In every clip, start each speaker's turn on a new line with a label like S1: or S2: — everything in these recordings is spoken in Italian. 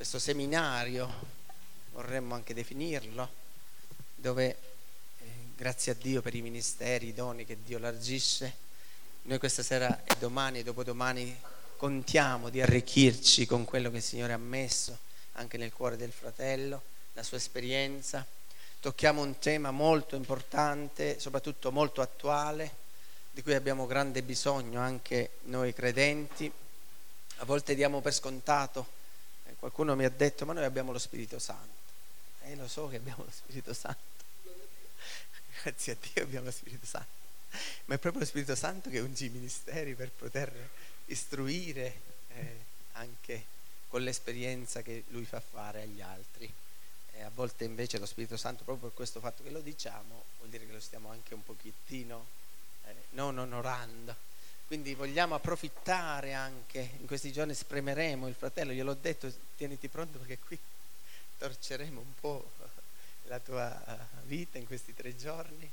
S1: questo seminario, vorremmo anche definirlo, dove grazie a Dio per i ministeri, i doni che Dio largisce, noi questa sera e domani e dopodomani contiamo di arricchirci con quello che il Signore ha messo anche nel cuore del fratello, la sua esperienza. Tocchiamo un tema molto importante, soprattutto molto attuale, di cui abbiamo grande bisogno anche noi credenti. A volte diamo per scontato, qualcuno mi ha detto: ma noi abbiamo lo Spirito Santo. Lo so che abbiamo lo Spirito Santo, grazie a Dio abbiamo lo Spirito Santo, ma è proprio lo Spirito Santo che unge i ministeri per poter istruire anche con l'esperienza che Lui fa fare agli altri. A volte invece lo Spirito Santo, proprio per questo fatto che lo diciamo, vuol dire che lo stiamo anche un pochettino non onorando. Quindi vogliamo approfittare anche, in questi giorni spremeremo il fratello, gliel'ho detto, tieniti pronto perché qui torceremo un po' la tua vita in questi 3 giorni,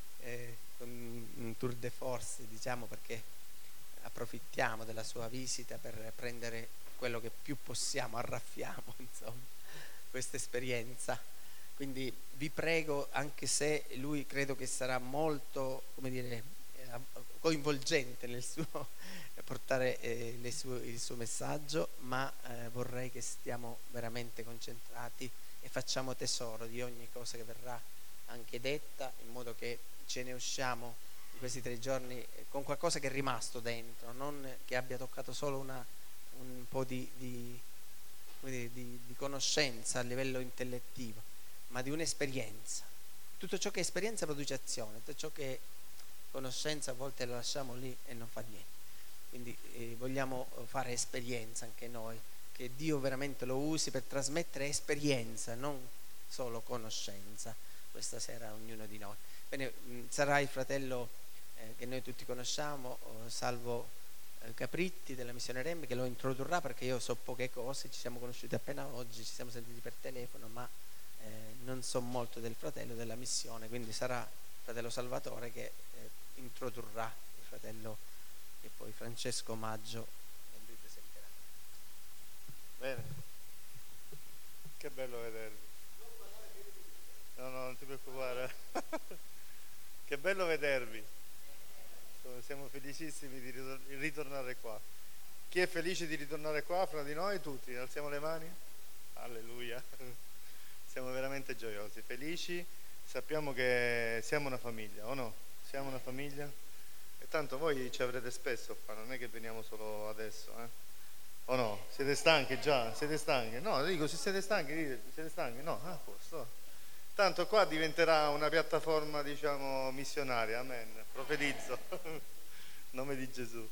S1: con un tour de force, diciamo, perché approfittiamo della sua visita per prendere quello che più possiamo, arraffiamo insomma questa esperienza. Quindi vi prego, anche se lui credo che sarà molto, come dire, coinvolgente nel suo portare il suo messaggio, ma vorrei che stiamo veramente concentrati e facciamo tesoro di ogni cosa che verrà anche detta, in modo che ce ne usciamo in questi 3 giorni con qualcosa che è rimasto dentro, non che abbia toccato solo un po' di conoscenza a livello intellettivo, ma di un'esperienza. Tutto ciò che è esperienza produce azione, tutto ciò che è conoscenza a volte la lasciamo lì e non fa niente. Quindi vogliamo fare esperienza anche noi, che Dio veramente lo usi per trasmettere esperienza, non solo conoscenza, questa sera ognuno di noi. Bene, sarà il fratello che noi tutti conosciamo, Salvo Capritti della Missione Rem, che lo introdurrà, perché io so poche cose, ci siamo conosciuti appena oggi, ci siamo sentiti per telefono, ma non so molto del fratello della missione, quindi sarà il fratello Salvatore che introdurrà il fratello, e poi Francesco Maggio e lui presenterà.
S2: Bene, che bello vedervi. No, non ti preoccupare. Che bello vedervi. Siamo felicissimi di ritornare qua. Chi è felice di ritornare qua fra di noi? Tutti, alziamo le mani. Alleluia. Siamo veramente gioiosi, felici. Sappiamo che siamo una famiglia, o no? Siamo una famiglia. E tanto voi ci avrete spesso qua, non è che veniamo solo adesso, o no? Siete stanchi già? Siete stanchi? No, dico, se siete stanchi, dite, siete stanchi? No, a posto. Tanto qua diventerà una piattaforma, diciamo, missionaria, amen, profetizzo, nome di Gesù.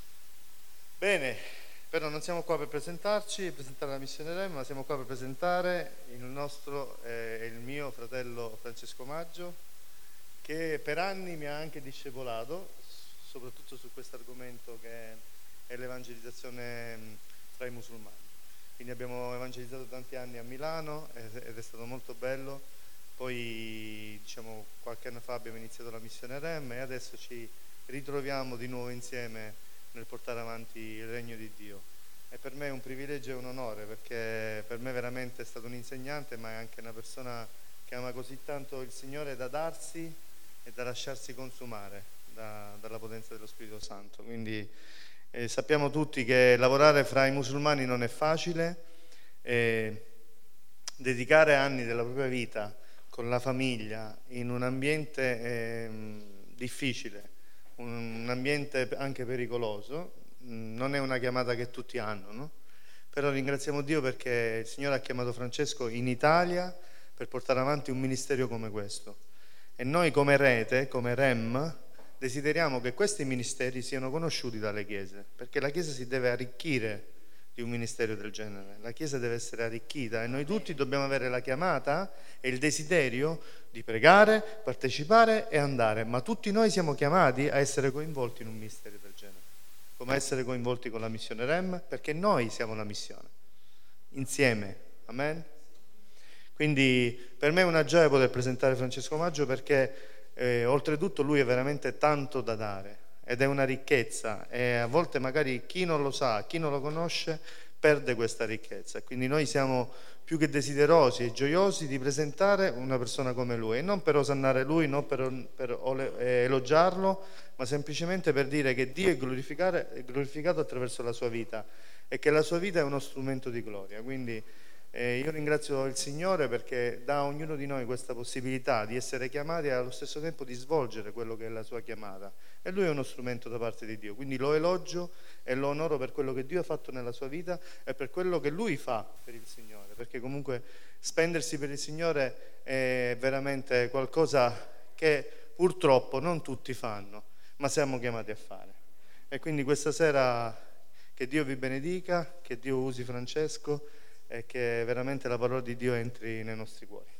S2: Bene, però non siamo qua per presentare la Missione Rem, ma siamo qua per presentare il nostro e il mio fratello Francesco Maggio, che per anni mi ha anche discepolato, soprattutto su questo argomento che è l'evangelizzazione tra i musulmani. Quindi abbiamo evangelizzato tanti anni a Milano ed è stato molto bello. Poi, diciamo, qualche anno fa abbiamo iniziato la Missione Rem e adesso ci ritroviamo di nuovo insieme nel portare avanti il regno di Dio. E per me è un privilegio e un onore, perché per me veramente è stato un insegnante, ma è anche una persona che ama così tanto il Signore da darsi e da lasciarsi consumare dalla potenza dello Spirito Santo. Quindi sappiamo tutti che lavorare fra i musulmani non è facile, dedicare anni della propria vita con la famiglia in un ambiente difficile, un ambiente anche pericoloso, non è una chiamata che tutti hanno, no? Però ringraziamo Dio perché il Signore ha chiamato Francesco in Italia per portare avanti un ministero come questo. E noi come Rete, come Rem, desideriamo che questi ministeri siano conosciuti dalle chiese, perché la Chiesa si deve arricchire di un ministero del genere. La Chiesa deve essere arricchita e noi tutti dobbiamo avere la chiamata e il desiderio di pregare, partecipare e andare, ma tutti noi siamo chiamati a essere coinvolti in un ministero del genere, come essere coinvolti con la Missione Rem, perché noi siamo la missione, insieme, amen? Quindi per me è una gioia poter presentare Francesco Maggio, perché oltretutto lui è veramente tanto da dare ed è una ricchezza, e a volte magari chi non lo sa, chi non lo conosce perde questa ricchezza. Quindi noi siamo più che desiderosi e gioiosi di presentare una persona come lui, e non per osannare lui, non per elogiarlo, ma semplicemente per dire che Dio è glorificato attraverso la sua vita e che la sua vita è uno strumento di gloria. Quindi io ringrazio il Signore perché dà a ognuno di noi questa possibilità di essere chiamati e allo stesso tempo di svolgere quello che è la sua chiamata, e lui è uno strumento da parte di Dio. Quindi lo elogio e lo onoro per quello che Dio ha fatto nella sua vita e per quello che lui fa per il Signore, perché comunque spendersi per il Signore è veramente qualcosa che purtroppo non tutti fanno, ma siamo chiamati a fare. E quindi questa sera che Dio vi benedica, che Dio usi Francesco e che veramente la parola di Dio entri nei nostri cuori.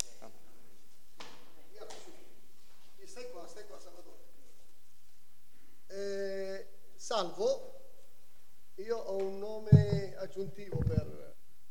S3: Stai qua, Salvatore. Salvo, io ho un nome aggiuntivo per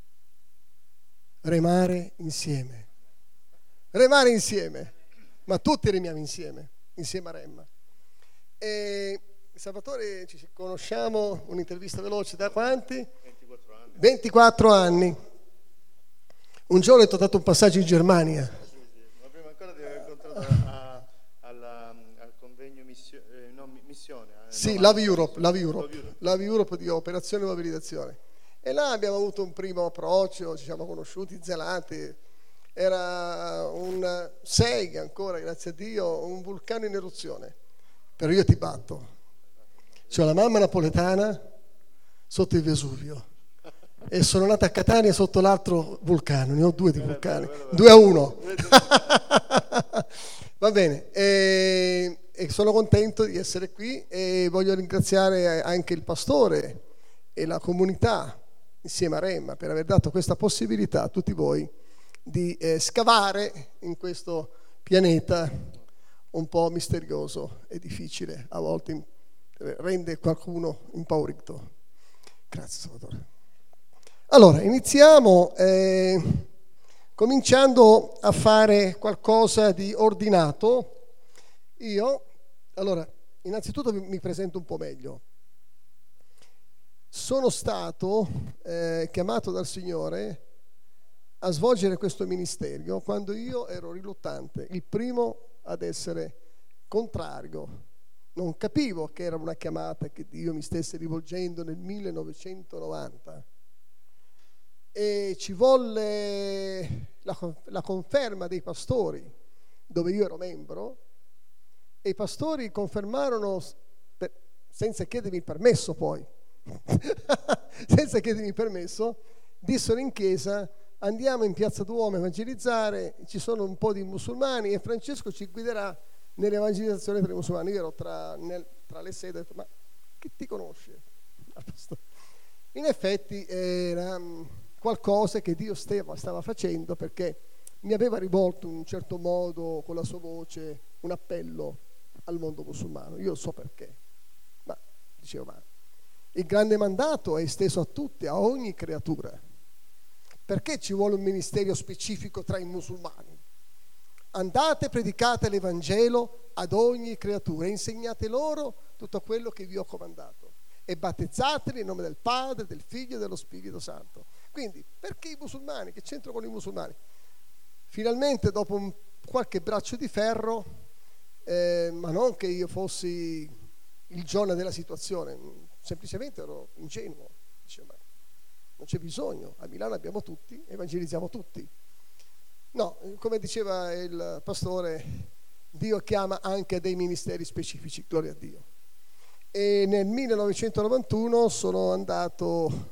S3: remare insieme. Remare insieme, ma tutti remiamo insieme a Remma. E Salvatore, ci conosciamo, un'intervista veloce, da quanti? 24 anni. Un giorno ho trovato un passaggio in Germania.
S2: Ma prima ancora ti avevo incontrato al convegno missione.
S3: Sì, Love Europe di Operazione Mobilitazione. E là abbiamo avuto un primo approccio, ci siamo conosciuti, zelati. Era un 6 ancora, grazie a Dio, un vulcano in eruzione. Però io ti batto. C'ho la mamma napoletana sotto il Vesuvio. E sono nata a Catania sotto l'altro vulcano, ne ho 2 di vulcani, 2-1. Va bene, e sono contento di essere qui e voglio ringraziare anche il pastore e la comunità insieme a Remma per aver dato questa possibilità a tutti voi di scavare in questo pianeta un po' misterioso e difficile, a volte rende qualcuno impaurito. Grazie Salvatore. Allora, iniziamo cominciando a fare qualcosa di ordinato. Allora, innanzitutto mi presento un po' meglio. Sono stato chiamato dal Signore a svolgere questo ministero quando io ero riluttante, il primo ad essere contrario. Non capivo che era una chiamata che Dio mi stesse rivolgendo nel 1990. E ci volle la conferma dei pastori, dove io ero membro, e i pastori confermarono, senza chiedermi il permesso poi, senza chiedermi il permesso, dissero in chiesa: andiamo in Piazza Duomo a evangelizzare, ci sono un po' di musulmani e Francesco ci guiderà nell'evangelizzazione per i musulmani. Io ero tra le sedi, ho detto: ma chi ti conosce? In effetti era qualcosa che Dio stava facendo, perché mi aveva rivolto in un certo modo con la sua voce un appello al mondo musulmano. Io so perché, ma dicevo, ma il grande mandato è esteso a tutti, a ogni creatura. Perché ci vuole un ministero specifico tra i musulmani? Andate, predicate l'Evangelo ad ogni creatura, insegnate loro tutto quello che vi ho comandato e battezzateli in nome del Padre, del Figlio e dello Spirito Santo. Quindi, perché i musulmani? Che c'entro con i musulmani? Finalmente, dopo qualche braccio di ferro, ma non che io fossi il Giona della situazione, semplicemente ero ingenuo. Dicevo, ma non c'è bisogno, a Milano abbiamo tutti, evangelizziamo tutti. No, come diceva il pastore, Dio chiama anche a dei ministeri specifici, gloria a Dio. E nel 1991 sono andato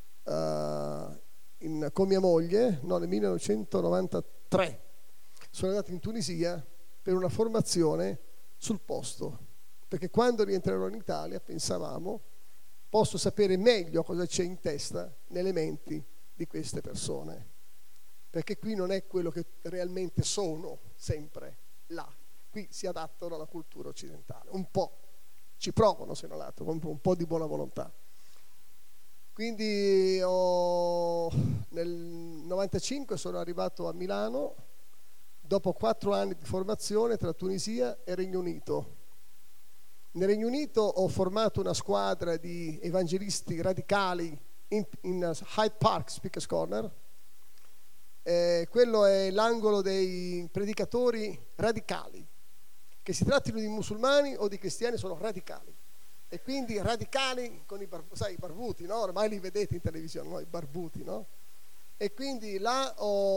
S3: con mia moglie, nel 1993 sono andato in Tunisia per una formazione sul posto, perché quando rientrerò in Italia pensavamo posso sapere meglio cosa c'è in testa, nelle menti di queste persone, perché qui non è quello che realmente sono sempre là, qui si adattano alla cultura occidentale, un po', ci provano se non altro, con un po' di buona volontà. Quindi nel 95 sono arrivato a Milano, dopo 4 anni di formazione tra Tunisia e Regno Unito. Nel Regno Unito ho formato una squadra di evangelisti radicali in Hyde Park Speakers Corner. Quello è l'angolo dei predicatori radicali, che si trattino di musulmani o di cristiani, sono radicali. E quindi radicali con i barbuti, no? Ormai li vedete in televisione, no? I barbuti, no? E quindi là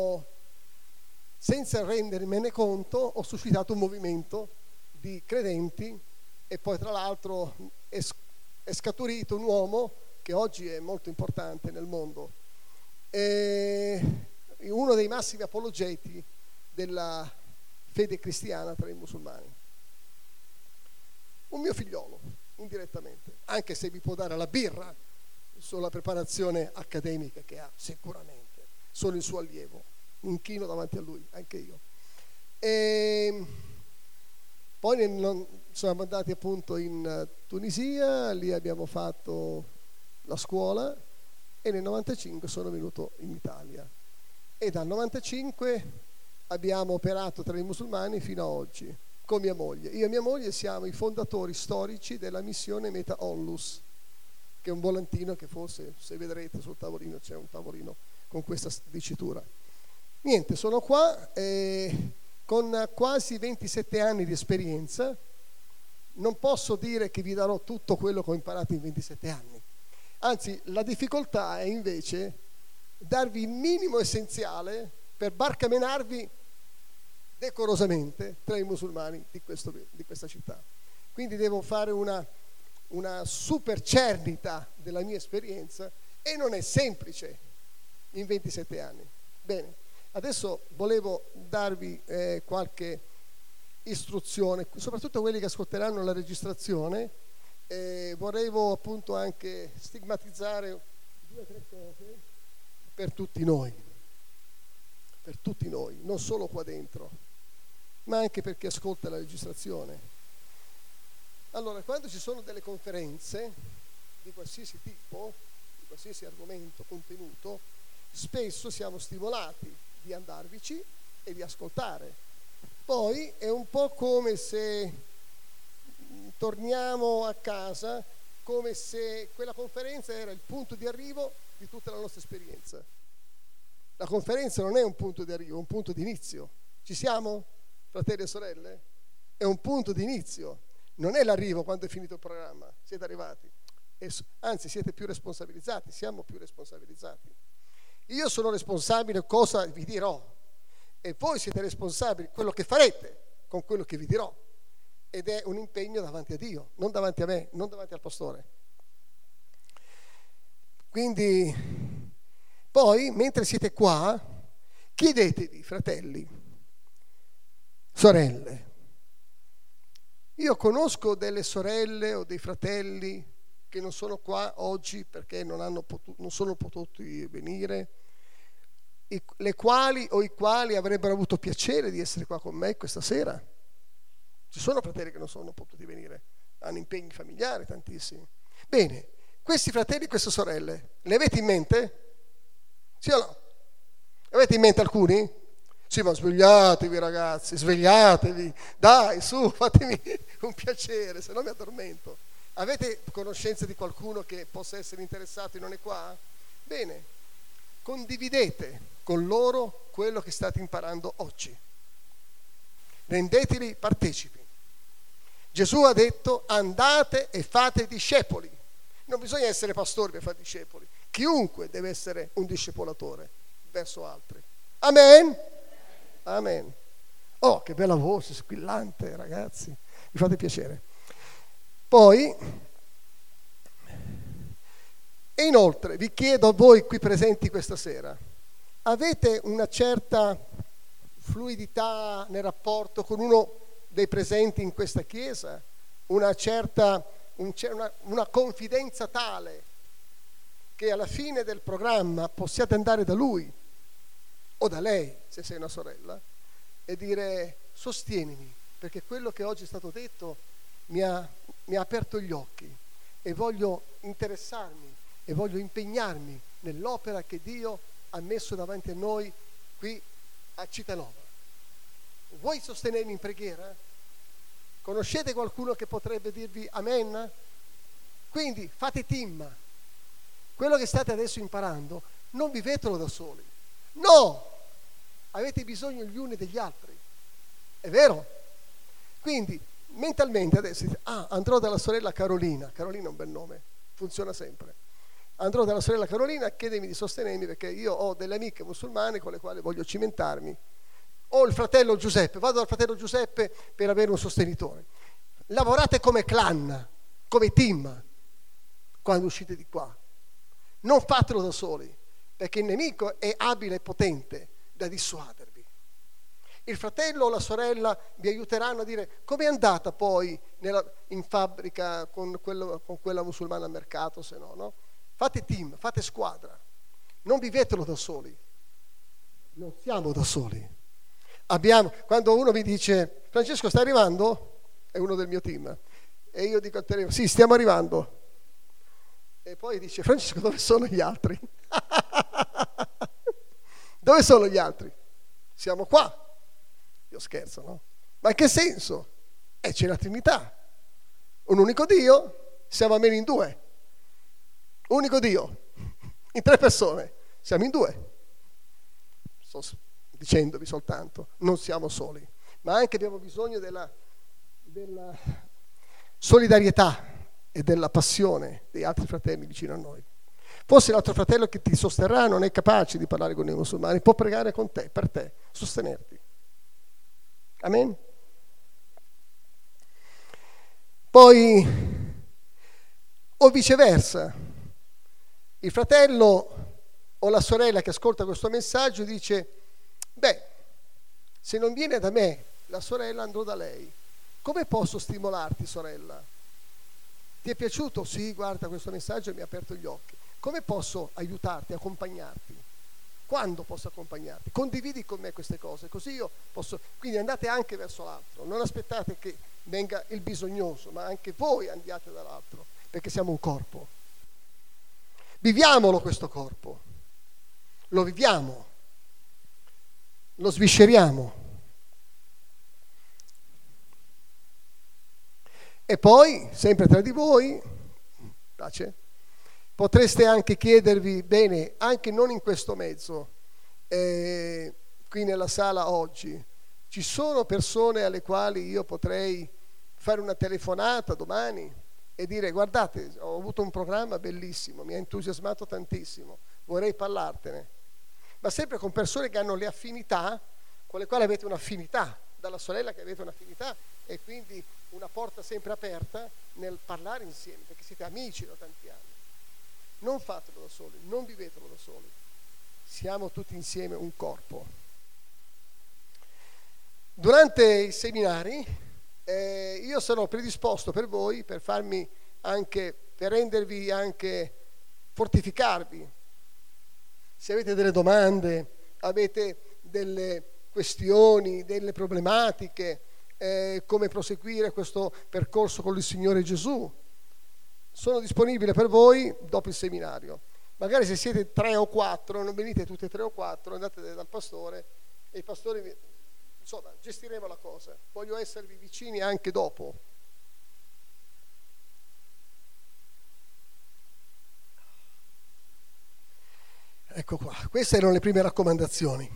S3: senza rendermene conto, ho suscitato un movimento di credenti, e poi tra l'altro è scaturito un uomo che oggi è molto importante nel mondo, uno dei massimi apologeti della fede cristiana tra i musulmani. Un mio figliolo, indirettamente, anche se mi può dare la birra sulla preparazione accademica che ha, sicuramente. Sono il suo allievo, mi inchino davanti a lui, anche io. E poi siamo andati appunto in Tunisia, lì abbiamo fatto la scuola, e nel 95 sono venuto in Italia. E dal 95 abbiamo operato tra i musulmani fino a oggi, con mia moglie. Io e mia moglie siamo i fondatori storici della missione Meta Onlus, che è un volantino che forse, se vedrete sul tavolino, c'è un tavolino con questa dicitura. Niente, sono qua con quasi 27 anni di esperienza. Non posso dire che vi darò tutto quello che ho imparato in 27 anni. Anzi, la difficoltà è invece darvi il minimo essenziale per barcamenarvi decorosamente tra i musulmani di questa città. Quindi devo fare una super cernita della mia esperienza, e non è semplice in 27 anni. Bene, adesso volevo darvi qualche istruzione, soprattutto quelli che ascolteranno la registrazione. Volevo appunto anche stigmatizzare 2 o 3 cose per tutti noi, non solo qua dentro, ma anche per chi ascolta la registrazione. Allora, quando ci sono delle conferenze di qualsiasi tipo, di qualsiasi argomento, contenuto, spesso siamo stimolati di andarvici e di ascoltare. Poi è un po' come se torniamo a casa, come se quella conferenza era il punto di arrivo di tutta la nostra esperienza. La conferenza non è un punto di arrivo, è un punto di inizio. Ci siamo, fratelli e sorelle? È un punto di inizio, non è l'arrivo quando è finito il programma, siete arrivati. Anzi, siete più responsabilizzati, siamo più responsabilizzati. Io sono responsabile cosa vi dirò, e voi siete responsabili quello che farete con quello che vi dirò. Ed è un impegno davanti a Dio, non davanti a me, non davanti al pastore. Quindi, poi, mentre siete qua, chiedetevi, fratelli, sorelle. Io conosco delle sorelle o dei fratelli che non sono qua oggi perché non sono potuti venire, le quali o i quali avrebbero avuto piacere di essere qua con me questa sera. Ci sono fratelli che non sono potuti venire, hanno impegni familiari tantissimi. Bene, questi fratelli e queste sorelle, li avete in mente? Sì o no? Avete in mente alcuni? Sì, ma svegliatevi ragazzi, svegliatevi, dai, su, fatemi un piacere, se no mi addormento. Avete conoscenza di qualcuno che possa essere interessato e non è qua? Bene, condividete con loro quello che state imparando oggi. Rendeteli partecipi. Gesù ha detto: andate e fate discepoli. Non bisogna essere pastori per fare discepoli. Chiunque deve essere un discepolatore verso altri. Amen? Amen. Oh, che bella voce, squillante, ragazzi. Mi fate piacere. Poi, e inoltre, vi chiedo a voi qui presenti questa sera, avete una certa fluidità nel rapporto con uno dei presenti in questa chiesa? Una confidenza tale che alla fine del programma possiate andare da lui o da lei, se sei una sorella, e dire: sostienimi, perché quello che oggi è stato detto mi ha aperto gli occhi, e voglio interessarmi e voglio impegnarmi nell'opera che Dio ha messo davanti a noi qui a Cittànova. Vuoi sostenermi in preghiera? Conoscete qualcuno che potrebbe dirvi amen? Quindi fate team, quello che state adesso imparando, non vivetelo da soli. No! Avete bisogno gli uni degli altri. È vero? Quindi, mentalmente adesso, andrò dalla sorella Carolina. Carolina è un bel nome, funziona sempre. Andrò dalla sorella Carolina, chiedemi di sostenermi perché io ho delle amiche musulmane con le quali voglio cimentarmi. Ho il fratello Giuseppe, vado dal fratello Giuseppe per avere un sostenitore. Lavorate come clan, come team, quando uscite di qua. Non fatelo da soli, perché il nemico è abile e potente da dissuadervi. Il fratello o la sorella vi aiuteranno a dire com'è andata poi in fabbrica con quella musulmana al mercato, se no, no? Fate team, fate squadra, non vivetelo da soli, non siamo da soli. Quando uno mi dice Francesco stai arrivando? È uno del mio team e io dico al telefono sì stiamo arrivando e poi dice Francesco dove sono gli altri? Dove sono gli altri? Siamo qua. Io scherzo, no? Ma in che senso? C'è la Trinità, un unico Dio, siamo almeno in due. Unico Dio, in 3 persone, siamo in 2. Sto dicendovi soltanto, non siamo soli, ma anche abbiamo bisogno della solidarietà e della passione degli altri fratelli vicino a noi. Forse l'altro fratello che ti sosterrà non è capace di parlare con i musulmani, può pregare con te, per te, sostenerti. Amen? Poi, o viceversa, il fratello o la sorella che ascolta questo messaggio dice se non viene da me la sorella andrò da lei. Come posso stimolarti, sorella? Ti è piaciuto? Sì, guarda, questo messaggio mi ha aperto gli occhi. Come posso aiutarti, accompagnarti? Quando posso accompagnarti? Condividi con me queste cose, così io posso. Quindi andate anche verso l'altro, non aspettate che venga il bisognoso, ma anche voi andiate dall'altro, perché siamo un corpo. Viviamolo questo corpo, lo viviamo, lo svisceriamo. E poi, sempre tra di voi, potreste anche chiedervi, bene, anche non in questo mezzo, qui nella sala oggi, ci sono persone alle quali io potrei fare una telefonata domani e dire guardate, ho avuto un programma bellissimo, mi ha entusiasmato tantissimo, vorrei parlartene. Ma sempre con persone che hanno le affinità, con le quali avete un'affinità, dalla sorella che avete un'affinità e quindi una porta sempre aperta nel parlare insieme, perché siete amici da tanti anni. Non fatelo da soli, non vivetelo da soli. Siamo tutti insieme un corpo. Durante i seminari io sarò predisposto per voi, per farmi anche, per rendervi anche, fortificarvi. Se avete delle domande, avete delle questioni, delle problematiche, come proseguire questo percorso con il Signore Gesù, sono disponibile per voi dopo il seminario. Magari se siete 3 o 4, non venite tutti e 3 o 4, andate dal pastore e il pastore insomma, gestiremo la cosa. Voglio esservi vicini anche dopo. Ecco qua, queste erano le prime raccomandazioni.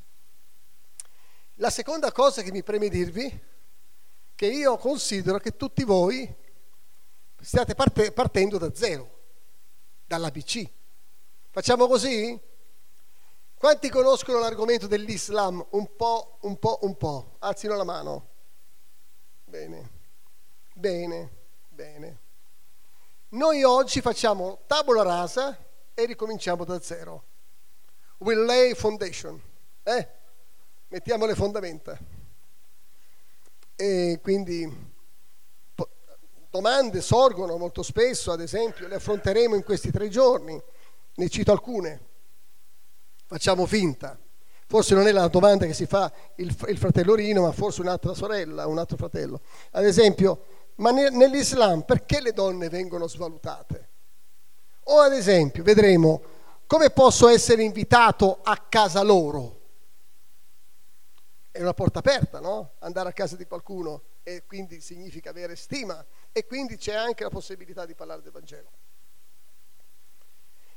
S3: La seconda cosa che mi preme dirvi, che io considero che tutti voi stiate partendo da zero, dall'ABC. Facciamo così? Quanti conoscono l'argomento dell'Islam? Un po'. Alzino la mano. Bene. Noi oggi facciamo tabula rasa e ricominciamo da zero. We'll lay foundation. Mettiamo le fondamenta. E quindi domande sorgono molto spesso, ad esempio, le affronteremo in questi 3 giorni. Ne cito alcune. Facciamo finta. Forse non è la domanda che si fa il fratello Rino, ma forse un'altra sorella, un altro fratello. Ad esempio, ma nell'Islam perché le donne vengono svalutate? O ad esempio, vedremo, come posso essere invitato a casa loro? È una porta aperta, no? Andare a casa di qualcuno e quindi significa avere stima e quindi c'è anche la possibilità di parlare del Vangelo.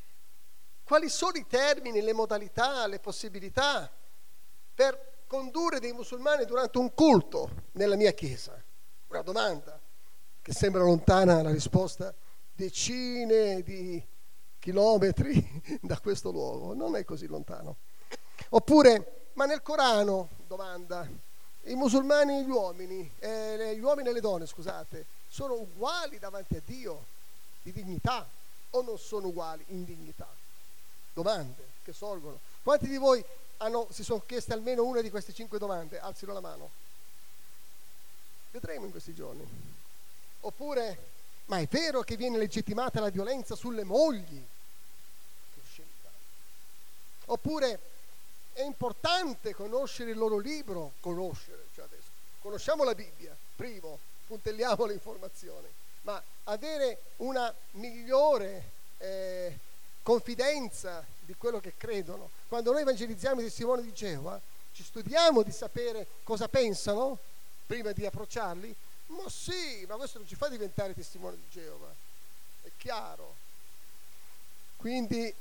S3: quali sono i termini, le modalità, le possibilità per condurre dei musulmani durante un culto nella mia chiesa? Una domanda che sembra lontana, la risposta decine di chilometri da questo luogo, non è così lontano. Oppure, ma nel Corano, domanda, i musulmani e gli uomini e le donne, scusate, sono uguali davanti a Dio di dignità o non sono uguali in dignità? Domande che sorgono. Quanti di voi si sono chieste almeno una di queste 5 domande? Alzino la mano. Vedremo in questi giorni. Oppure, ma è vero che viene legittimata la violenza sulle mogli? Che oscenità. Oppure, è importante conoscere il loro libro? Conosciamo la Bibbia, primo, puntelliamo le informazioni, ma avere una migliore confidenza di quello che credono. Quando noi evangelizziamo i testimoni di Geova, ci studiamo di sapere cosa pensano prima di approcciarli. Ma sì, ma questo non ci fa diventare testimoni di Geova, è chiaro. Quindi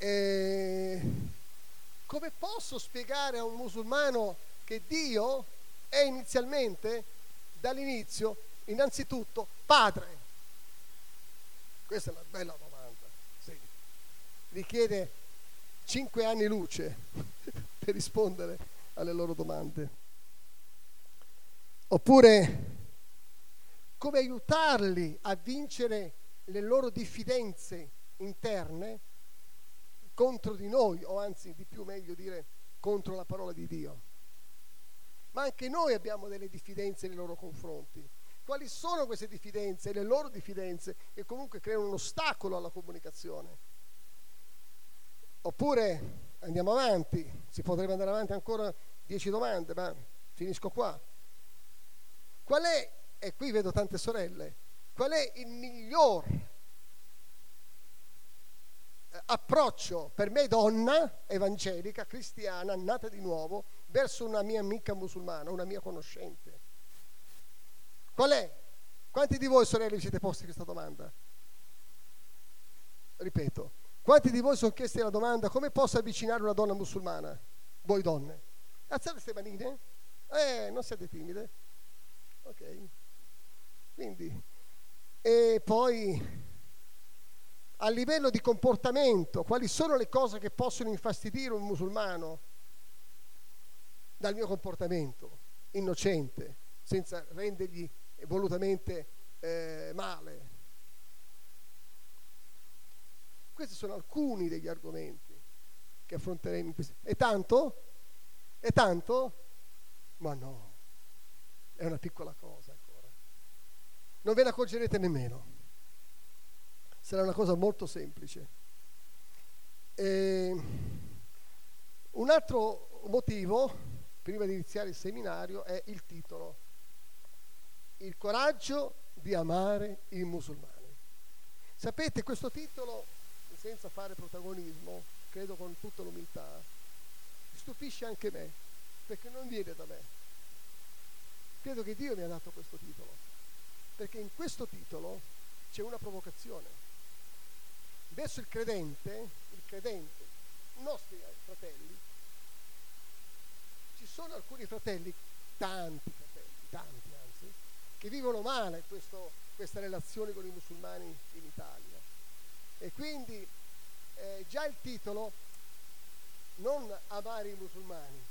S3: come posso spiegare a un musulmano che Dio è inizialmente, dall'inizio, innanzitutto padre? Questa è una bella domanda, sì. Richiede 5 anni luce per rispondere alle loro domande. Oppure, come aiutarli a vincere le loro diffidenze interne contro di noi, o anzi di più meglio dire contro la parola di Dio. Ma anche noi abbiamo delle diffidenze nei loro confronti. Quali sono queste diffidenze, le loro diffidenze, che comunque creano un ostacolo alla comunicazione? Oppure andiamo avanti, si potrebbe andare avanti ancora 10 domande, ma finisco qua. Qual è, e qui vedo tante sorelle, qual è il miglior approccio per me, donna evangelica, cristiana, nata di nuovo, verso una mia amica musulmana, una mia conoscente? Qual è? Quanti di voi, sorelle, vi siete posti questa domanda? Ripeto, quanti di voi sono chiesti la domanda: come posso avvicinare una donna musulmana? Voi donne, alzate queste manine, non siate timide, ok? Quindi, e poi a livello di comportamento, quali sono le cose che possono infastidire un musulmano dal mio comportamento innocente, senza rendergli volutamente male? Questi sono alcuni degli argomenti che affronteremo in questi. È tanto? È tanto? Ma no, è una piccola cosa ancora. Non ve ne accorgerete nemmeno. Sarà una cosa molto semplice. Un altro motivo, prima di iniziare il seminario, è il titolo: il coraggio di amare i musulmani. Sapete, questo titolo, senza fare protagonismo, credo con tutta l'umiltà, stupisce anche me, perché non viene da me. Credo che Dio mi ha dato questo titolo, perché in questo titolo c'è una provocazione verso il credente, i nostri fratelli. Ci sono alcuni fratelli, tanti anzi, che vivono male questa relazione con i musulmani in Italia, e quindi già il titolo, non amare i musulmani,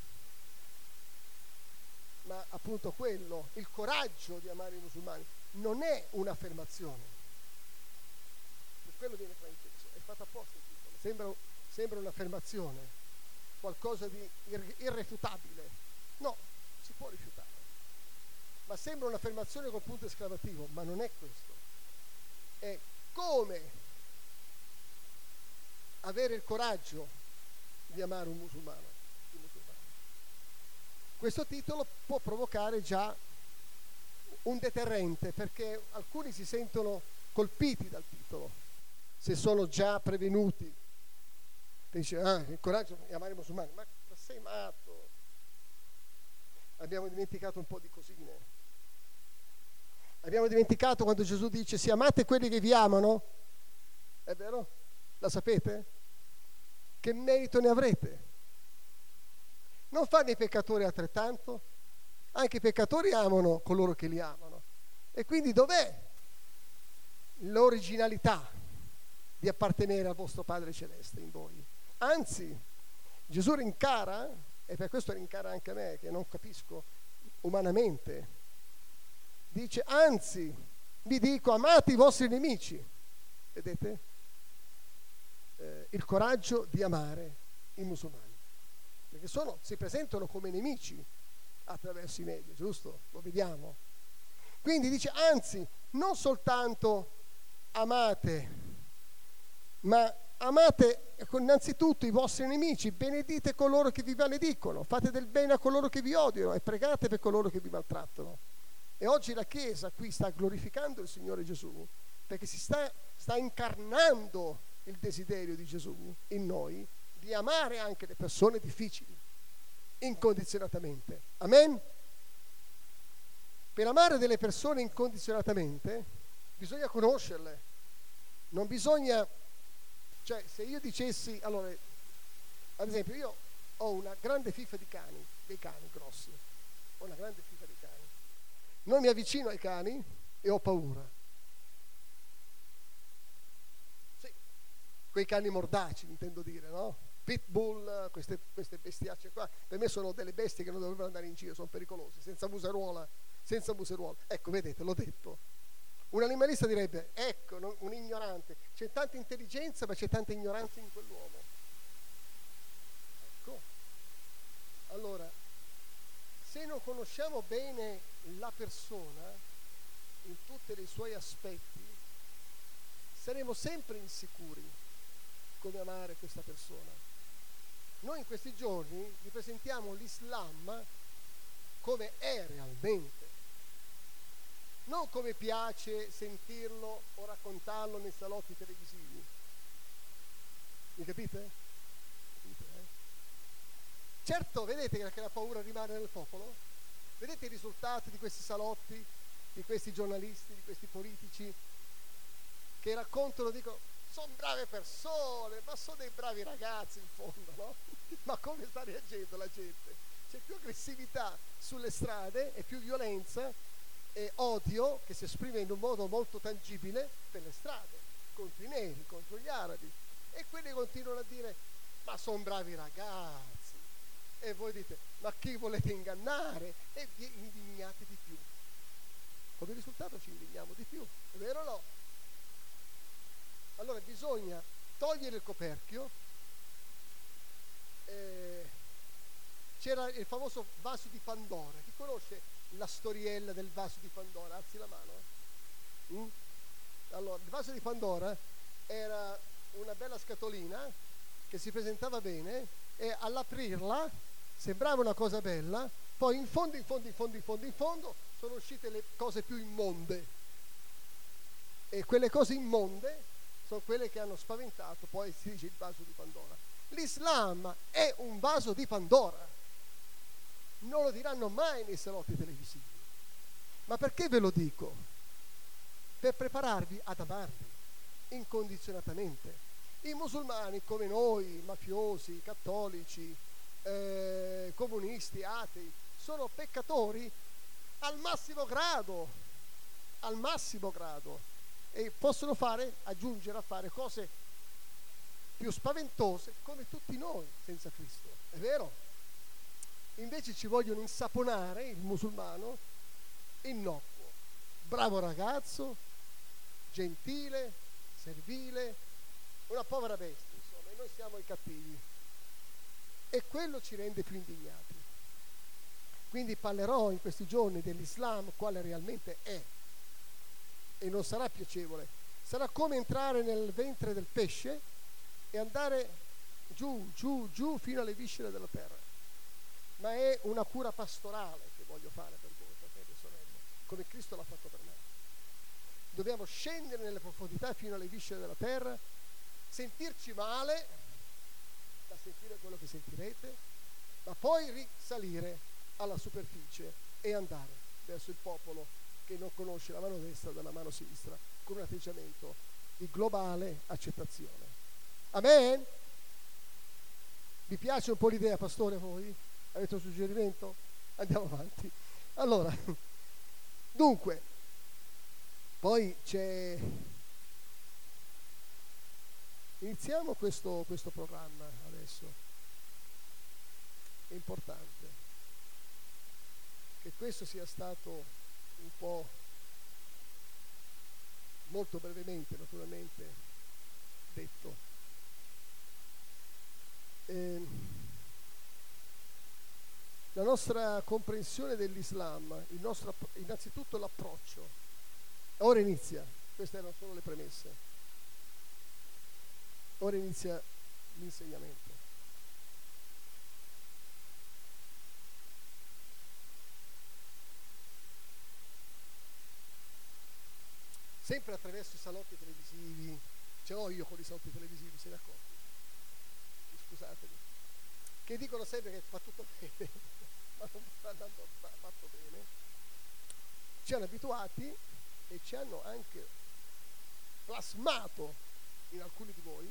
S3: ma appunto quello, il coraggio di amare i musulmani, non è un'affermazione. Per quello viene frainteso, è fatto apposta il titolo, sembra un'affermazione, qualcosa di irrefutabile. No, si può rifiutare, ma sembra un'affermazione col punto esclamativo, ma non è questo. È come avere il coraggio di amare un musulmano. Questo titolo può provocare già un deterrente, perché alcuni si sentono colpiti dal titolo, se sono già prevenuti. Dice, il coraggio di amare i musulmani, ma sei matto? Abbiamo dimenticato un po' di cosine. Abbiamo dimenticato quando Gesù dice: se amate quelli che vi amano, è vero? La sapete? che merito ne avrete? Non fanno i peccatori altrettanto? Anche i peccatori amano coloro che li amano. E quindi dov'è l'originalità di appartenere al vostro Padre Celeste in voi? Anzi, Gesù rincara, e per questo rincara anche me, che non capisco umanamente, dice: anzi, vi dico, amate i vostri nemici. Vedete? Il coraggio di amare i musulmani, perché si presentano come nemici attraverso i media, giusto? Lo vediamo. Quindi dice: anzi, non soltanto amate, ma amate innanzitutto i vostri nemici, benedite coloro che vi maledicono, fate del bene a coloro che vi odiano e pregate per coloro che vi maltrattano. E oggi la Chiesa qui sta glorificando il Signore Gesù, perché si sta incarnando il desiderio di Gesù in noi di amare anche le persone difficili, incondizionatamente. Amen? Per amare delle persone incondizionatamente bisogna conoscerle, non bisogna, cioè se io dicessi, allora, ad esempio io ho una grande fifa di cani, dei cani grossi, ho una grande fifa di cani, non mi avvicino ai cani e ho paura. Sì, quei cani mordaci intendo dire, no? Pitbull, queste bestiacce qua, per me sono delle bestie che non dovrebbero andare in giro, sono pericolose, senza museruola. Ecco, vedete, l'ho detto. Un animalista direbbe: ecco, un ignorante, c'è tanta intelligenza ma c'è tanta ignoranza in quell'uomo. Ecco, allora, se non conosciamo bene la persona in tutti i suoi aspetti, saremo sempre insicuri come amare questa persona. Noi in questi giorni vi presentiamo l'Islam come è realmente, non come piace sentirlo o raccontarlo nei salotti televisivi. Mi capite? Certo, vedete che la paura rimane nel popolo? Vedete i risultati di questi salotti, di questi giornalisti, di questi politici che raccontano, dicono: sono brave persone, ma sono dei bravi ragazzi in fondo, no? Ma come sta reagendo la gente? C'è più aggressività sulle strade e più violenza e odio che si esprime in un modo molto tangibile per le strade, contro i neri, contro gli arabi. E quelli continuano a dire: ma sono bravi ragazzi. E voi dite: ma chi volete ingannare? E vi indignate di più. Come risultato ci indigniamo di più, è vero o no? Allora bisogna togliere il coperchio. C'era il famoso vaso di Pandora. Chi conosce la storiella del vaso di Pandora? Alzi la mano. Allora, il vaso di Pandora era una bella scatolina che si presentava bene e all'aprirla sembrava una cosa bella, poi in fondo sono uscite le cose più immonde, e quelle cose immonde sono quelle che hanno spaventato, poi si dice, il vaso di Pandora. L'Islam è un vaso di Pandora, non lo diranno mai nei salotti televisivi. Ma perché ve lo dico? Per prepararvi ad amarli incondizionatamente. I musulmani come noi, mafiosi, cattolici, comunisti, atei, sono peccatori al massimo grado, e possono aggiungere a fare cose più spaventose come tutti noi senza Cristo, è vero? Invece ci vogliono insaponare il musulmano innocuo, bravo ragazzo, gentile, servile, una povera bestia, insomma, e noi siamo i cattivi. E quello ci rende più indignati. Quindi parlerò in questi giorni dell'Islam quale realmente è, e non sarà piacevole, sarà come entrare nel ventre del pesce e andare giù fino alle viscere della terra. Ma è una cura pastorale che voglio fare per voi, fratelli e sorelle, come Cristo l'ha fatto per me. Dobbiamo scendere nelle profondità fino alle viscere della terra, sentirci male da sentire quello che sentirete, ma poi risalire alla superficie e andare verso il popolo che non conosce la mano destra dalla mano sinistra, con un atteggiamento di globale accettazione. Amen? Vi piace un po' l'idea, pastore, a voi? Avete un suggerimento? Andiamo avanti. Allora, dunque, poi c'è... Iniziamo questo programma adesso. È importante che questo sia stato un po', molto brevemente naturalmente, detto. La nostra comprensione dell'Islam, innanzitutto l'approccio. Ora inizia, queste erano solo le premesse. Ora inizia l'insegnamento. Sempre attraverso i salotti televisivi, ce l'ho io con i salotti televisivi, siete accorti? Scusatemi, che dicono sempre che fa tutto bene, ma non sta andando fatto bene. Ci hanno abituati e ci hanno anche plasmato in alcuni di voi,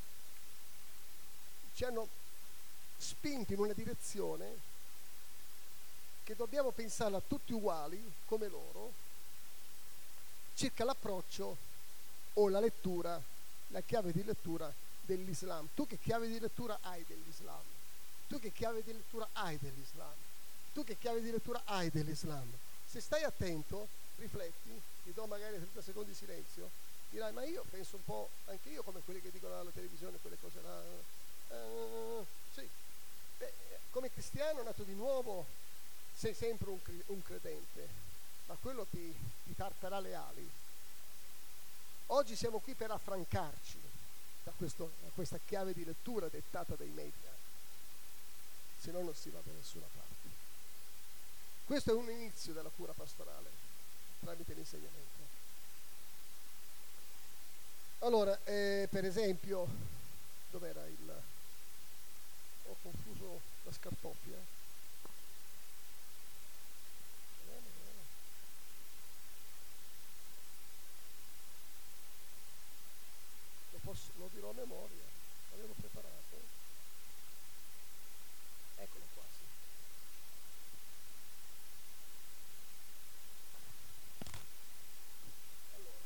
S3: ci hanno spinto in una direzione che dobbiamo pensarla tutti uguali come loro circa l'approccio o la lettura, la chiave di lettura dell'Islam. Tu che chiave di lettura hai dell'Islam? Tu che chiave di lettura hai dell'Islam? Tu che chiave di lettura hai dell'Islam? Se stai attento, rifletti, ti do magari 30 secondi di silenzio, dirai, ma io penso un po' anche io come quelli che dicono alla televisione quelle cose là. Sì. Beh, come cristiano nato di nuovo sei sempre un credente, ma quello ti tarterà le ali. Oggi siamo qui per affrancarci da questa chiave di lettura dettata dai media, se no non si va da nessuna parte. Questo è un inizio della cura pastorale tramite l'insegnamento. Allora, per esempio, dov'era ho confuso la scartoffia. Lo dirò a memoria, l'avevo preparato. Eccolo qua, sì. Allora,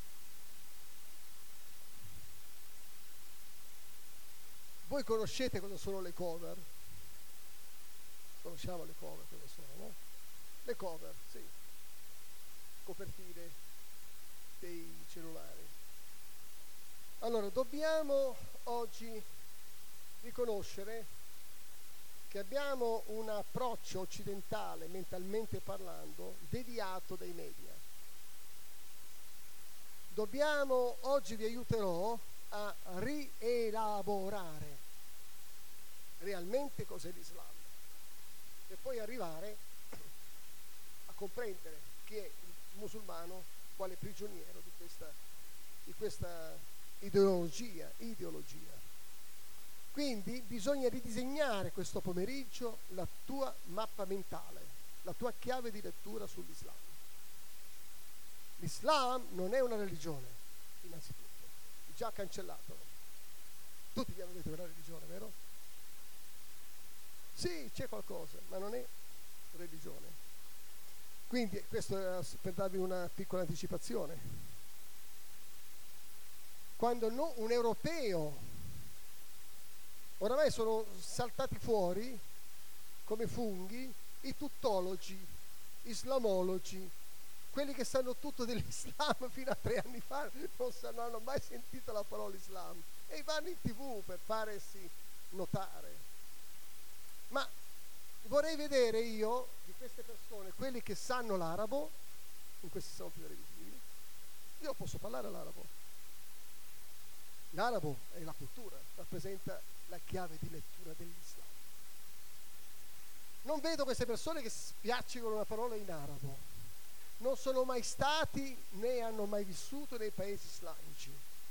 S3: voi conoscete cosa sono le cover? Conosciamo le cover, cosa sono, no? Le cover, sì. Copertine dei cellulari. Allora, dobbiamo oggi riconoscere che abbiamo un approccio occidentale, mentalmente parlando, deviato dai media. Oggi vi aiuterò a rielaborare realmente cos'è l'Islam e poi arrivare a comprendere chi è il musulmano quale prigioniero di questa ideologia. Quindi bisogna ridisegnare questo pomeriggio la tua mappa mentale, la tua chiave di lettura sull'Islam. L'Islam non è una religione, innanzitutto, già cancellato. Tutti vi hanno detto che è una religione, vero? Sì, c'è qualcosa, ma non è religione. Quindi questo è per darvi una piccola anticipazione. Quando un europeo, oramai sono saltati fuori come funghi i tuttologi, islamologi, quelli che sanno tutto dell'Islam fino a 3 anni fa non hanno mai sentito la parola Islam e vanno in TV per farsi notare. Ma vorrei vedere io di queste persone, quelli che sanno l'arabo, in questi salti televisivi. Io posso parlare l'arabo. L'arabo è la cultura, rappresenta la chiave di lettura dell'Islam. Non vedo queste persone che spiaccicano una parola in arabo. Non sono mai stati né hanno mai vissuto nei paesi islamici.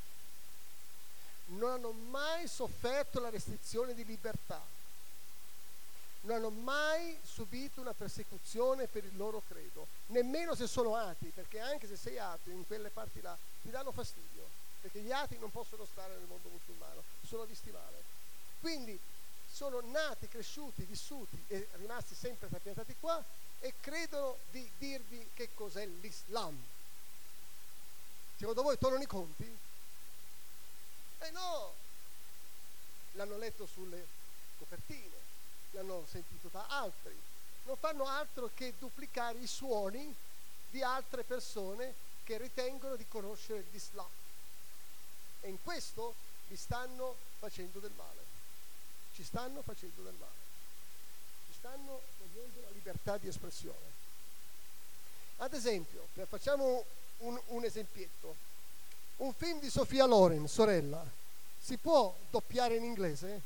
S3: Non hanno mai sofferto la restrizione di libertà. Non hanno mai subito una persecuzione per il loro credo, nemmeno se sono atei, perché anche se sei ateo in quelle parti là ti danno fastidio, perché gli atei non possono stare nel mondo musulmano, sono visti male. Quindi sono nati, cresciuti, vissuti e rimasti sempre trapiantati qua e credono di dirvi che cos'è l'Islam. Secondo voi tornano i conti? No! L'hanno letto sulle copertine, l'hanno sentito da altri. Non fanno altro che duplicare i suoni di altre persone che ritengono di conoscere l'Islam. E in questo vi stanno facendo del male. Ci stanno facendo del male. Ci stanno togliendo la libertà di espressione. Ad esempio, facciamo un esempietto. Un film di Sofia Loren, sorella, si può doppiare in inglese?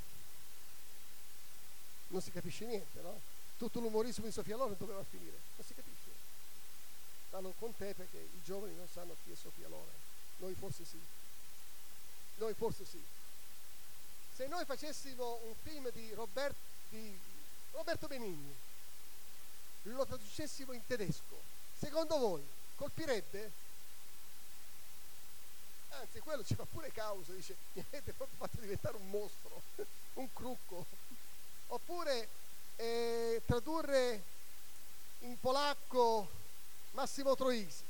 S3: Non si capisce niente, no? Tutto l'umorismo di Sofia Loren doveva finire, non si capisce. Stanno con te perché i giovani non sanno chi è Sofia Loren. Noi forse sì. Noi forse sì. Se noi facessimo un film di Roberto Benigni, lo traducessimo in tedesco, secondo voi colpirebbe? Anzi, quello ci fa pure causa, dice mi avete proprio fatto diventare un mostro, un crucco. Oppure tradurre in polacco Massimo Troisi,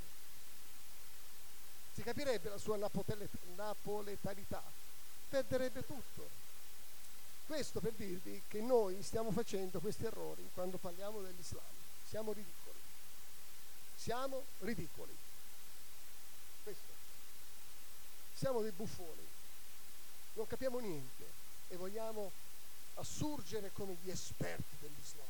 S3: si capirebbe la sua napoletanità, perderebbe tutto. Questo per dirvi che noi stiamo facendo questi errori quando parliamo dell'Islam. Siamo ridicoli. Siamo ridicoli. Questo. Siamo dei buffoni. Non capiamo niente e vogliamo assurgere come gli esperti dell'Islam.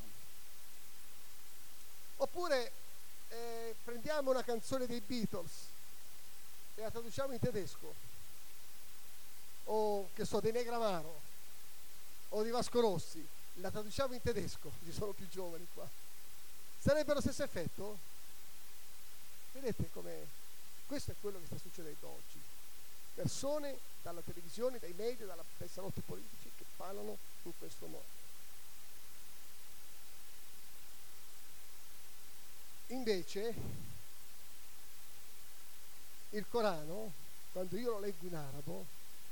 S3: Oppure prendiamo una canzone dei Beatles e la traduciamo in tedesco, o che so, dei Negramaro o di Vasco Rossi, la traduciamo in tedesco, ci sono più giovani qua, sarebbe lo stesso effetto? Vedete come questo è quello che sta succedendo oggi. Persone dalla televisione, dai media, dai salotti politici che parlano in questo modo. Invece il Corano, quando io lo leggo in arabo,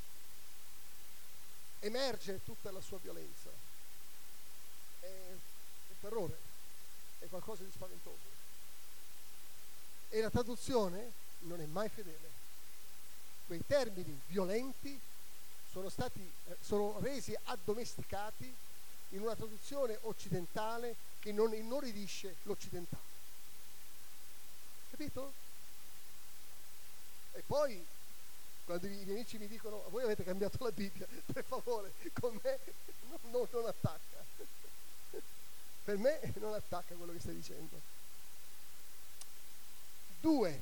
S3: emerge tutta la sua violenza. È un terrore, è qualcosa di spaventoso. E la traduzione non è mai fedele. Quei termini violenti sono resi addomesticati in una traduzione occidentale che non inorridisce l'occidentale. Capito? E poi quando i miei amici mi dicono voi avete cambiato la Bibbia, per favore, con me non attacca. Per me non attacca quello che stai dicendo. 2.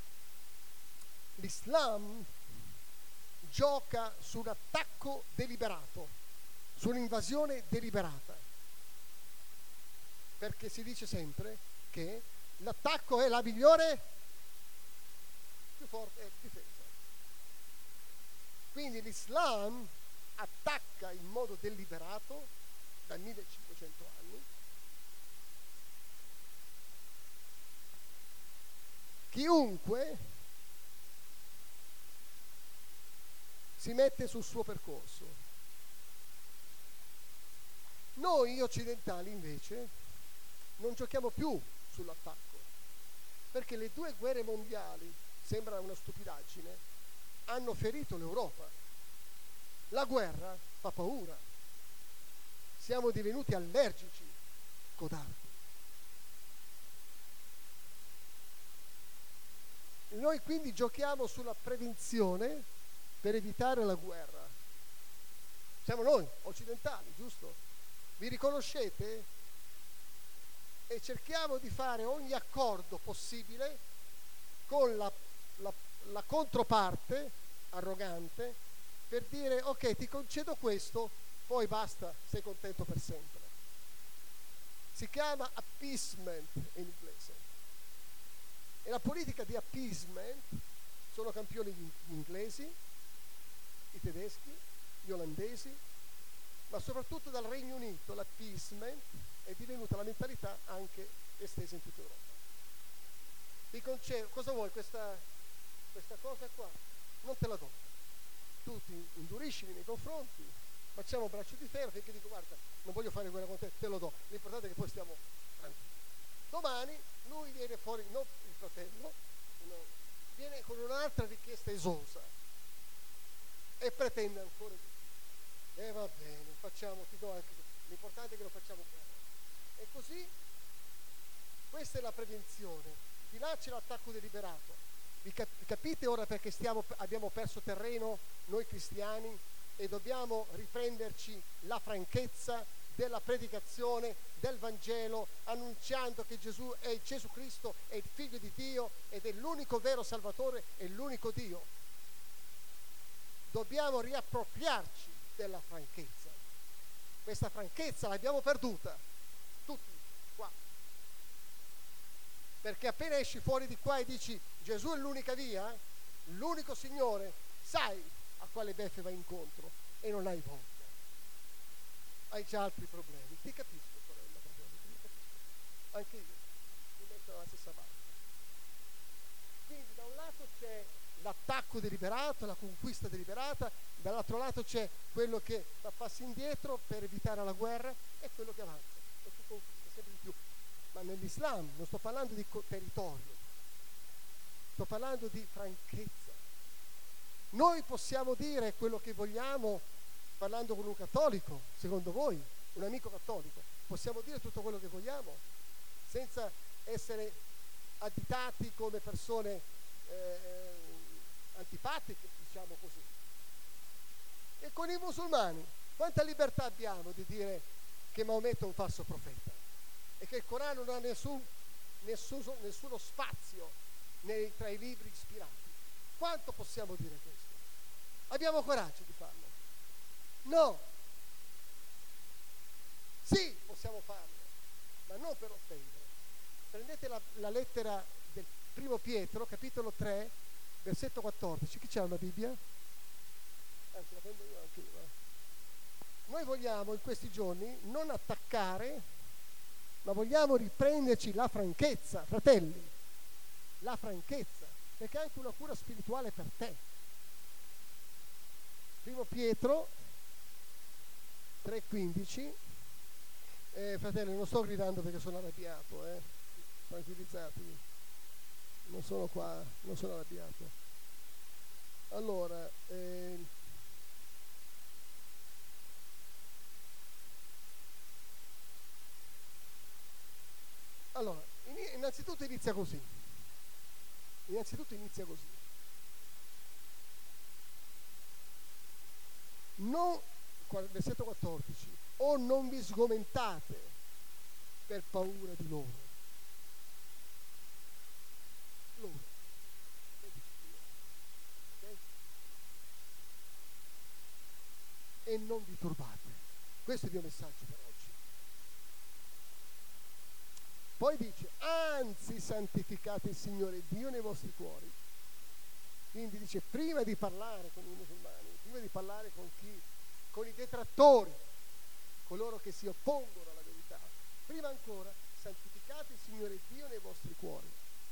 S3: L'Islam gioca su un attacco deliberato, su un'invasione deliberata, perché si dice sempre che l'attacco è la migliore, più forte difesa. Quindi l'Islam attacca in modo deliberato da 1500 anni chiunque si mette sul suo percorso. Noi occidentali invece non giochiamo più sull'attacco, perché le 2 guerre mondiali, sembra una stupidaggine, hanno ferito l'Europa. La guerra fa paura. Siamo divenuti allergici, codardi. Noi quindi giochiamo sulla prevenzione per evitare la guerra. Siamo noi, occidentali, giusto? Vi riconoscete? E cerchiamo di fare ogni accordo possibile con la controparte arrogante per dire ok, ti concedo questo, poi basta, sei contento per sempre. Si chiama appeasement in inglese. E la politica di appeasement sono campioni gli inglesi, i tedeschi, gli olandesi, ma soprattutto dal Regno Unito l'appeasement è divenuta la mentalità anche estesa in tutta Europa. Ti concedo, cosa vuoi questa cosa qua? Non te la do. Tu ti indurisci nei miei confronti, facciamo un braccio di ferro finché dico guarda, non voglio fare guerra con te, te lo do, l'importante è che poi stiamo tranquilli. Domani lui viene fuori, non il fratello, no, viene con un'altra richiesta esosa e pretende ancora di più. E va bene, facciamo, ti do anche, l'importante è che lo facciamo bene. E così, questa è la prevenzione. Di là c'è l'attacco deliberato. Capite ora perché abbiamo perso terreno noi cristiani e dobbiamo riprenderci la franchezza della predicazione del Vangelo, annunciando che Gesù Cristo è il Figlio di Dio ed è l'unico vero Salvatore e l'unico Dio. Dobbiamo riappropriarci della franchezza. Questa franchezza l'abbiamo perduta, tutti qua. Perché appena esci fuori di qua e dici Gesù è l'unica via, l'unico Signore, sai a quale beffe vai incontro e non hai voglia. Hai già altri problemi. Ti capisco, sorella, ti capisco. Anche io mi metto nella stessa barca. Quindi da un lato c'è l'attacco deliberato, la conquista deliberata, dall'altro lato c'è quello che fa passi indietro per evitare la guerra e quello che avanza e che conquista sempre di più. Ma nell'Islam non sto parlando di territorio, sto parlando di franchezza. Noi possiamo dire quello che vogliamo parlando con un cattolico, secondo voi, un amico cattolico, possiamo dire tutto quello che vogliamo senza essere additati come persone antipatiche, diciamo così. E con i musulmani quanta libertà abbiamo di dire che Maometto è un falso profeta e che il Corano non ha nessuno spazio tra i libri ispirati? Quanto possiamo dire questo? Abbiamo coraggio di farlo? No. Sì, possiamo farlo, ma non per offendere. Prendete la lettera del primo Pietro, capitolo 3, versetto 14. Chi c'ha una Bibbia? Anzi, la prendo io anche io. Noi vogliamo in questi giorni non attaccare, ma vogliamo riprenderci la franchezza, fratelli, la franchezza, perché è anche una cura spirituale per te. Primo Pietro 3,15. Fratelli, non sto gridando perché sono arrabbiato, tranquillizzatevi, non sono qua, non sono arrabbiato. Allora, innanzitutto inizia così. Non, versetto 14, o non vi sgomentate per paura di loro. Okay? E non vi turbate. Questo è il mio messaggio per oggi. Poi dice, anzi santificate il Signore Dio nei vostri cuori. Quindi dice, prima di parlare con i musulmani, prima di parlare con i detrattori, coloro che si oppongono alla verità, prima ancora santificate il Signore Dio nei vostri cuori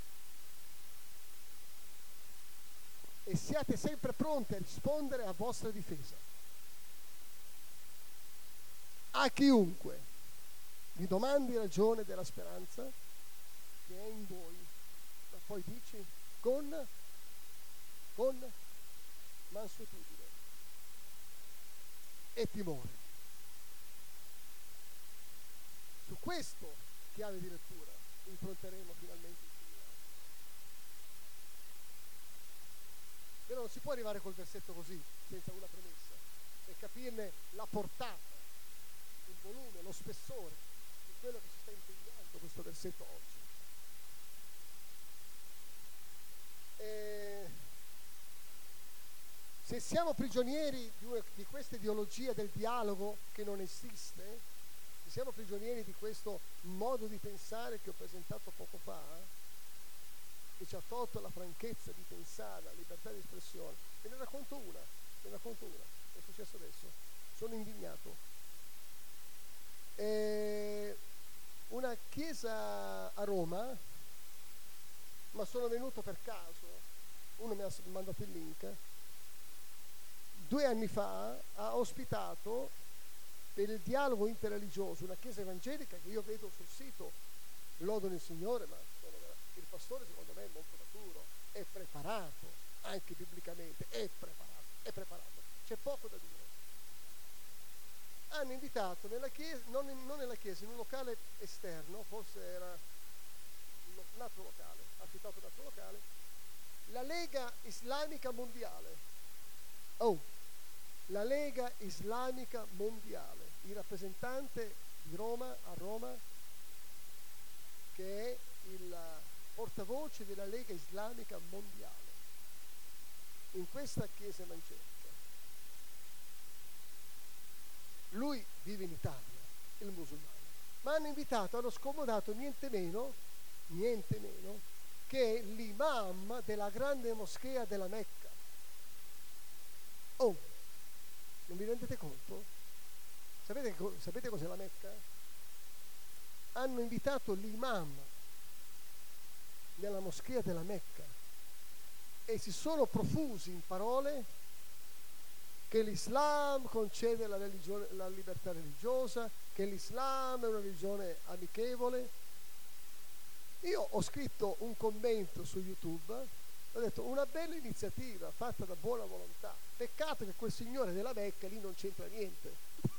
S3: e siate sempre pronti a rispondere a vostra difesa a chiunque vi domandi ragione della speranza che è in voi, ma poi dice con mansuetudine e timore. Su questo chiave di lettura impronteremo finalmente il Signore. Però non si può arrivare col versetto così, senza una premessa, per capirne la portata, il volume, lo spessore di quello che ci sta impegnando questo versetto oggi. Se siamo prigionieri di questa ideologia del dialogo che non esiste, se siamo prigionieri di questo modo di pensare che ho presentato poco fa, che ci ha tolto la franchezza di pensare, la libertà di espressione, ve ne racconto una, è successo adesso, sono indignato. Una chiesa a Roma, ma sono venuto per caso, uno mi ha mandato il link, 2 anni fa ha ospitato per il dialogo interreligioso una chiesa evangelica che io vedo sul sito, lodano il Signore, ma il pastore secondo me è molto maturo, è preparato, anche biblicamente, è preparato, c'è poco da dire. Hanno invitato nella chiesa, non nella chiesa, in un locale esterno, forse era un altro locale, affittato un altro locale, la Lega Islamica Mondiale. La Lega Islamica Mondiale, il rappresentante di Roma, a Roma, che è il portavoce della Lega Islamica Mondiale, in questa chiesa evangelica. Lui vive in Italia, il musulmano, ma hanno scomodato niente meno che l'imam della grande moschea della Mecca. Non vi rendete conto? Sapete cos'è la Mecca? Hanno invitato l'imam nella moschea della Mecca e si sono profusi in parole che l'Islam concede la libertà religiosa, che l'Islam è una religione amichevole. Io ho scritto un commento su YouTube, ho detto una bella iniziativa fatta da buona volontà, peccato che quel signore della Mecca lì non c'entra niente.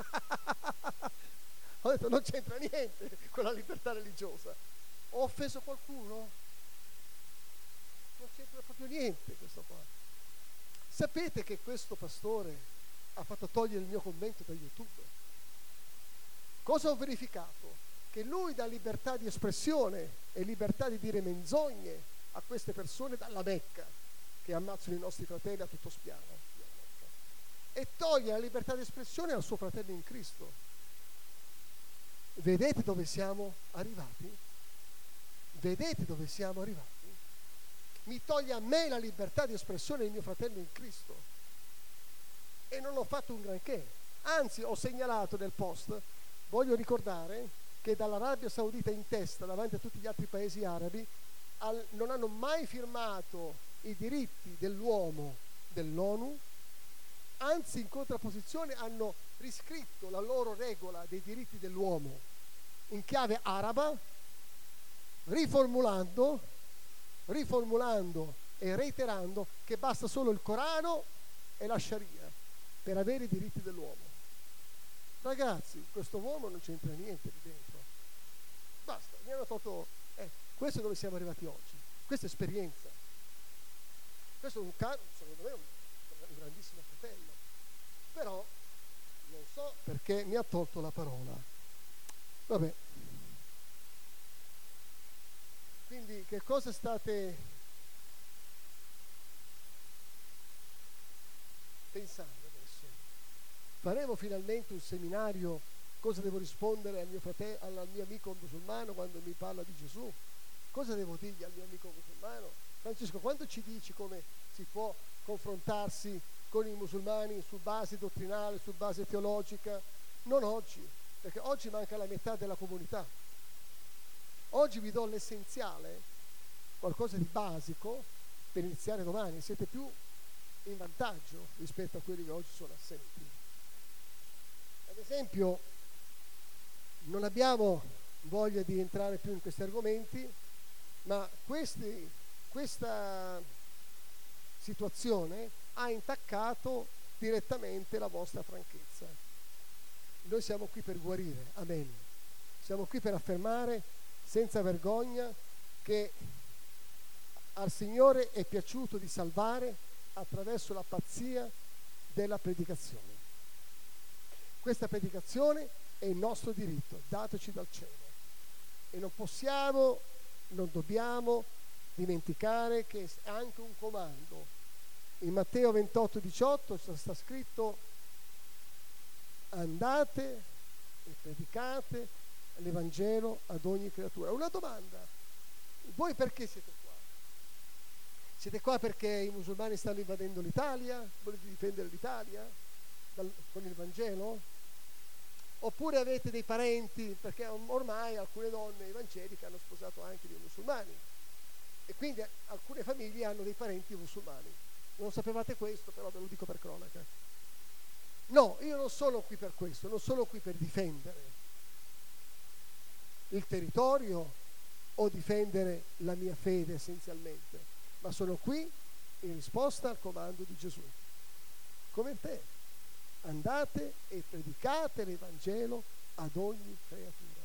S3: Ho detto non c'entra niente con la libertà religiosa. Ho offeso qualcuno? Non c'entra proprio niente questo qua. Sapete che questo pastore ha fatto togliere il mio commento da YouTube? Cosa ho verificato? Che lui dà libertà di espressione e libertà di dire menzogne a queste persone dalla Mecca, che ammazzano i nostri fratelli a tutto spiano, e toglie la libertà di espressione al suo fratello in Cristo. Vedete dove siamo arrivati? Vedete dove siamo arrivati? Mi toglie a me la libertà di espressione del mio fratello in Cristo e non ho fatto un granché. Anzi, ho segnalato nel post, voglio ricordare che dall'Arabia Saudita in testa davanti a tutti gli altri paesi arabi non hanno mai firmato i diritti dell'uomo dell'ONU, anzi in contrapposizione hanno riscritto la loro regola dei diritti dell'uomo in chiave araba, riformulando e reiterando che basta solo il Corano e la Sharia per avere i diritti dell'uomo. Ragazzi, questo uomo non c'entra niente lì dentro. Basta, mi hanno tolto. Questo è dove siamo arrivati oggi. Questa esperienza. Questo è secondo me un grandissimo fratello. Però non so perché mi ha tolto la parola. Vabbè. Quindi che cosa state pensando adesso? Faremo finalmente un seminario, cosa devo rispondere al mio amico musulmano quando mi parla di Gesù? Cosa devo dirgli al mio amico musulmano? Francesco, quando ci dici come si può confrontarsi con i musulmani su base dottrinale, su base teologica? Non oggi, perché oggi manca la metà della comunità. Oggi vi do l'essenziale, qualcosa di basico per iniziare domani. Siete più in vantaggio rispetto a quelli che oggi sono assenti. Ad esempio, non abbiamo voglia di entrare più in questi argomenti, ma questa situazione ha intaccato direttamente la vostra franchezza. Noi siamo qui per guarire, amen. Siamo qui per affermare senza vergogna che al Signore è piaciuto di salvare attraverso la pazzia della predicazione. Questa predicazione è il nostro diritto, dateci dal cielo. E non dobbiamo dimenticare che è anche un comando. In Matteo 28,18 sta scritto: andate e predicate l'Evangelo ad ogni creatura. Una domanda: voi perché siete qua? Siete qua perché i musulmani stanno invadendo l'Italia? Volete difendere l'Italia con il Vangelo? Oppure avete dei parenti, perché ormai alcune donne evangeliche hanno sposato anche dei musulmani e quindi alcune famiglie hanno dei parenti musulmani. Non sapevate questo, però ve lo dico per cronaca. No, io non sono qui per questo, non sono qui per difendere il territorio o difendere la mia fede essenzialmente, ma sono qui in risposta al comando di Gesù, come te. Andate e predicate l'Evangelo ad ogni creatura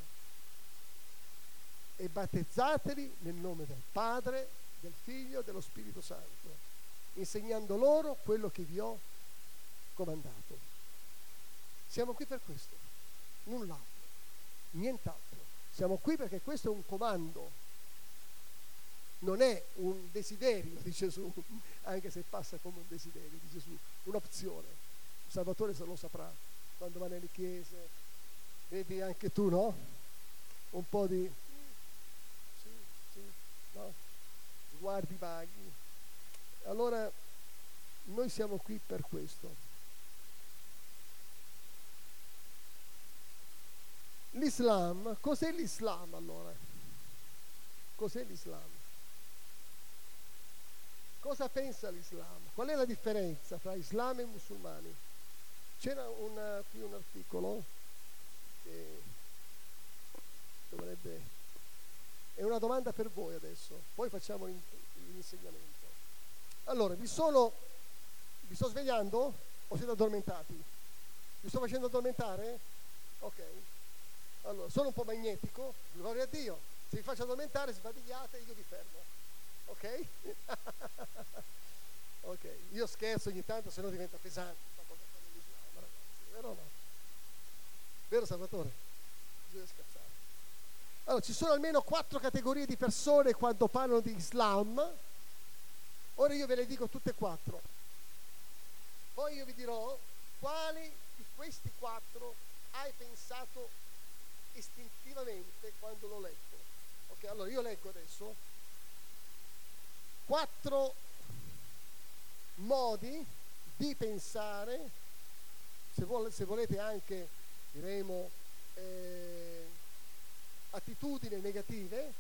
S3: e battezzateli nel nome del Padre, del Figlio e dello Spirito Santo, insegnando loro quello che vi ho comandato. Siamo qui per questo, null'altro, nient'altro. Siamo qui perché questo è un comando, non è un desiderio di Gesù, anche se passa come un desiderio di Gesù, un'opzione. Salvatore se lo saprà quando va nelle chiese, vedi anche tu, no? Un po' di sì, no? Sguardi vaghi. Allora noi siamo qui per questo. L'Islam, cos'è l'Islam allora? Cos'è l'Islam? Cosa pensa l'Islam? Qual è la differenza tra Islam e musulmani? C'era qui un articolo che dovrebbe... È una domanda per voi adesso, poi facciamo l'insegnamento. Allora, vi sto svegliando o siete addormentati? Vi sto facendo addormentare? Ok. Allora, sono un po' magnetico, gloria a Dio. Se vi faccio addormentare, sbadigliate e io vi fermo. Ok? Ok, io scherzo ogni tanto, se no diventa pesante. Ragazzi, vero o no? Vero Salvatore? Bisogna scherzare. Allora, ci sono almeno 4 categorie di persone quando parlano di Islam. Ora io ve le dico tutte e 4. Poi io vi dirò quali di questi 4 hai pensato istintivamente quando lo leggo. Ok, allora io leggo adesso 4 modi di pensare, se volete anche, diremo, attitudini negative,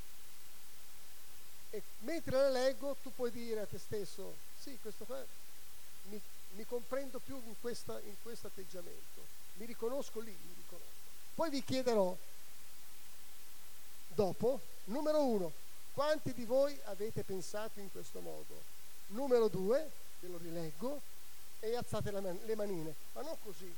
S3: e mentre le leggo tu puoi dire a te stesso, sì, questo qua mi comprendo più in questo atteggiamento, mi riconosco lì, mi riconosco. Poi vi chiederò dopo, numero 1, quanti di voi avete pensato in questo modo? Numero 2, ve lo rileggo, e alzate le manine, ma non così.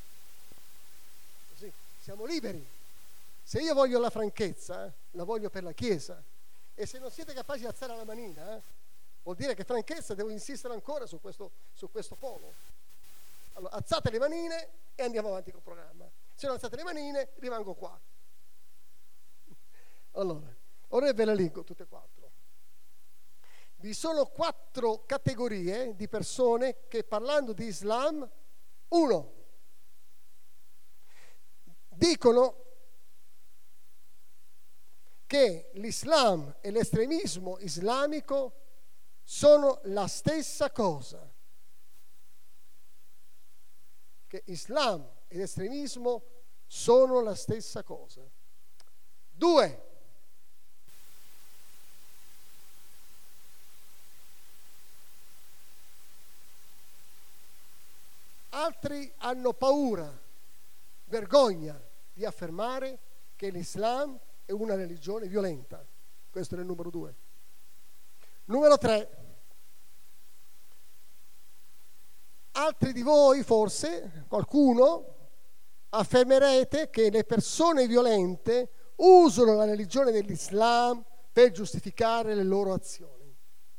S3: Così, siamo liberi. Se io voglio la franchezza, la voglio per la Chiesa, e se non siete capaci di alzare la manina, vuol dire che franchezza devo insistere ancora su questo polo. Allora, alzate le manine e andiamo avanti col programma. Se non alzate le manine, rimango qua. Allora, ora ve le leggo tutte e 4. Vi sono 4 categorie di persone che, parlando di Islam, 1, dicono che l'Islam e l'estremismo islamico sono la stessa cosa. Che Islam ed estremismo sono la stessa cosa. 2, altri hanno paura, vergogna di affermare che l'Islam è una religione violenta. Questo è il numero 2. Numero 3, altri di voi, forse, qualcuno, affermerete che le persone violente usano la religione dell'Islam per giustificare le loro azioni.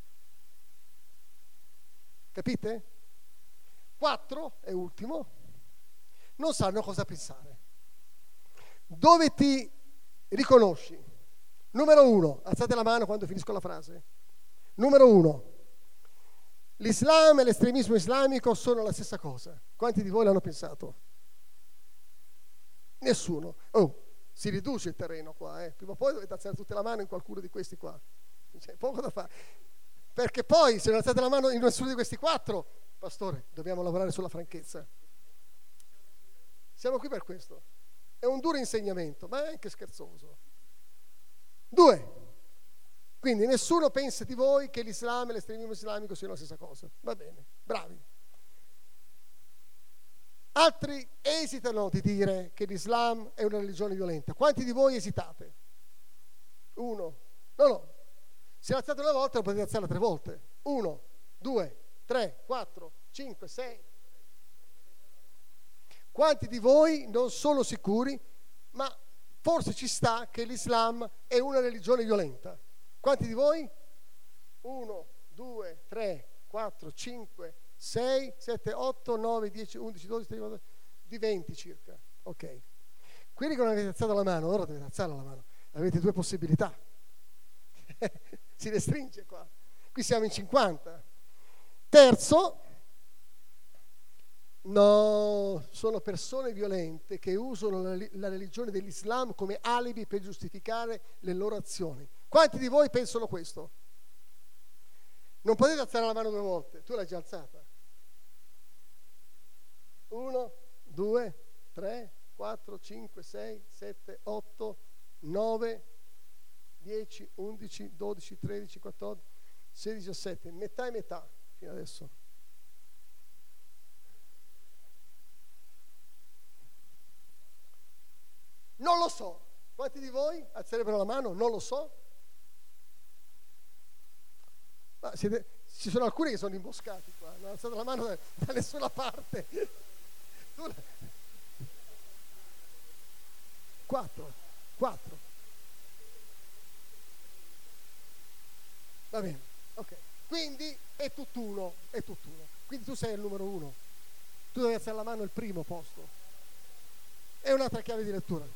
S3: Capite? 4, e ultimo, non sanno cosa pensare. Dove ti riconosci? Numero 1, alzate la mano quando finisco la frase. Numero 1, l'Islam e l'estremismo islamico sono la stessa cosa. Quanti di voi l'hanno pensato? Nessuno. Oh, si riduce il terreno qua, prima o poi dovete alzare tutte la mano in qualcuno di questi qua. C'è poco da fare. Perché poi, se non alzate la mano in nessuno di questi 4, pastore, dobbiamo lavorare sulla franchezza. Siamo qui per questo. È un duro insegnamento, ma è anche scherzoso. 2, quindi nessuno pensa di voi che l'Islam e l'estremismo islamico siano la stessa cosa. Va bene, bravi. Altri esitano di dire che l'Islam è una religione violenta. Quanti di voi esitate? Uno. No. Se alzate una volta, lo potete alzare 3 volte. 1, 2, 3, 4, 5, 6. Quanti di voi non sono sicuri, ma forse ci sta che l'Islam è una religione violenta? Quanti di voi? 1, 2, 3, 4, 5, 6, 7, 8, 9, 10, 11, 12, 13, 14, di 20 circa. Ok. Quelli che non avete alzato la mano, ora dovete alzare la mano. Avete 2 possibilità. Si restringe qua. Qui siamo in 50. Terzo, no, sono persone violente che usano la religione dell'Islam come alibi per giustificare le loro azioni. Quanti di voi pensano questo? Non potete alzare la mano 2 volte, tu l'hai già alzata. 1, 2, 3, 4, 5, 6, 7, 8, 9, 10, 11, 12, 13, 14, 16, 17, metà e metà fino adesso. Non lo so. Quanti di voi alzerebbero la mano? Non lo so. Ma ci sono alcuni che sono imboscati qua, non hanno alzato la mano da nessuna parte. 4. Va bene, ok. Quindi è tutt'uno. Quindi tu sei il numero 1. Tu devi alzare la mano al primo posto. È un'altra chiave di lettura.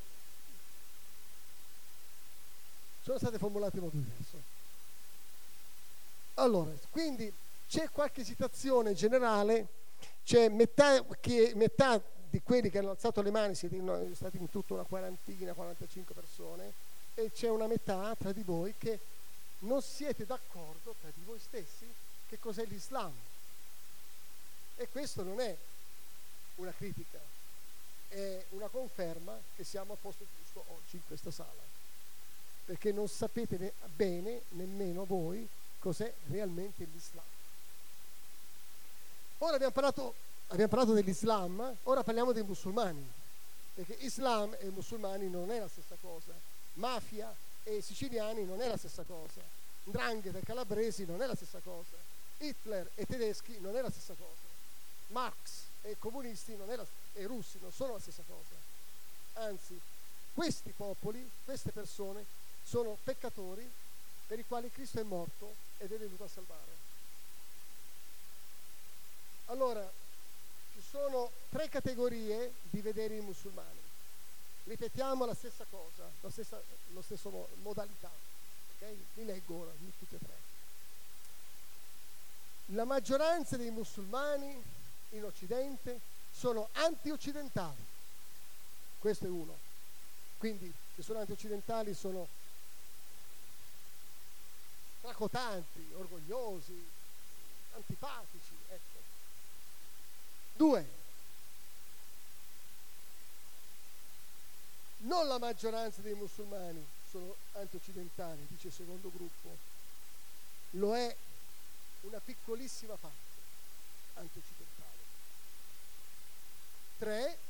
S3: Sono state formulate in modo diverso. Allora, quindi c'è qualche esitazione generale, c'è metà di quelli che hanno alzato le mani, siete stati in tutto una 40, 45 persone, e c'è una metà tra di voi che non siete d'accordo tra di voi stessi che cos'è l'Islam. E questo non è una critica, è una conferma che siamo al posto giusto oggi in questa sala, perché non sapete bene nemmeno voi cos'è realmente l'Islam. Ora abbiamo parlato dell'Islam, ora parliamo dei musulmani, perché Islam e musulmani non è la stessa cosa, mafia e siciliani non è la stessa cosa, 'ndrangheta e calabresi non è la stessa cosa, Hitler e tedeschi non è la stessa cosa, Marx e comunisti e russi non sono la stessa cosa. Anzi, questi popoli, queste persone sono peccatori per i quali Cristo è morto ed è venuto a salvare. Allora, ci sono 3 categorie di vedere i musulmani. Ripetiamo la stessa cosa, lo stesso modalità. Okay? Li leggo ora, tutti e 3. La maggioranza dei musulmani in Occidente sono anti-occidentali. Questo è uno. Quindi, se sono anti-occidentali sono tracotanti, orgogliosi, antipatici, ecco. 2. Non la maggioranza dei musulmani sono anti-occidentali, dice il secondo gruppo. Lo è una piccolissima parte anti-occidentale. 3.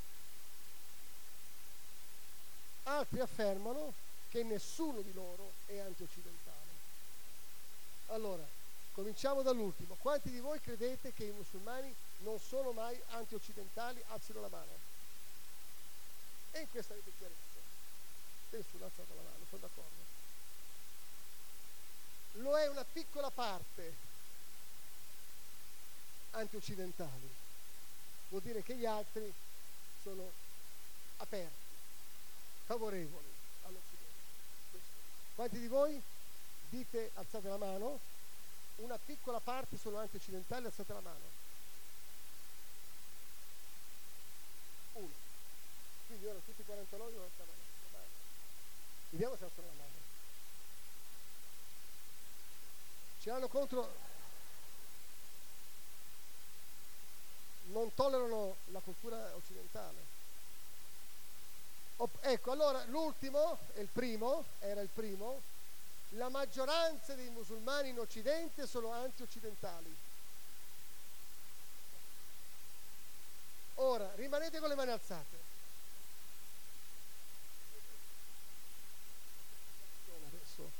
S3: Altri affermano che nessuno di loro è anti-occidentale. Allora, cominciamo dall'ultimo. Quanti di voi credete che i musulmani non sono mai anti-occidentali? Alzino la mano. E in questa avete chiarezza. Nessuno ha alzato la mano, sono d'accordo. Lo è una piccola parte anti-occidentali. Vuol dire che gli altri sono aperti, favorevoli all'Occidente. Quanti di voi dite, alzate la mano? Una piccola parte sono anti-occidentali, alzate la mano. 1. Quindi ora tutti 49 non alzano la mano. Vediamo se alzano la mano. Ce l'hanno contro. Non tollerano la cultura occidentale. Ecco, allora l'ultimo, era il primo. La maggioranza dei musulmani in Occidente sono anti-occidentali. Ora, rimanete con le mani alzate. Adesso.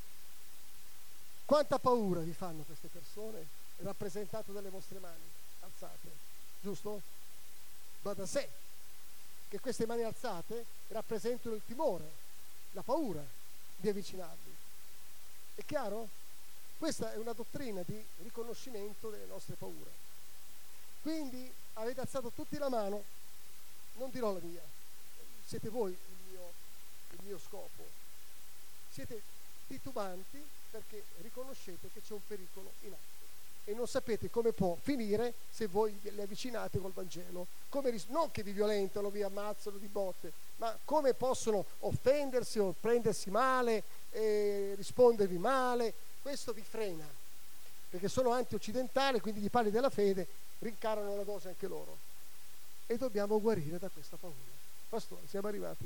S3: Quanta paura vi fanno queste persone rappresentate dalle vostre mani alzate, giusto? Va da sé che queste mani alzate rappresentano il timore, la paura di avvicinarvi. È chiaro? Questa è una dottrina di riconoscimento delle nostre paure. Quindi avete alzato tutti la mano, non dirò la mia, siete voi il mio scopo. Siete titubanti perché riconoscete che c'è un pericolo in atto e non sapete come può finire se voi le avvicinate col Vangelo. Non che vi violentano, vi ammazzano di botte, ma come possono offendersi o prendersi male, rispondervi male. Questo vi frena, perché sono anti-occidentali, quindi gli parli della fede rincarano la dose anche loro. E dobbiamo guarire da questa paura. Pastore, siamo arrivati.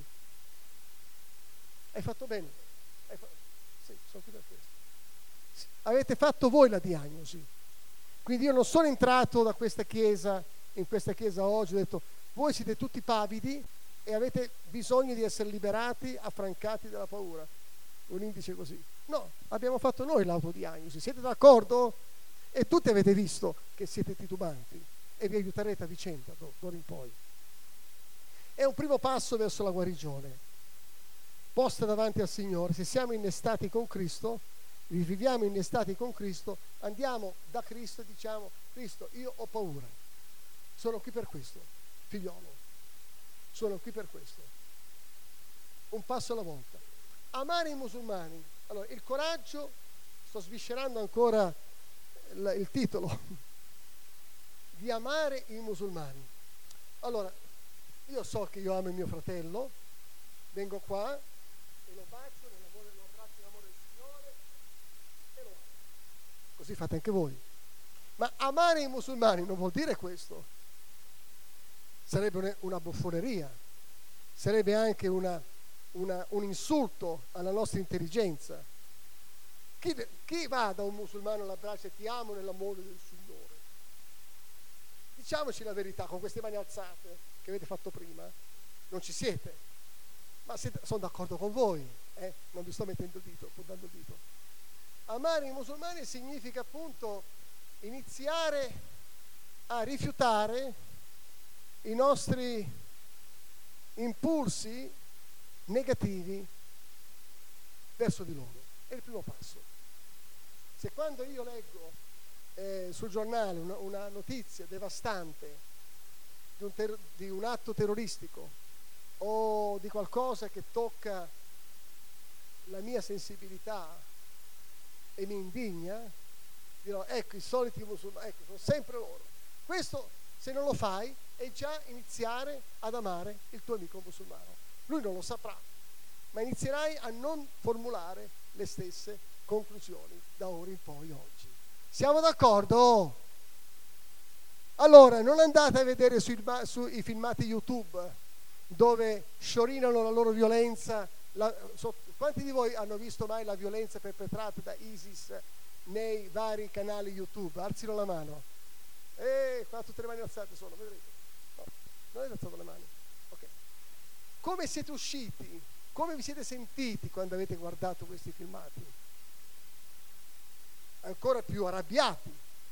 S3: Hai fatto bene. Sì, sono qui per questo. Sì. Avete fatto voi la diagnosi. Quindi io non sono entrato in questa chiesa oggi, ho detto, voi siete tutti pavidi e avete bisogno di essere liberati, affrancati dalla paura. Un indice così. No, abbiamo fatto noi l'autodiagnosi. Siete d'accordo? E tutti avete visto che siete titubanti e vi aiuterete a vicenda d'ora in poi. È un primo passo verso la guarigione. Posta davanti al Signore, se siamo innestati con Cristo, viviamo innestati con Cristo, andiamo da Cristo e diciamo: Cristo, io ho paura, sono qui per questo, figliolo, sono qui per questo. Un passo alla volta. Amare i musulmani. Allora, il coraggio, sto sviscerando ancora il titolo, di amare i musulmani. Allora, io so che io amo il mio fratello, vengo qua e lo bacio nell'amore, lo abbraccio nell'amore del Signore e lo amo. Così fate anche voi. Ma amare i musulmani non vuol dire questo. Sarebbe una buffoneria, sarebbe anche un insulto alla nostra intelligenza. Chi va da un musulmano e l'abbraccia e ti amo nell'amore del Signore? Diciamoci la verità, con queste mani alzate che avete fatto prima, non ci siete. Ma sono d'accordo con voi, non vi sto mettendo il dito, puntando il dito. Amare i musulmani significa appunto iniziare a rifiutare i nostri impulsi negativi verso di loro. È il primo passo. Se quando io leggo sul giornale una notizia devastante di un atto terroristico o di qualcosa che tocca la mia sensibilità e mi indigna, dirò: ecco i soliti musulmani, ecco, sono sempre loro. Questo, se non lo fai, è già iniziare ad amare il tuo amico musulmano. Lui non lo saprà, ma inizierai a non formulare le stesse conclusioni da ora in poi oggi. Siamo d'accordo? Allora, non andate a vedere sui filmati YouTube dove sciorinano la loro violenza. Quanti di voi hanno visto mai la violenza perpetrata da ISIS nei vari canali YouTube? Alzino la mano. Qua tutte le mani alzate sono, vedrete? No, non avete alzato le mani. Ok. Come siete usciti? Come vi siete sentiti quando avete guardato questi filmati? Ancora più arrabbiati.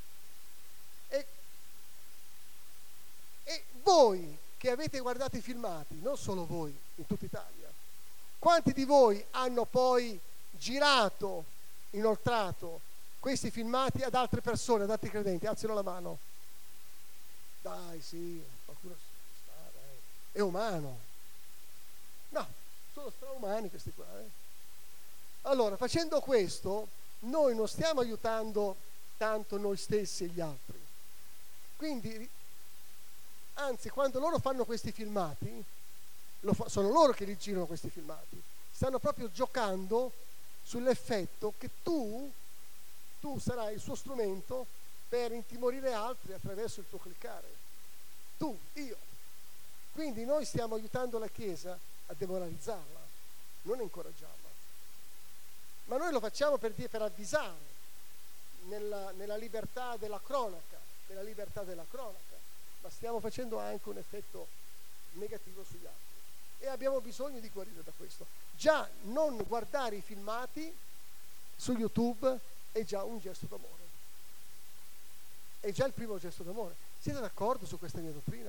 S3: E voi che avete guardato i filmati, non solo voi, in tutta Italia, quanti di voi hanno poi girato, inoltrato questi filmati ad altre persone, ad altri credenti? Alzino la mano. Dai, sì, qualcuno è umano. No, sono straumani questi qua. Allora, facendo questo, noi non stiamo aiutando tanto noi stessi e gli altri. Quindi, anzi, quando loro fanno questi filmati, sono loro che li girano questi filmati, stanno proprio giocando sull'effetto che tu sarai il suo strumento per intimorire altri attraverso il tuo cliccare. Tu, io. Quindi noi stiamo aiutando la Chiesa a demoralizzarla, non a incoraggiarla. Ma noi lo facciamo per nella libertà della cronaca, ma stiamo facendo anche un effetto negativo sugli altri. E abbiamo bisogno di guarire da questo. Già non guardare i filmati su YouTube è già un gesto d'amore. È già il primo gesto d'amore. Siete d'accordo su questa mia dottrina?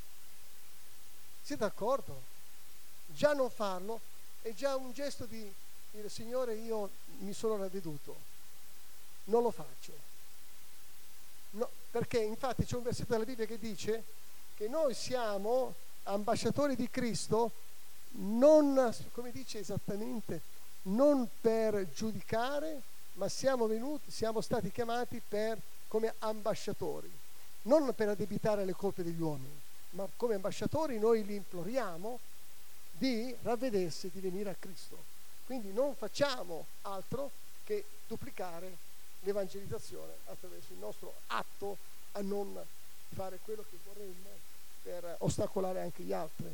S3: Siete d'accordo? Già non farlo è già un gesto di dire: Signore, io mi sono ravveduto, non lo faccio. No, perché infatti c'è un versetto della Bibbia che dice che noi siamo ambasciatori di Cristo, non, come dice esattamente, non per giudicare, ma siamo stati chiamati come ambasciatori, non per addebitare le colpe degli uomini, ma come ambasciatori noi li imploriamo di ravvedersi e di venire a Cristo. Quindi non facciamo altro che duplicare l'evangelizzazione attraverso il nostro atto a non fare quello che vorremmo per ostacolare anche gli altri.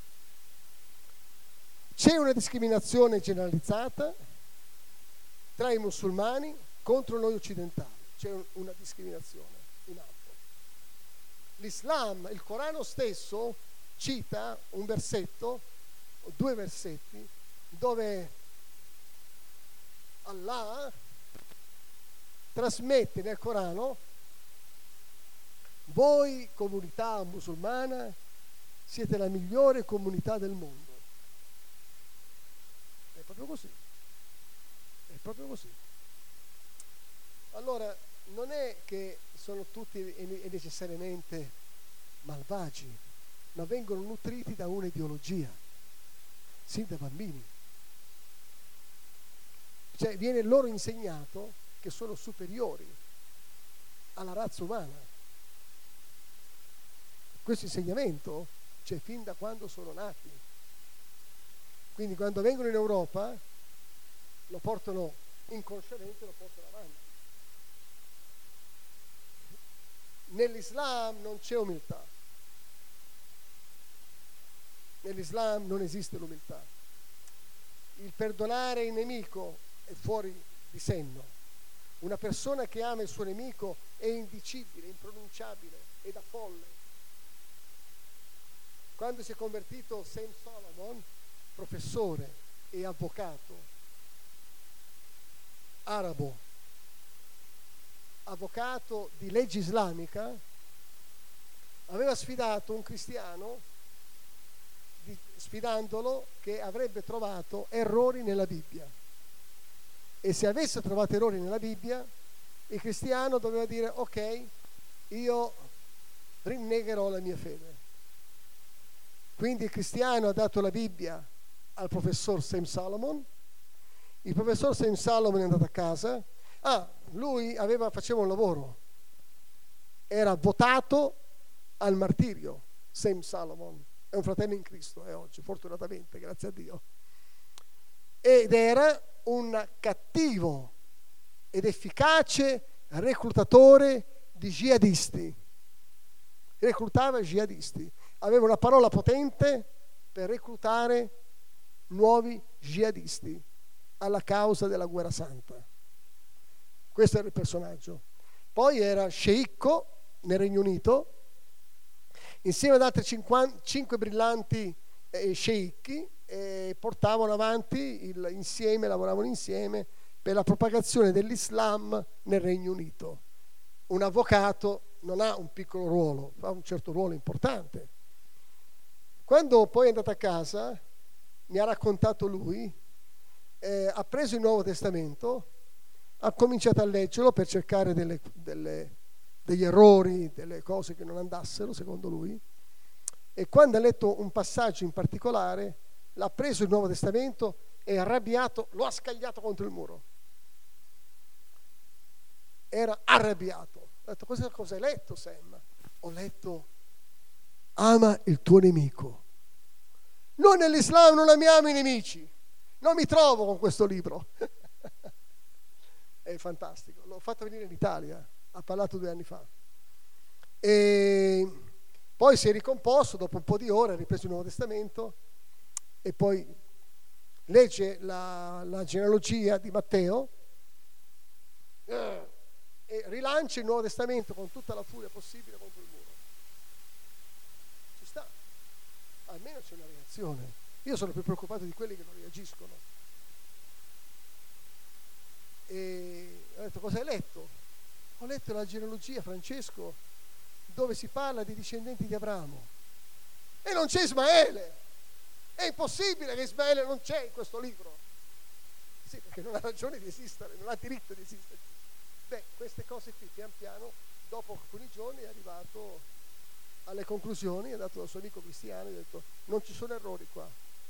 S3: C'è una discriminazione generalizzata tra i musulmani contro noi occidentali, c'è una discriminazione in atto. L'Islam, il Corano stesso cita un versetto, o 2 versetti, dove Allah trasmette nel Corano: voi comunità musulmana siete la migliore comunità del mondo. È proprio così. È proprio così. Allora, non è che sono tutti e necessariamente malvagi, ma vengono nutriti da un'ideologia, sin da bambini. Cioè viene loro insegnato che sono superiori alla razza umana. Questo insegnamento c'è fin da quando sono nati. Quindi quando vengono in Europa lo portano inconsciamente, lo portano avanti. Nell'Islam non c'è umiltà. Nell'Islam non esiste l'umiltà. Il perdonare il nemico è fuori di senno. Una persona che ama il suo nemico è indicibile, impronunciabile, è da folle. Quando si è convertito Sam Solomon, professore e avvocato arabo, avvocato di legge islamica, aveva sfidato un cristiano sfidandolo che avrebbe trovato errori nella Bibbia, e se avesse trovato errori nella Bibbia il cristiano doveva dire: ok, io rinnegherò la mia fede. Quindi il cristiano ha dato la Bibbia al professor Sam Solomon. Il professor Sam Solomon è andato a casa. Lui faceva un lavoro, era votato al martirio. Sam Solomon è un fratello in Cristo oggi, fortunatamente, grazie a Dio, ed era un cattivo ed efficace reclutatore di jihadisti. Reclutava jihadisti, aveva una parola potente per reclutare nuovi jihadisti alla causa della guerra santa. Questo era il personaggio. Poi era sceicco nel Regno Unito, insieme ad altri 5 brillanti sceicchi, portavano avanti lavoravano insieme per la propagazione dell'Islam nel Regno Unito. Un avvocato non ha un piccolo ruolo, ha un certo ruolo importante. Quando poi è andato a casa, mi ha raccontato lui, ha preso il Nuovo Testamento, ha cominciato a leggerlo per cercare degli errori, delle cose che non andassero secondo lui, e quando ha letto un passaggio in particolare l'ha preso il Nuovo Testamento e arrabbiato lo ha scagliato contro il muro. Era arrabbiato. Ha detto: cosa hai letto, Sam? Ho letto: ama il tuo nemico. Noi nell'Islam non amiamo i nemici. Non mi trovo con questo libro. È fantastico. L'ho fatto venire in Italia, ha parlato 2 anni fa. E poi si è ricomposto, dopo un po' di ore ha ripreso il Nuovo Testamento e poi legge la genealogia di Matteo e rilancia il Nuovo Testamento con tutta la furia possibile contro il muro. almeno c'è una reazione. Io sono più preoccupato di quelli che non reagiscono. E ho detto: cosa hai letto? Ho letto la genealogia, Francesco, dove si parla dei discendenti di Abramo e non c'è Ismaele. È impossibile che Ismaele non c'è in questo libro. Sì, perché non ha ragione di esistere, non ha diritto di esistere. Beh, queste cose qui pian piano, dopo alcuni giorni, è arrivato alle conclusioni, è andato dal suo amico cristiano e ha detto: non ci sono errori qua,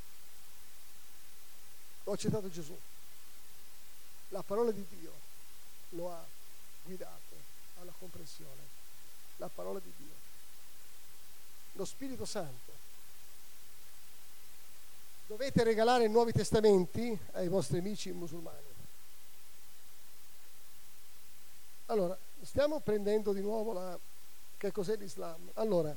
S3: ho accettato Gesù, la parola di Dio lo ha guidato alla comprensione, la parola di Dio, lo Spirito Santo. Dovete regalare nuovi testamenti ai vostri amici musulmani. Allora, stiamo prendendo di nuovo che cos'è l'Islam. Allora,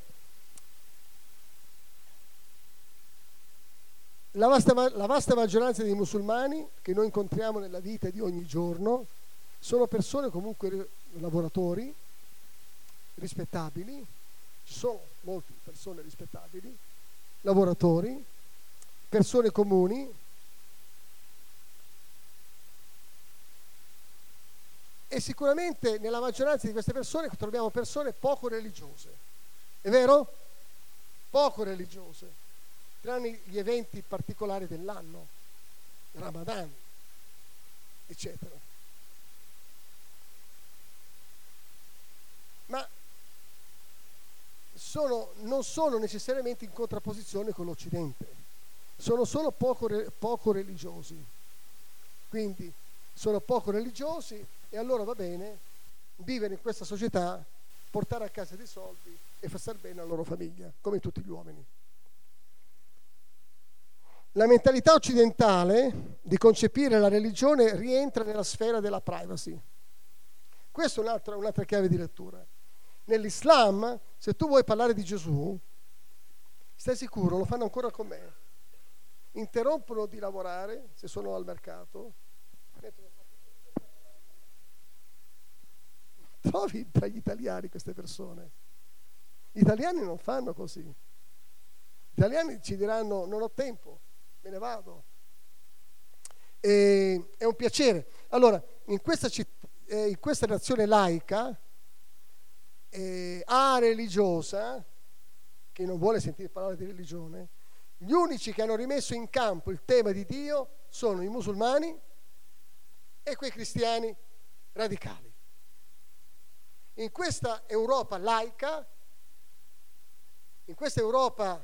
S3: la vasta maggioranza dei musulmani che noi incontriamo nella vita di ogni giorno sono persone comunque lavoratori, rispettabili. Ci sono molte persone rispettabili, lavoratori, persone comuni, e sicuramente nella maggioranza di queste persone troviamo persone poco religiose. È vero? Poco religiose, tranne gli eventi particolari dell'anno, Ramadan, eccetera. Ma non sono necessariamente in contrapposizione con l'Occidente, sono solo poco religiosi. Quindi sono poco religiosi e allora va bene vivere in questa società, portare a casa dei soldi e far star bene alla loro famiglia, come tutti gli uomini. La mentalità occidentale di concepire la religione rientra nella sfera della privacy. Questa è un'altra chiave di lettura. Nell'Islam, se tu vuoi parlare di Gesù, stai sicuro, lo fanno ancora con me. Interrompono di lavorare, se sono al mercato. Trovi tra gli italiani queste persone. Gli italiani non fanno così. Gli italiani ci diranno: non ho tempo, me ne vado. È un piacere. Allora, in questa nazione laica, religiosa, che non vuole sentire parlare di religione, gli unici che hanno rimesso in campo il tema di Dio sono i musulmani e quei cristiani radicali. In questa Europa laica, in questa Europa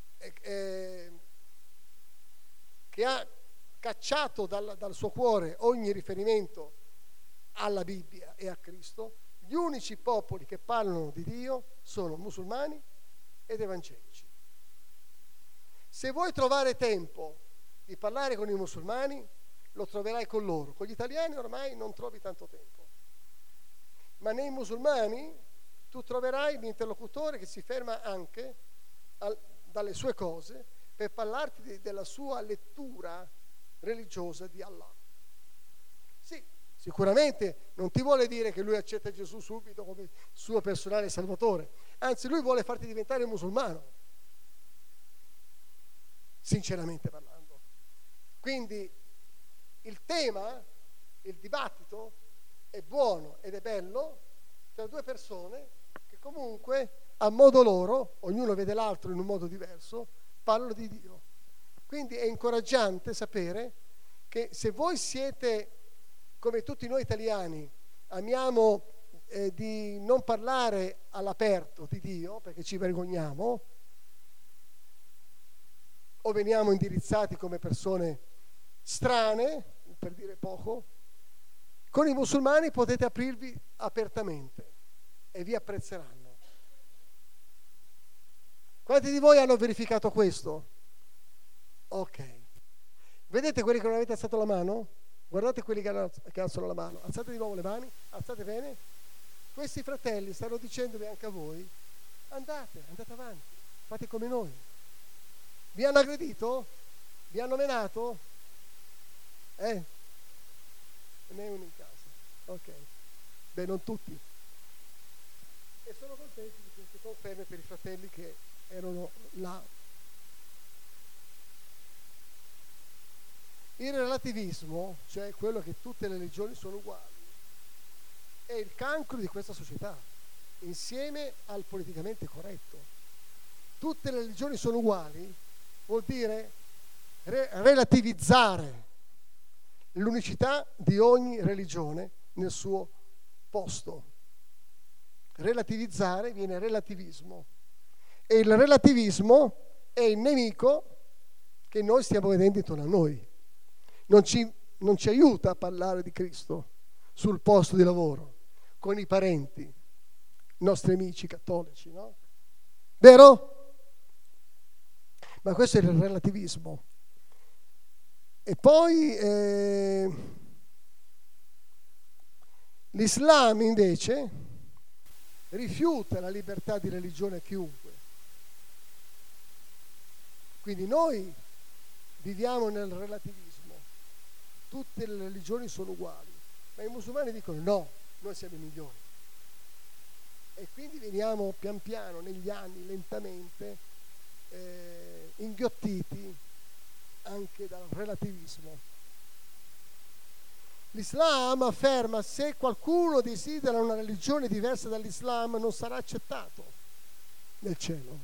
S3: che ha cacciato dal suo cuore ogni riferimento alla Bibbia e a Cristo, gli unici popoli che parlano di Dio sono musulmani ed evangelici. Se vuoi trovare tempo di parlare con i musulmani, lo troverai con loro. Con gli italiani ormai non trovi tanto tempo. Ma nei musulmani tu troverai l'interlocutore che si ferma anche dalle sue cose per parlarti della sua lettura religiosa di Allah. Sì, sicuramente non ti vuole dire che lui accetta Gesù subito come suo personale salvatore, anzi lui vuole farti diventare musulmano, sinceramente parlando. Quindi il tema, il dibattito è buono ed è bello tra due persone che comunque a modo loro, ognuno vede l'altro in un modo diverso, parlano di Dio. Quindi è incoraggiante sapere che se voi siete come tutti noi italiani, amiamo di non parlare all'aperto di Dio perché ci vergogniamo, o veniamo indirizzati come persone strane, per dire poco, con i musulmani potete aprirvi apertamente e vi apprezzeranno. Quanti di voi hanno verificato questo? Ok. Vedete quelli che non avete alzato la mano? Guardate quelli che alzano la mano. Alzate di nuovo le mani, alzate bene. Questi fratelli stanno dicendovi anche a voi: andate avanti, fate come noi. Vi hanno aggredito? Vi hanno menato? Ne è uno in casa. Ok. Beh, non tutti. E sono contenti di queste conferme per i fratelli che erano là Il relativismo, cioè quello che tutte le religioni sono uguali, è il cancro di questa società, insieme al politicamente corretto. Tutte le religioni sono uguali vuol dire relativizzare l'unicità di ogni religione nel suo posto. Relativizzare viene relativismo, e il relativismo è il nemico che noi stiamo vedendo intorno a noi. Non ci aiuta a parlare di Cristo sul posto di lavoro, con i parenti, i nostri amici cattolici, no? Vero? Ma questo è il relativismo. E poi l'Islam invece rifiuta la libertà di religione a chiunque. Quindi noi viviamo nel relativismo. Tutte le religioni sono uguali, ma i musulmani dicono no, noi siamo i migliori. E quindi veniamo pian piano, negli anni, lentamente, inghiottiti anche dal relativismo. L'Islam afferma: se qualcuno desidera una religione diversa dall'Islam non sarà accettato nel cielo.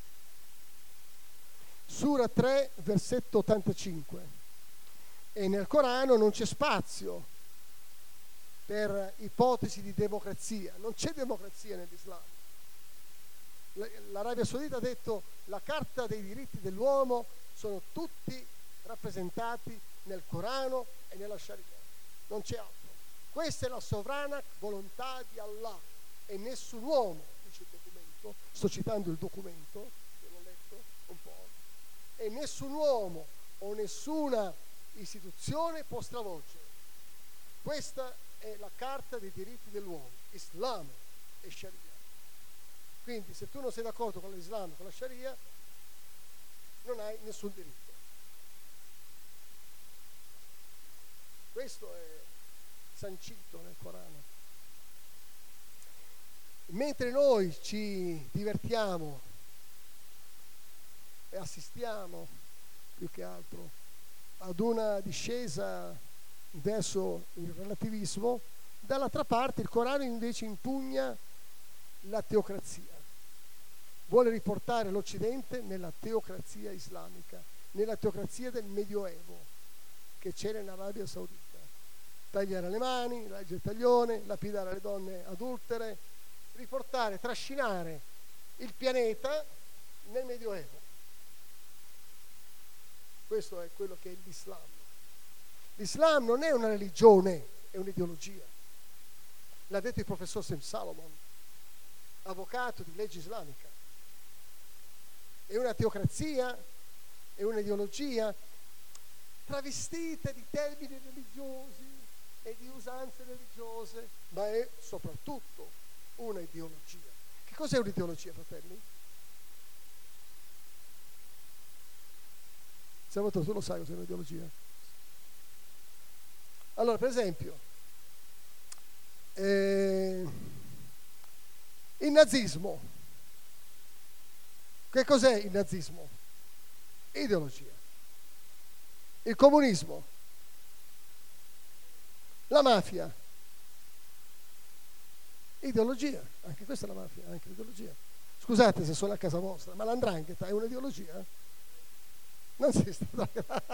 S3: Sura 3, versetto 85. E nel Corano non c'è spazio per ipotesi di democrazia, non c'è democrazia nell'Islam. L'Arabia Saudita ha detto: la Carta dei diritti dell'uomo sono tutti rappresentati nel Corano e nella Sharia, non c'è altro. Questa è la sovrana volontà di Allah, e nessun uomo, dice il documento, sto citando il documento, che l'ho letto un po', e nessun uomo o nessuna istituzione può stravolgere. Questa è la Carta dei diritti dell'uomo, Islam e Sharia. Quindi se tu non sei d'accordo con l'Islam e con la Sharia, non hai nessun diritto. Questo è sancito nel Corano. Mentre noi ci divertiamo e assistiamo più che altro ad una discesa verso il relativismo, dall'altra parte il Corano invece impugna la teocrazia. Vuole riportare l'Occidente nella teocrazia islamica, nella teocrazia del Medioevo che c'era in Arabia Saudita. Tagliare le mani, legge il taglione, lapidare le donne adultere, riportare, trascinare il pianeta nel Medioevo. Questo è quello che è l'Islam. L'Islam non è una religione, è un'ideologia. L'ha detto il professor Sam Salomon, avvocato di legge islamica. È una teocrazia, è un'ideologia travestita di termini religiosi e di usanze religiose, ma è soprattutto una ideologia. Che cos'è un'ideologia, fratelli? Salvatore, tu lo sai cos'è un'ideologia? Allora, per esempio, il nazismo. Che cos'è il nazismo? Ideologia. Il comunismo. La mafia. Ideologia. Anche questa è la mafia, anche l'ideologia. Scusate se sono a casa vostra, ma l''ndrangheta è un'ideologia? Non si sta.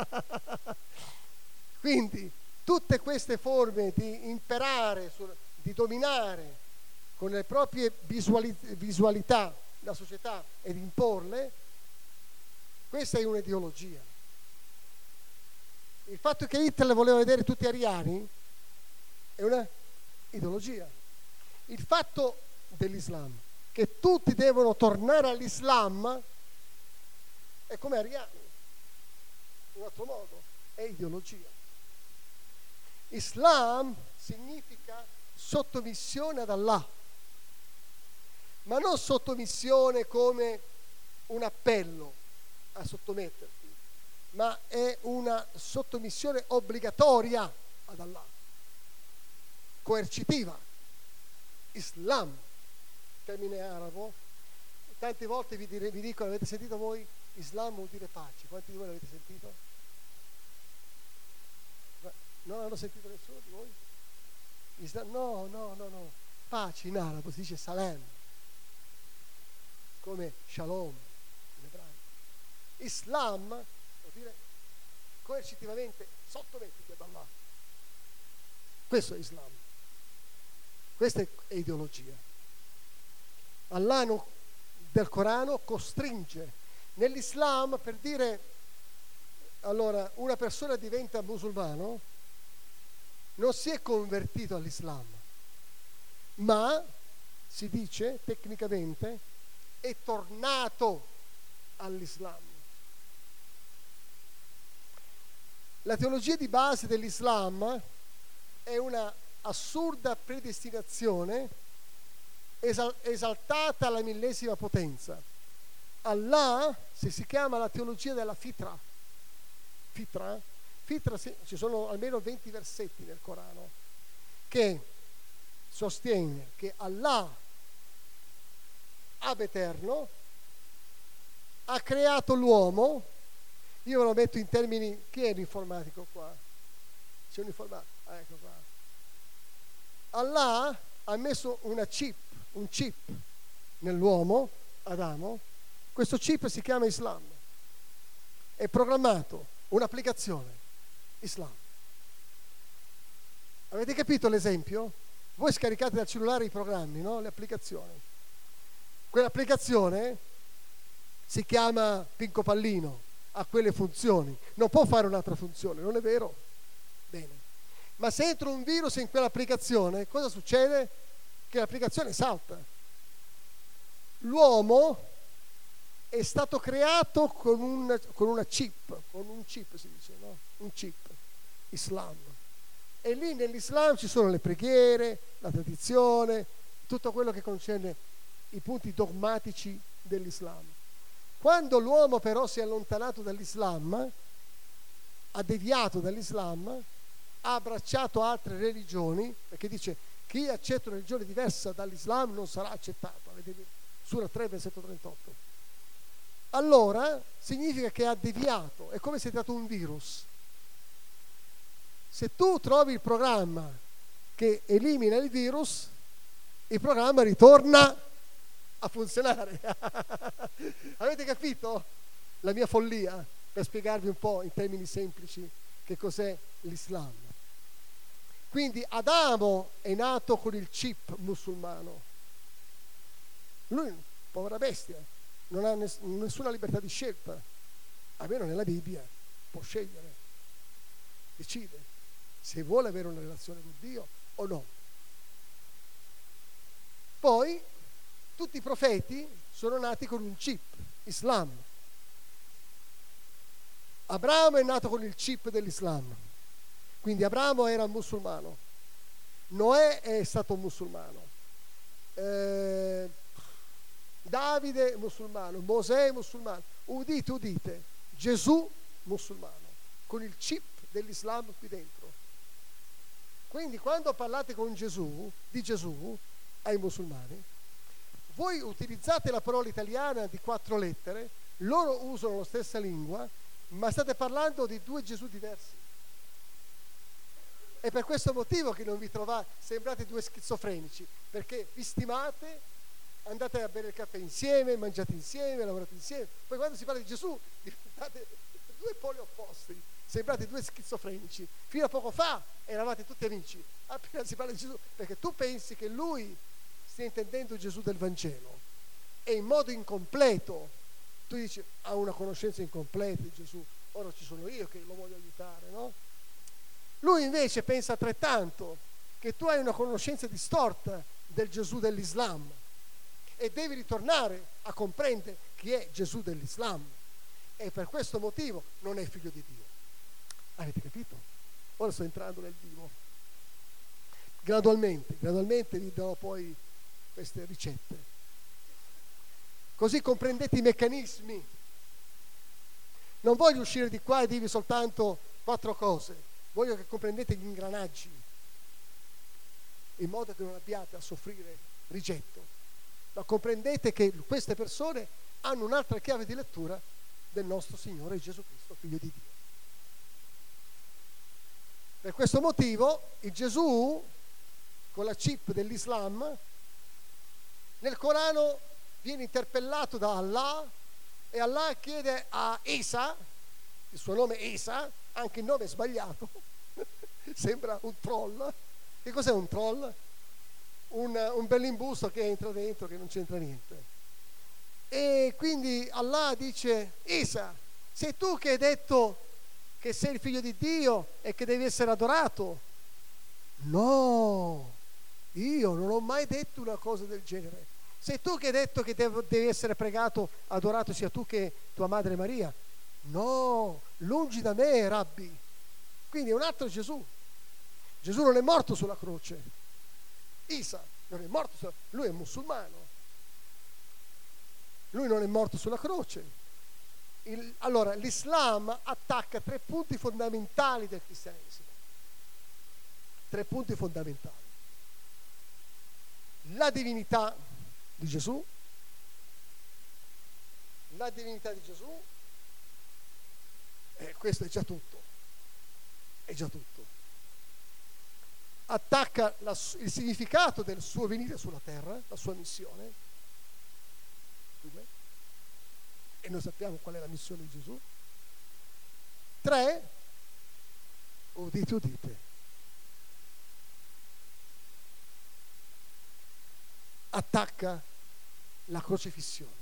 S3: Quindi tutte queste forme di imperare, di dominare con le proprie visualità la società e di imporle, questa è un'ideologia. Il fatto che Hitler voleva vedere tutti ariani è una ideologia. Il fatto dell'Islam che tutti devono tornare all'Islam è come ariani, in un altro modo, è ideologia. Islam significa sottomissione ad Allah, ma non sottomissione come un appello a sottometterti, ma è una sottomissione obbligatoria ad Allah, coercitiva. Islam, termine arabo, tante volte vi dicono, avete sentito voi, Islam vuol dire pace. Quanti di voi l'avete sentito? Non hanno sentito nessuno di voi? No. Pace in arabo si dice salam, come shalom in ebraico. Islam vuol dire coercitivamente sottomettiti ad Allah. Questo è Islam. Questa è ideologia. Allah del Corano costringe. Nell'Islam, per dire, allora, una persona diventa musulmano, non si è convertito all'Islam, ma si dice tecnicamente è tornato all'Islam. La teologia di base dell'Islam è una assurda predestinazione esaltata alla millesima potenza. Allah si chiama la teologia della fitra, ci sono almeno 20 versetti nel Corano che sostiene che Allah, Ab eterno, ha creato l'uomo. Io ve lo metto in termini, chi è l'informatico qua? C'è un informatico, ecco qua. Allah ha messo un chip nell'uomo, Adamo. Questo chip si chiama Islam. È programmato, un'applicazione, Islam. Avete capito l'esempio? Voi scaricate dal cellulare i programmi, no? Le applicazioni. Quell'applicazione si chiama Pinco Pallino, ha quelle funzioni, non può fare un'altra funzione, non è vero? Bene. Ma se entra un virus in quell'applicazione, cosa succede? Che l'applicazione salta. L'uomo è stato creato con un chip si dice, no? Un chip, Islam. E lì nell'Islam ci sono le preghiere, la tradizione, tutto quello che concerne i punti dogmatici dell'Islam. Quando l'uomo però si è allontanato dall'Islam, ha deviato dall'Islam, ha abbracciato altre religioni, perché dice chi accetta una religione diversa dall'Islam non sarà accettato. Vedete? Sura 3, versetto 38. Allora significa che ha deviato, è come se è stato un virus. Se tu trovi il programma che elimina il virus, il programma ritorna a funzionare. Avete capito la mia follia? Per spiegarvi un po' in termini semplici che cos'è l'Islam. Quindi Adamo è nato con il chip musulmano. Lui, povera bestia, non ha nessuna libertà di scelta, almeno nella Bibbia può scegliere, decide se vuole avere una relazione con Dio o no. Poi tutti i profeti sono nati con un chip, Islam. Abramo è nato con il chip dell'Islam, quindi Abramo era musulmano, Noè è stato musulmano, Davide musulmano, Mosè musulmano, udite, Gesù musulmano, con il chip dell'Islam qui dentro. Quindi quando parlate con Gesù, di Gesù, ai musulmani, voi utilizzate la parola italiana di 4 lettere, loro usano la stessa lingua, ma state parlando di 2 Gesù diversi. È per questo motivo che non vi trovate, sembrate 2 schizofrenici, perché vi stimate, andate a bere il caffè insieme, mangiate insieme, lavorate insieme, poi quando si parla di Gesù diventate 2 poli opposti, sembrate 2 schizofrenici. Fino a poco fa eravate tutti amici, appena si parla di Gesù, perché tu pensi che lui stia intendendo Gesù del Vangelo e in modo incompleto tu dici ha una conoscenza incompleta di Gesù, ora ci sono io che lo voglio aiutare, no? Lui invece pensa altrettanto che tu hai una conoscenza distorta del Gesù dell'Islam e devi ritornare a comprendere chi è Gesù dell'Islam, e per questo motivo non è figlio di Dio. Avete capito? Ora sto entrando nel vivo. Gradualmente vi darò poi queste ricette, così comprendete i meccanismi. Non voglio uscire di qua e dirvi soltanto 4 cose, voglio che comprendete gli ingranaggi, in modo che non abbiate a soffrire rigetto, ma comprendete che queste persone hanno un'altra chiave di lettura del nostro Signore Gesù Cristo, figlio di Dio. Per questo motivo il Gesù, con la chip dell'Islam, nel Corano viene interpellato da Allah e Allah chiede a Isa, il suo nome è Isa, anche il nome è sbagliato, sembra un troll. Che cos'è un troll? Un bell'imbusto che entra dentro, che non c'entra niente. E quindi Allah dice: Isa, sei tu che hai detto che sei il figlio di Dio e che devi essere adorato? No, io non ho mai detto una cosa del genere. Sei tu che hai detto che devi essere pregato, adorato sia tu che tua madre Maria? No, lungi da me, Rabbi. Quindi è un altro Gesù. Gesù non è morto sulla croce. Isa non è morto, lui è musulmano. Lui non è morto sulla croce. Allora, l'Islam attacca 3 punti fondamentali del cristianesimo. 3 punti fondamentali. La divinità di Gesù, e questo è già tutto. È già tutto. Attacca il significato del suo venire sulla terra, la sua missione. 2. E noi sappiamo qual è la missione di Gesù. 3. Udite, udite. Attacca la crocifissione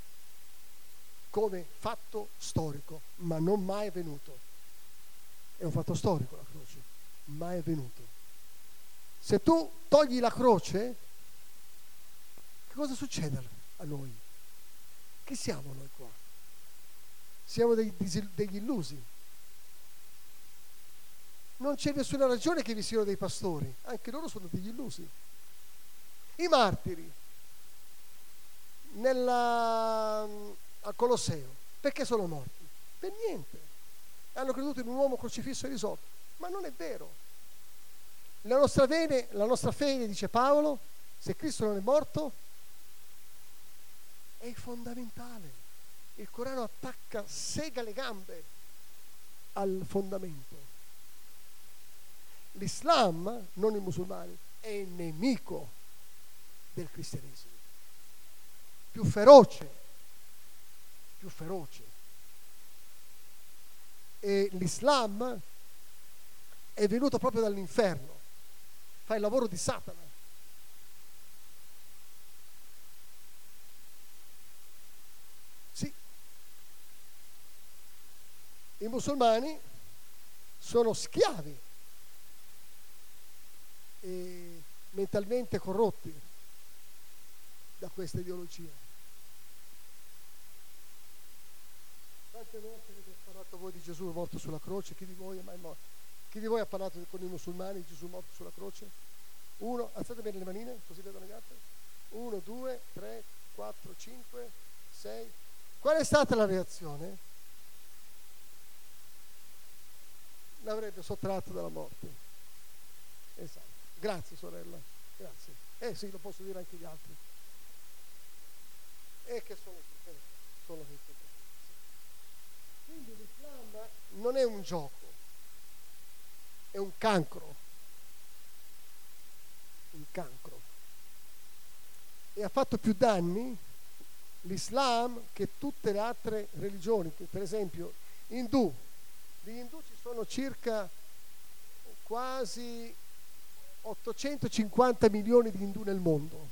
S3: come fatto storico, ma non mai avvenuto. È un fatto storico la croce, mai avvenuto. Se tu togli la croce, che cosa succede a noi? Chi siamo noi qua? Siamo degli illusi. Non c'è nessuna ragione che vi siano dei pastori, anche loro sono degli illusi. I martiri al Colosseo, perché sono morti? Per niente. Hanno creduto in un uomo crocifisso e risorto, ma non è vero. La nostra fede, dice Paolo, se Cristo non è morto, è fondamentale. Il Corano attacca, sega le gambe al fondamento. L'Islam, non i musulmani, è il nemico del cristianesimo. Più feroce. E l'Islam è venuto proprio dall'inferno, fa il lavoro di Satana. Sì, i musulmani sono schiavi e mentalmente corrotti da questa ideologia. Quante volte avete parlato voi di Gesù morto sulla croce? Chi di voi è mai morto? Chi di voi ha parlato con i musulmani di Gesù morto sulla croce? 1, alzate bene le manine, così vedono gli altri. 1, 2, 3, 4, 5, 6. Qual è stata la reazione? L'avrebbe sottratto dalla morte. Esatto. Grazie sorella, grazie. Sì, lo posso dire anche agli altri. E che sono detto. Quindi l'Islam non è un gioco, è un cancro. E ha fatto più danni l'Islam che tutte le altre religioni. Per esempio, gli indù ci sono circa quasi 850 milioni di indù nel mondo.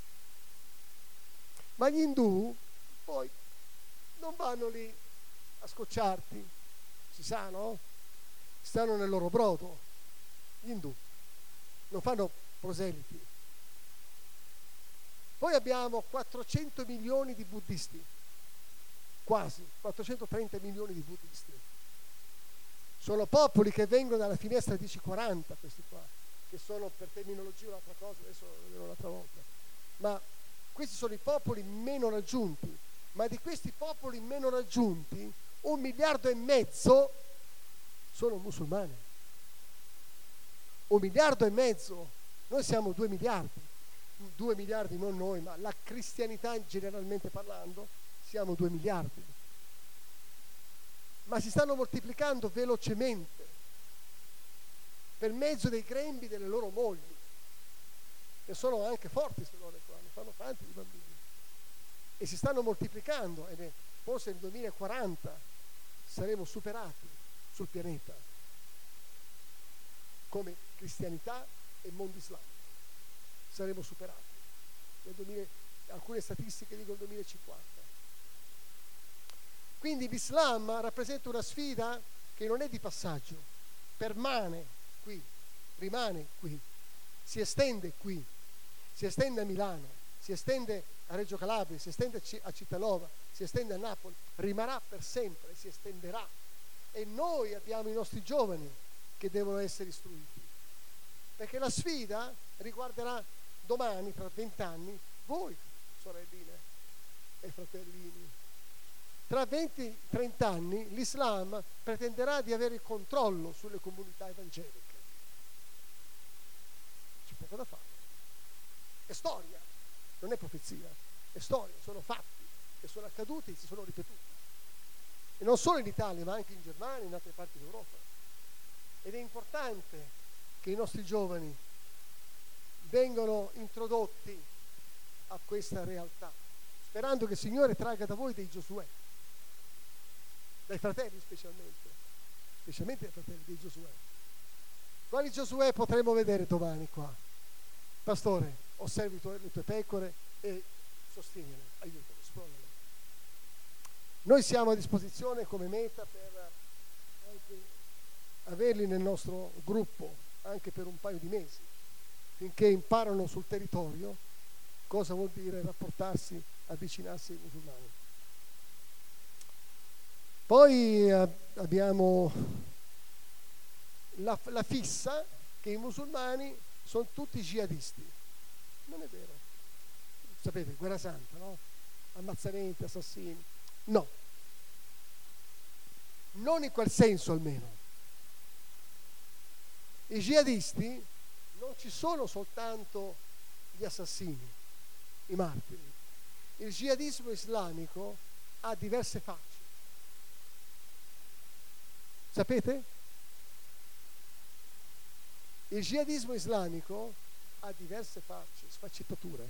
S3: Ma gli indù poi non vanno lì a scocciarti, si sa, no? Stanno nel loro brodo. Gli indù non fanno proseliti. Poi abbiamo 400 milioni di buddisti, quasi 430 milioni di buddisti. Sono popoli che vengono dalla finestra 1040, questi qua, che sono per terminologia un'altra cosa, adesso lo vedremo un'altra volta. Ma questi sono i popoli meno raggiunti. Ma di questi popoli meno raggiunti, 1,5 miliardi sono musulmani. 1,5 miliardi. Noi siamo 2 miliardi. 2 miliardi non noi, ma la cristianità generalmente parlando, siamo 2 miliardi. Ma si stanno moltiplicando velocemente. per mezzo dei grembi delle loro mogli, che sono anche forti queste donne qua, ne fanno tanti di bambini e si stanno moltiplicando, e forse nel 2040 saremo superati sul pianeta come cristianità e mondo islamico, saremo superati alcune statistiche dicono il 2050. Quindi l'Islam rappresenta una sfida che non è di passaggio, permane qui, rimane qui, si estende qui, si estende a Milano, si estende a Reggio Calabria, si estende a Cittanova, si estende a Napoli, rimarrà per sempre, si estenderà. E noi abbiamo i nostri giovani che devono essere istruiti, perché la sfida riguarderà domani, tra 20 anni, voi, sorelline e fratellini. Tra 20-30 anni l'Islam pretenderà di avere il controllo sulle comunità evangeliche. C'è poco da fare. È storia, non è profezia, è storia, sono fatti che sono accaduti e si sono ripetuti. E non solo in Italia, ma anche in Germania e in altre parti d'Europa. Ed è importante che i nostri giovani vengano introdotti a questa realtà, sperando che il Signore tragga da voi dei Giosuè, dai fratelli specialmente dai fratelli dei Giosuè. Quali Giosuè potremo vedere domani qua? Pastore, osservi le tue pecore e sostienile, aiutale, spronale. Noi siamo a disposizione come Meta per anche averli nel nostro gruppo anche per un paio di mesi, finché imparano sul territorio cosa vuol dire rapportarsi, avvicinarsi ai musulmani. Poi abbiamo la fissa che i musulmani sono tutti jihadisti. Non è vero. Sapete, guerra santa, no? Ammazzamenti, assassini. No. Non in quel senso almeno. I jihadisti non ci sono soltanto gli assassini, i martiri. Il jihadismo islamico ha diverse facce. Sapete? Il jihadismo islamico ha diverse facce, sfaccettature.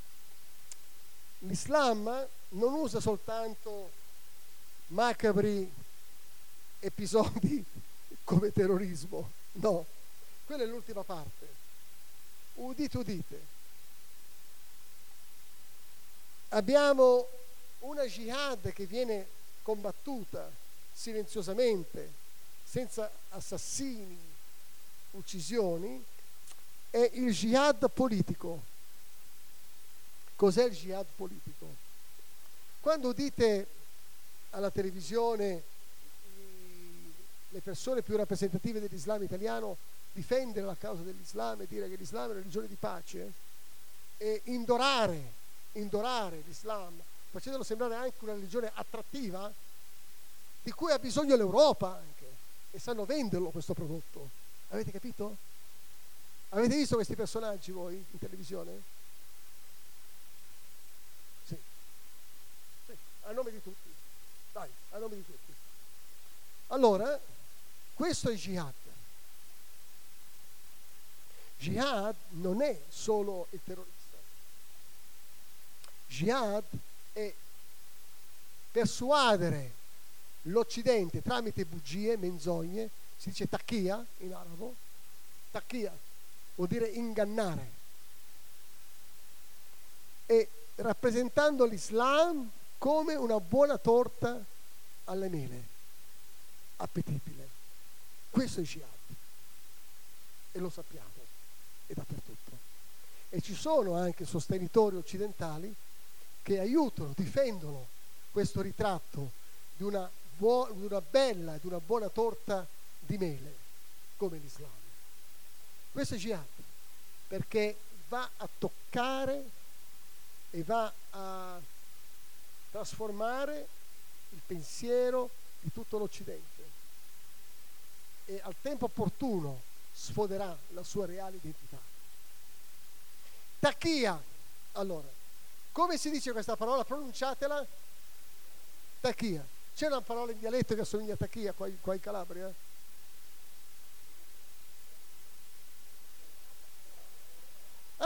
S3: L'Islam non usa soltanto macabri episodi come terrorismo, no, quella è l'ultima parte. Udite, udite. Abbiamo una jihad che viene combattuta silenziosamente, senza assassini, uccisioni, è il jihad politico. Cos'è il jihad politico? Quando udite alla televisione le persone più rappresentative dell'Islam italiano difendere la causa dell'Islam e dire che l'Islam è una religione di pace e indorare l'Islam, facendolo sembrare anche una religione attrattiva di cui ha bisogno l'Europa anche, e sanno venderlo questo prodotto. Avete capito? Avete visto questi personaggi voi in televisione? Sì, a nome di tutti. Dai, a nome di tutti. Allora, questo è jihad. Jihad non è solo il terrorista. Jihad è persuadere l'Occidente tramite bugie, menzogne, si dice taqiyya in arabo. Taqiyya vuol dire ingannare. E rappresentando l'Islam come una buona torta alle mele, appetibile. Questo è jihad. E lo sappiamo, è dappertutto. E ci sono anche sostenitori occidentali che aiutano, difendono questo ritratto di una bella, di una buona torta di mele, come l'Islam. Questo è jihad, perché va a toccare e va a trasformare il pensiero di tutto l'Occidente e al tempo opportuno sfoderà la sua reale identità. Taqiyya, allora, come si dice questa parola? Pronunciatela. Taqiyya. C'è una parola in dialetto che assomiglia a taqiyya qua in Calabria?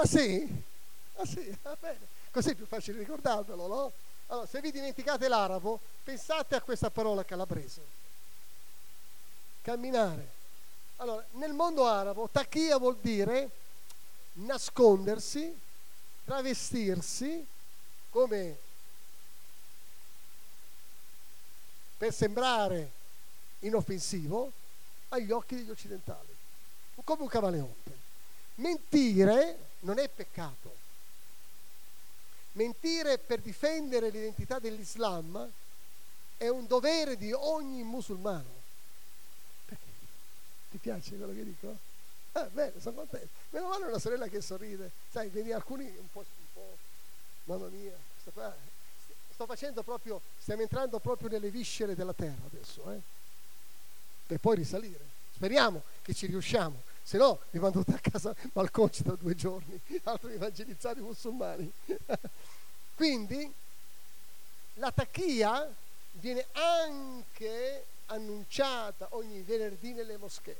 S3: Ah sì? Ah sì, va bene. Così è più facile ricordarvelo, no? Allora, se vi dimenticate l'arabo, pensate a questa parola calabrese. Camminare. Allora, nel mondo arabo, taqiyya vuol dire nascondersi, travestirsi, come per sembrare inoffensivo agli occhi degli occidentali, come un camaleonte. Mentire non è peccato. Mentire per difendere l'identità dell'Islam è un dovere di ogni musulmano. Ti piace quello che dico? Bene, sono contento. Meno male una sorella che sorride. Sai, vedi alcuni un po', mamma mia, sto facendo proprio, stiamo entrando proprio nelle viscere della terra adesso, per poi risalire. Speriamo che ci riusciamo, se no vi mando tutti a casa malconci tra 2 giorni, altro evangelizzare i musulmani. Quindi la taqiyya viene anche annunciata ogni venerdì nelle moschee.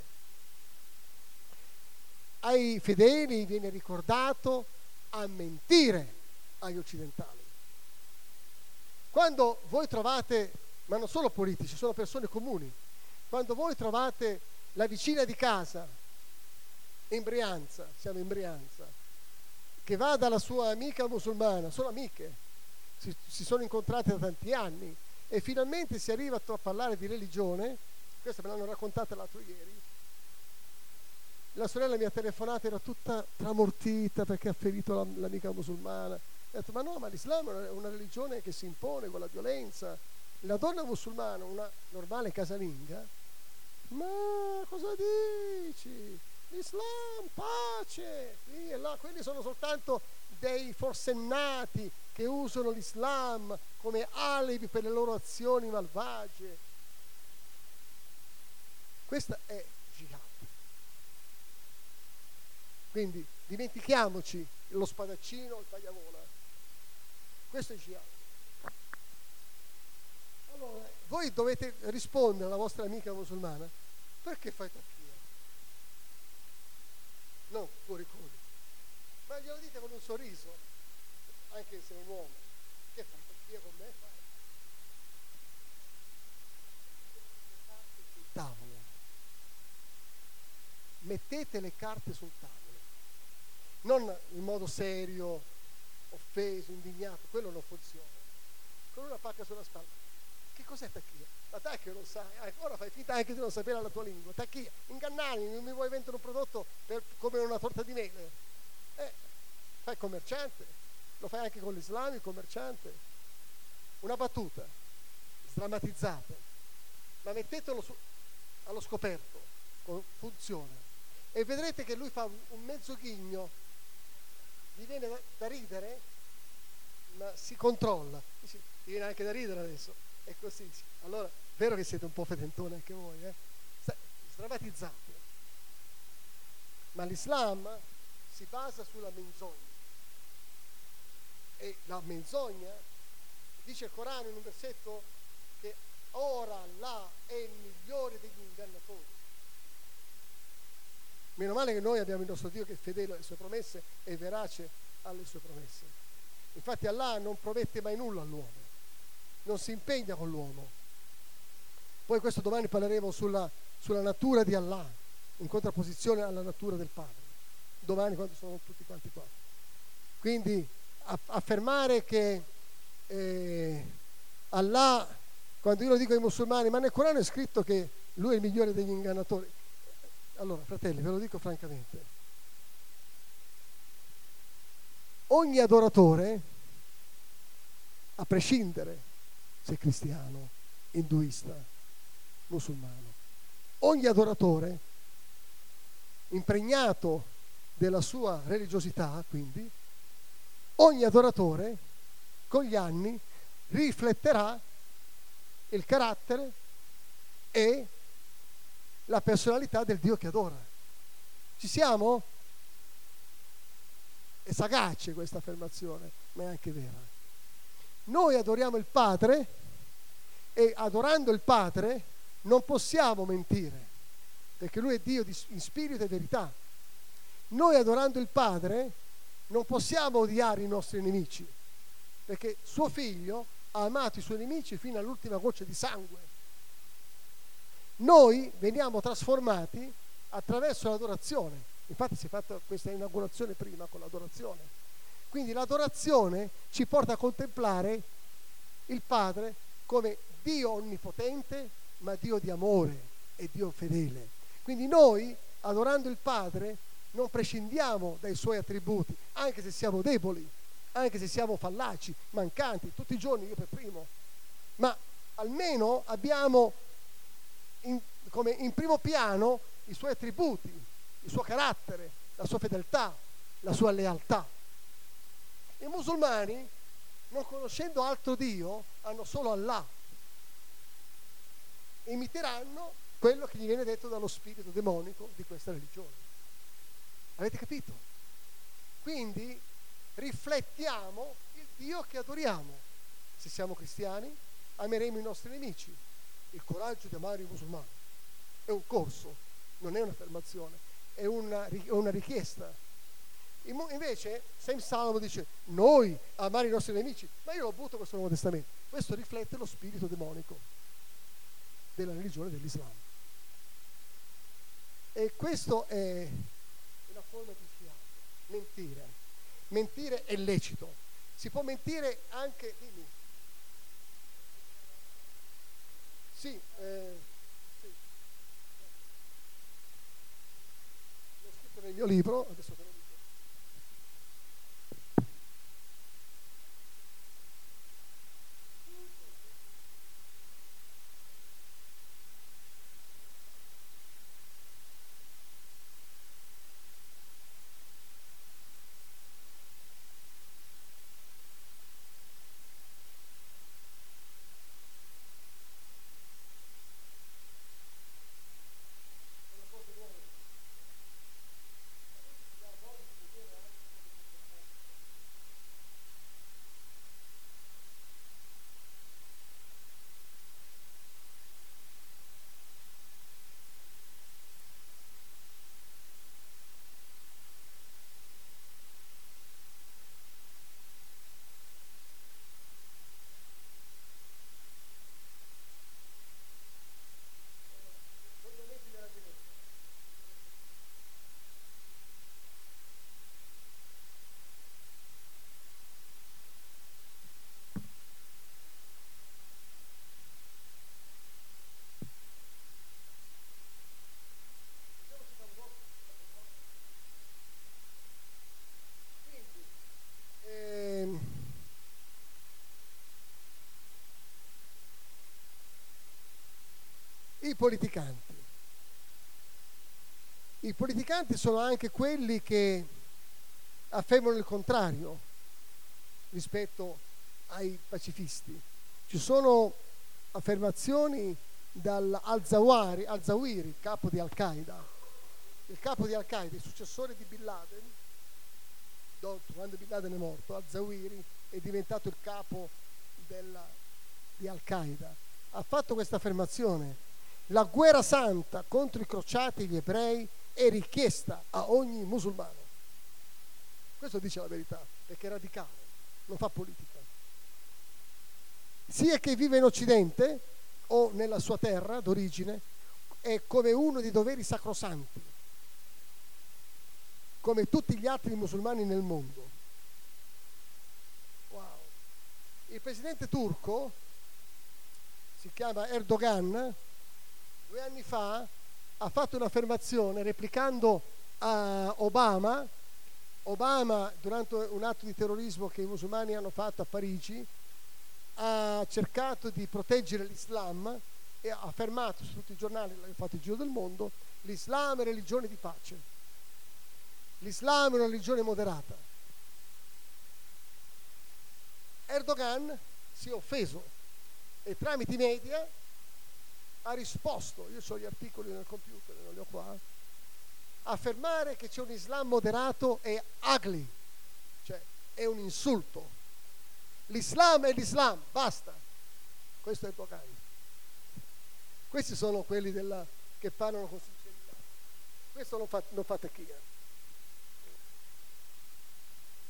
S3: Ai fedeli viene ricordato a mentire agli occidentali. Quando voi trovate, ma non solo politici, sono persone comuni, quando voi trovate la vicina di casa in Brianza, siamo in Brianza, che va dalla sua amica musulmana, sono amiche, si sono incontrate da tanti anni e finalmente si arriva a parlare di religione. Questa me l'hanno raccontata l'altro ieri. La sorella mi ha telefonato, era tutta tramortita perché ha ferito l'amica musulmana. Ha detto, ma no, ma l'Islam è una religione che si impone con la violenza. La donna musulmana, una normale casalinga, ma cosa dici? L'Islam, pace, qui e là. Quelli sono soltanto dei forsennati che usano l'Islam come alibi per le loro azioni malvagie. Questa è jihad. Quindi dimentichiamoci lo spadaccino, il tagliavola. Questo è jihad. Allora, voi dovete rispondere alla vostra amica musulmana: perché fai taqiyya? No, fuori cori. Ma glielo dite con un sorriso, anche se è un uomo. Che fai taqiyya con me? Fai. Le carte sul tavolo. Mettete le carte sul tavolo. Non in modo serio, offeso, indignato, quello non funziona. Con una pacca sulla spalla. Che cos'è taqiyya? La taqiyya non sai, ora fai finta anche di non sapere la tua lingua. Taqiyya, ingannarmi, non mi vuoi vendere un prodotto come una torta di mele. Fai il commerciante, lo fai anche con l'Islam, il commerciante. Una battuta, sdrammatizzata, ma mettetelo allo scoperto, funziona. E vedrete che lui fa un mezzo ghigno, gli viene da ridere, ma si controlla. Dice, ti viene anche da ridere adesso. E così. Allora, vero che siete un po' fedentoni anche voi, sdrammatizzate. Ma l'Islam si basa sulla menzogna. E la menzogna, dice il Corano in un versetto, che ora Allah è il migliore degli ingannatori. Meno male che noi abbiamo il nostro Dio che è fedele alle sue promesse e verace alle sue promesse. Infatti Allah non promette mai nulla all'uomo, non si impegna con l'uomo. Poi questo domani parleremo sulla natura di Allah, in contrapposizione alla natura del Padre. Domani, quando sono tutti quanti qua. Quindi affermare che Allah, quando io lo dico ai musulmani, ma nel Corano è scritto che lui è il migliore degli ingannatori. Allora, fratelli, ve lo dico francamente, ogni adoratore, a prescindere se cristiano, induista, musulmano, ogni adoratore impregnato della sua religiosità, quindi ogni adoratore con gli anni rifletterà il carattere e la personalità del Dio che adora. Ci siamo? È sagace questa affermazione, ma è anche vera. Noi adoriamo il Padre e adorando il Padre non possiamo mentire, perché Lui è Dio in spirito e verità. Noi adorando il Padre non possiamo odiare i nostri nemici, perché suo figlio ha amato i suoi nemici fino all'ultima goccia di sangue. Noi veniamo trasformati attraverso l'adorazione. Infatti si è fatta questa inaugurazione prima con l'adorazione. Quindi l'adorazione ci porta a contemplare il Padre come Dio onnipotente, ma Dio di amore e Dio fedele. Quindi noi, adorando il Padre, non prescindiamo dai suoi attributi, anche se siamo deboli, anche se siamo fallaci, mancanti, tutti i giorni, io per primo, ma almeno abbiamo come in primo piano i suoi attributi, il suo carattere, la sua fedeltà, la sua lealtà. I musulmani, non conoscendo altro Dio, hanno solo Allah. Imiteranno quello che gli viene detto dallo spirito demonico di questa religione. Avete capito? Quindi riflettiamo il Dio che adoriamo. Se siamo cristiani, ameremo i nostri nemici. Il coraggio di amare i musulmani è un corso, non è un'affermazione, è una richiesta. Invece Saint Salmo dice noi amare i nostri nemici, ma io lo butto questo Nuovo Testamento. Questo riflette lo spirito demonico della religione dell'Islam, e questo è una forma di fiato. Mentire è lecito, si può mentire anche. Dimmi. Sì, sì. L'ho scritto nel mio libro, adesso te lo dico. I politicanti sono anche quelli che affermano il contrario rispetto ai pacifisti. Ci sono affermazioni dal al-Zawahiri, capo di Al-Qaeda. Il capo di Al-Qaeda, il successore di Bin Laden, quando Bin Laden è morto, al-Zawahiri è diventato il capo di Al-Qaeda. Ha fatto questa affermazione: la guerra santa contro i crociati e gli ebrei è richiesta a ogni musulmano. Questo dice la verità, perché è radicale, non fa politica. Sia che vive in Occidente o nella sua terra d'origine, è come uno dei doveri sacrosanti, come tutti gli altri musulmani nel mondo. Wow. Il presidente turco si chiama Erdogan. 2 anni fa ha fatto un'affermazione replicando a Obama durante un atto di terrorismo che i musulmani hanno fatto a Parigi. Ha cercato di proteggere l'Islam e ha affermato su tutti i giornali, l'ha fatto il giro del mondo: l'Islam è religione di pace, l'Islam è una religione moderata. Erdogan si è offeso e tramite i media ha risposto, io ho gli articoli nel computer, non li ho qua, affermare che c'è un Islam moderato è ugly, cioè è un insulto. L'Islam è l'Islam, basta. Questo è Erdogan. Questi sono quelli che parlano con sincerità. Questo non fa tecchia.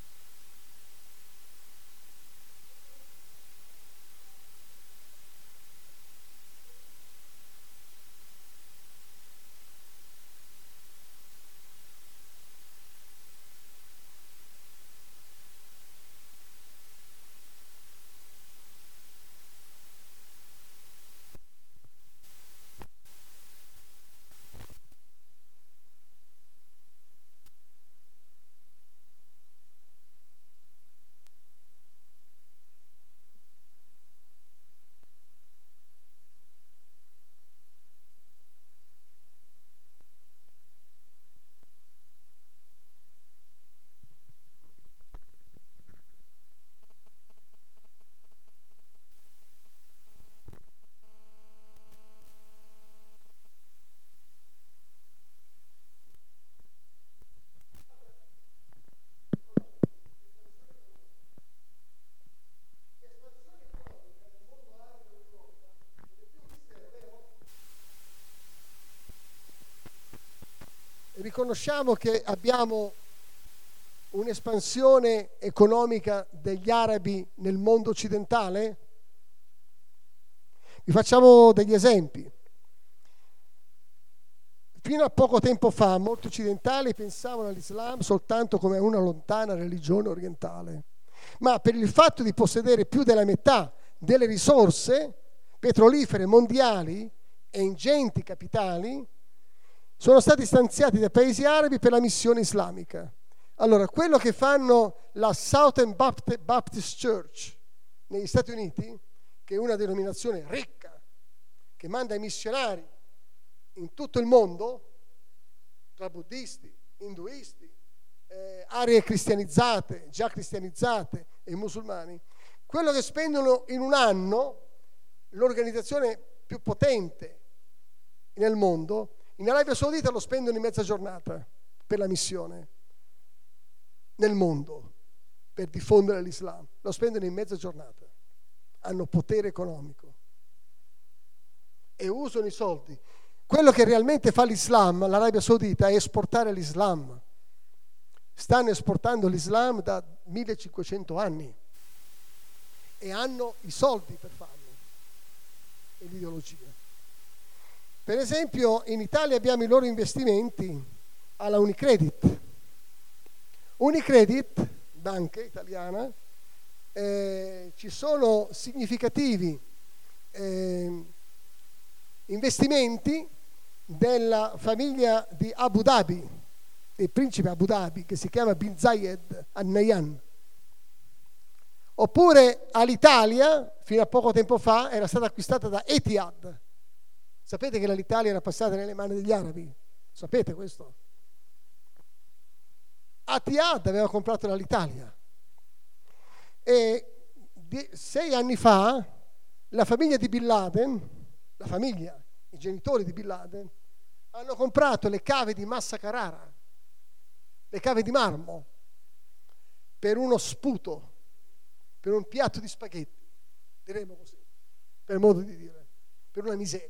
S3: riconosciamo che abbiamo un'espansione economica degli arabi nel mondo occidentale? Vi facciamo degli esempi. Fino a poco tempo fa molti occidentali pensavano all'Islam soltanto come a una lontana religione orientale, ma per il fatto di possedere più della metà delle risorse petrolifere mondiali e ingenti capitali sono stati stanziati dai paesi arabi per la missione islamica. Allora, quello che fanno la Southern Baptist Church negli Stati Uniti, che è una denominazione ricca, che manda i missionari in tutto il mondo, tra buddisti, induisti, aree cristianizzate, già cristianizzate e musulmani, quello che spendono in un anno, l'organizzazione più potente nel mondo, in Arabia Saudita lo spendono in mezza giornata per la missione nel mondo, per diffondere l'Islam. Lo spendono in mezza giornata. Hanno potere economico e usano i soldi. Quello che realmente fa l'Islam, l'Arabia Saudita, è esportare l'Islam. Stanno esportando l'Islam da 1500 anni e hanno i soldi per farlo e l'ideologia. Per esempio in Italia abbiamo i loro investimenti alla Unicredit. Unicredit, banca italiana, ci sono significativi investimenti della famiglia di Abu Dhabi, del principe Abu Dhabi, che si chiama Bin Zayed Al Nahyan. Oppure all'Italia, fino a poco tempo fa, era stata acquistata da Etihad. Sapete che l'Italia era passata nelle mani degli arabi? Sapete questo? Etihad aveva comprato l'Italia. E 6 anni fa la famiglia di Bin Laden, i genitori di Bin Laden, hanno comprato le cave di Massa Carrara, le cave di marmo, per uno sputo, per un piatto di spaghetti, diremo così, per modo di dire, per una miseria.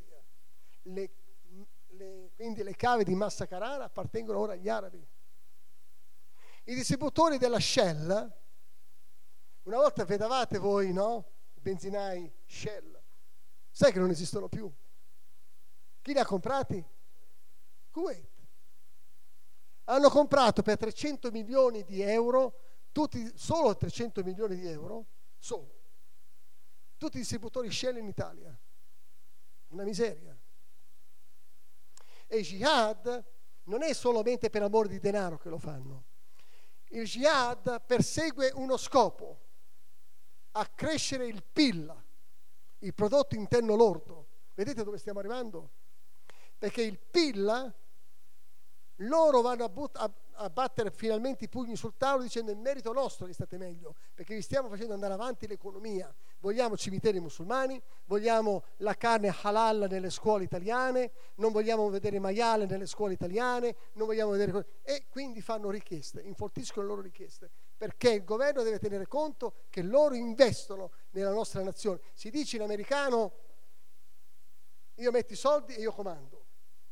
S3: Quindi le cave di Massa Carrara appartengono ora agli arabi. I distributori della Shell, una volta vedevate voi, no? I benzinai Shell, sai che non esistono più. Chi li ha comprati? Kuwait. Hanno comprato per 300 milioni di euro, solo 300 milioni di euro, tutti i distributori Shell in Italia. Una miseria. E il jihad non è solamente per amore di denaro che lo fanno. Il jihad persegue uno scopo: accrescere il PIL, il prodotto interno lordo. Vedete dove stiamo arrivando? Perché il PIL, loro vanno a battere finalmente i pugni sul tavolo dicendo: è merito nostro che state meglio, perché vi stiamo facendo andare avanti l'economia. Vogliamo cimiteri musulmani, vogliamo la carne halal nelle scuole italiane, non vogliamo vedere maiale nelle scuole italiane, non vogliamo vedere... E quindi fanno richieste, infortiscono le loro richieste, perché il governo deve tenere conto che loro investono nella nostra nazione. Si dice in americano: io metto i soldi e io comando.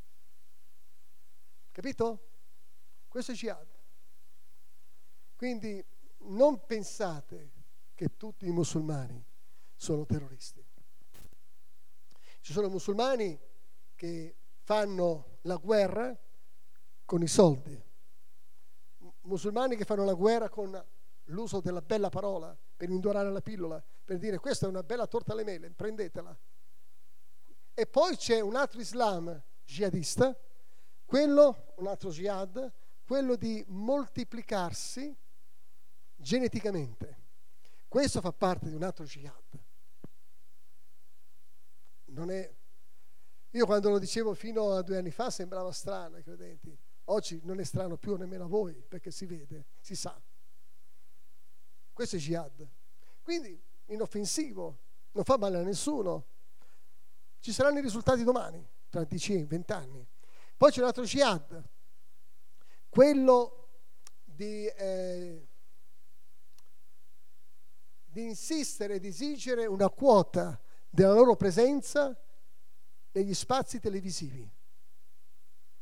S3: Capito? Questo è jihad. Quindi non pensate che tutti i musulmani sono terroristi. Ci sono musulmani che fanno la guerra con i soldi, musulmani che fanno la guerra con l'uso della bella parola per indorare la pillola, per dire: questa è una bella torta alle mele, prendetela. E poi c'è un altro Islam jihadista, un altro jihad, quello di moltiplicarsi geneticamente. Questo fa parte di un altro jihad. Non è... Io quando lo dicevo fino a 2 anni fa sembrava strano ai credenti. Oggi non è strano più nemmeno a voi, perché si vede, si sa. Questo è jihad. Quindi inoffensivo, non fa male a nessuno. Ci saranno i risultati domani, tra 10 20 anni. Poi c'è un altro jihad, quello di insistere, di esigere una quota della loro presenza negli spazi televisivi.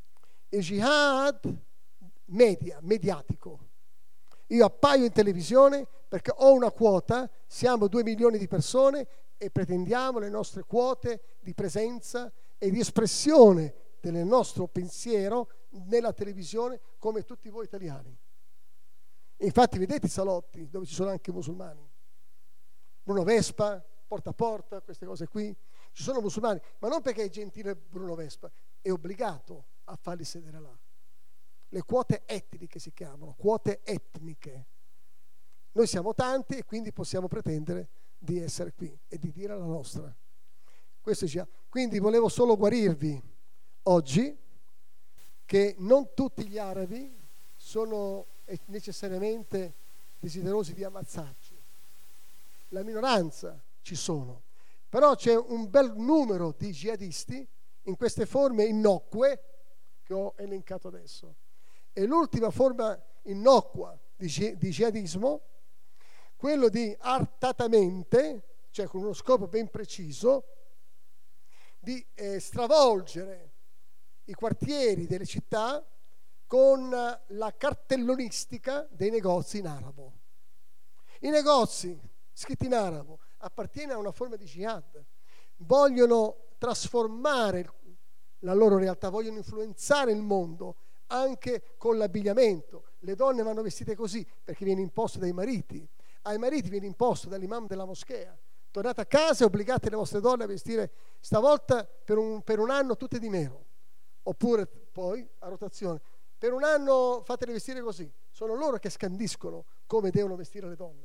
S3: il jihad mediatico. Io appaio in televisione perché ho una quota, siamo 2 milioni di persone e pretendiamo le nostre quote di presenza e di espressione del nostro pensiero nella televisione come tutti voi italiani. Infatti vedete i salotti dove ci sono anche musulmani. Bruno Vespa, porta a porta, queste cose qui. Ci sono musulmani, ma non perché è gentile Bruno Vespa, è obbligato a farli sedere là. Le quote etniche si chiamano, quote etniche. Noi siamo tanti e quindi possiamo pretendere di essere qui e di dire la nostra. Questo ci ha. Quindi volevo solo guarirvi oggi che non tutti gli arabi sono necessariamente desiderosi di ammazzarci. La minoranza ci sono, però c'è un bel numero di jihadisti in queste forme innocue che ho elencato adesso. E l'ultima forma innocua di jihadismo, quello di artatamente, cioè con uno scopo ben preciso, di stravolgere i quartieri delle città con la cartellonistica dei negozi in arabo. I negozi scritti in arabo appartiene a una forma di jihad, vogliono trasformare la loro realtà, vogliono influenzare il mondo anche con l'abbigliamento. Le donne vanno vestite così perché viene imposto dai mariti, ai mariti viene imposto dall'imam della moschea. Tornate a casa e obbligate le vostre donne a vestire stavolta per un anno tutte di nero, oppure poi a rotazione per un anno fatele vestire così. Sono loro che scandiscono come devono vestire le donne.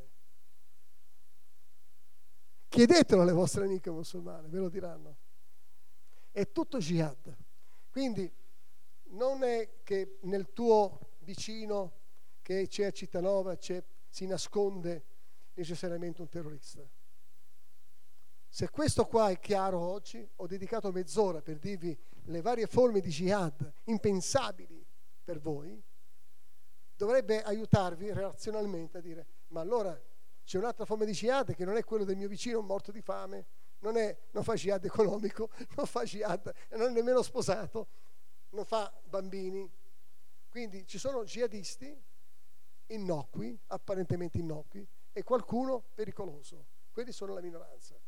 S3: Chiedetelo alle vostre amiche musulmane, ve lo diranno. È tutto jihad. Quindi non è che nel tuo vicino che c'è a Cittanova si nasconde necessariamente un terrorista. Se questo qua è chiaro oggi, ho dedicato mezz'ora per dirvi le varie forme di jihad impensabili per voi, dovrebbe aiutarvi relazionalmente a dire: ma allora c'è un'altra forma di jihad che non è quello del mio vicino morto di fame, non fa jihad economico, non fa jihad, non è nemmeno sposato, non fa bambini. Quindi ci sono jihadisti innocui, apparentemente innocui, e qualcuno pericoloso. Quelli sono la minoranza.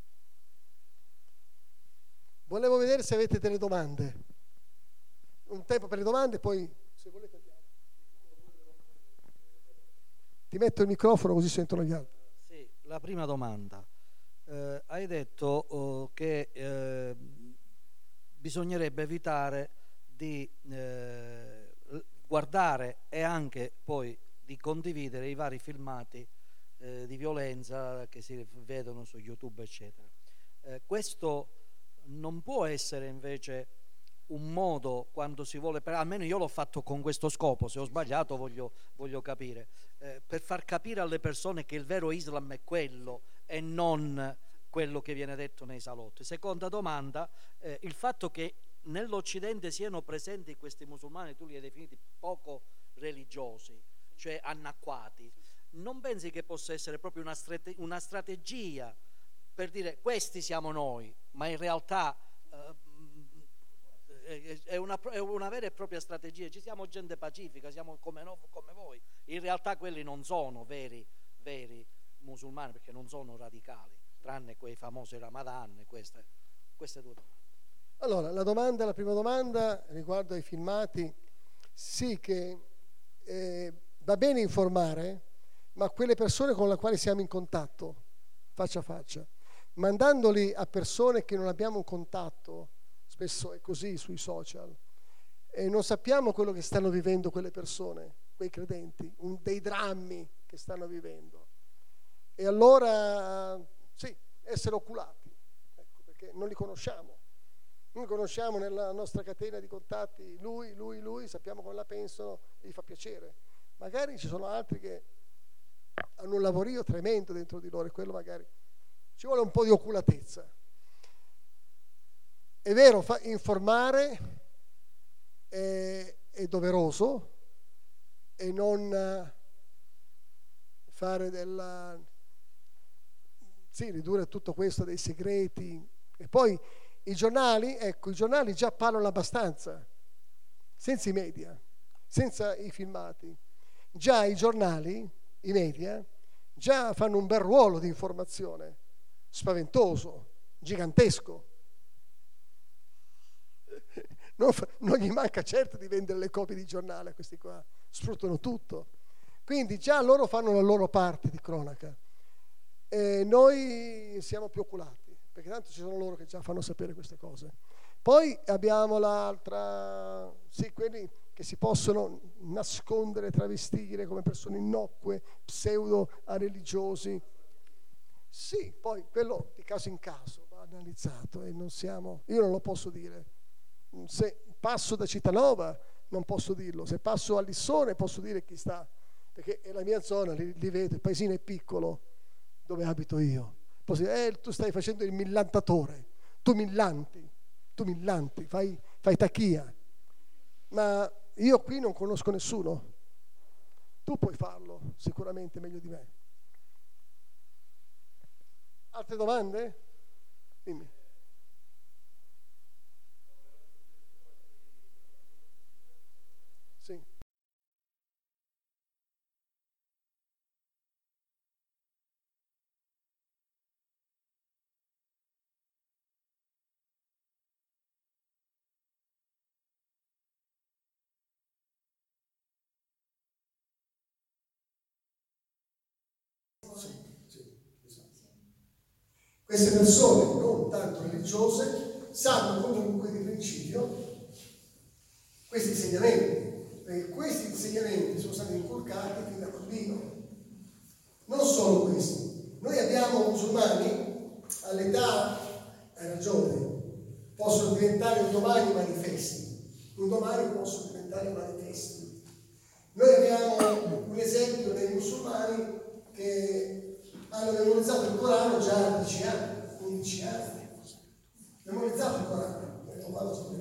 S3: Volevo vedere se avete delle domande. Un tempo per le domande, poi se volete andiamo. Ti metto il microfono così sentono gli altri.
S4: Sì, la prima domanda. Hai detto che bisognerebbe evitare di guardare e anche poi di condividere i vari filmati di violenza che si vedono su YouTube, eccetera. Questo non può essere invece un modo, quando si vuole, almeno io l'ho fatto con questo scopo, se ho sbagliato voglio capire, per far capire alle persone che il vero Islam è quello e non quello che viene detto nei salotti. Seconda domanda, il fatto che nell'Occidente siano presenti questi musulmani, tu li hai definiti poco religiosi, cioè annacquati, non pensi che possa essere proprio una strategia per dire questi siamo noi, ma in realtà è una vera e propria strategia? Ci siamo gente pacifica, siamo come voi, in realtà quelli non sono veri musulmani, perché non sono radicali, tranne quei famosi Ramadan. Queste due domande.
S3: Allora, la prima domanda riguardo ai filmati, sì che va bene informare, ma quelle persone con le quali siamo in contatto faccia a faccia, mandandoli a persone che non abbiamo un contatto, spesso è così sui social, e non sappiamo quello che stanno vivendo quelle persone, quei credenti, dei drammi che stanno vivendo. E allora sì, essere oculati, ecco, perché non li conosciamo. Noi conosciamo nella nostra catena di contatti lui, sappiamo come la pensano e gli fa piacere. Magari ci sono altri che hanno un lavorio tremendo dentro di loro e quello magari ci vuole un po' di oculatezza. È vero, informare è doveroso e non fare ridurre tutto questo dei segreti. E poi i giornali già parlano abbastanza. senza i media, senza i filmati. Già i giornali, i media, già fanno un bel ruolo di informazione, spaventoso, gigantesco. Non gli manca certo di vendere le copie di giornale a questi qua, sfruttano tutto. Quindi già loro fanno la loro parte di cronaca. E noi siamo più oculati, perché tanto ci sono loro che già fanno sapere queste cose. Poi abbiamo l'altra, sì, quelli che si possono nascondere, travestire come persone innocue, pseudo-religiosi. Sì, poi quello di caso in caso va analizzato e io non lo posso dire. Se passo da Cittadella non posso dirlo, se passo a Lissone posso dire chi sta, perché è la mia zona, li vedo, il paesino è piccolo dove abito io. Posso dire, tu stai facendo il millantatore, tu millanti, fai tachia, ma io qui non conosco nessuno. Tu puoi farlo sicuramente meglio di me. Altre domande? Dimmi. Sì. Queste persone non tanto religiose sanno comunque di principio questi insegnamenti, perché questi insegnamenti sono stati inculcati fin da bambino. Non solo questi, noi abbiamo musulmani all'età, hai ragione, possono diventare un domani manifesti, un domani possono diventare manifesti. Noi abbiamo un esempio dei musulmani che hanno memorizzato il Corano già a 10 anni, 11 anni. Memorizzato il Corano.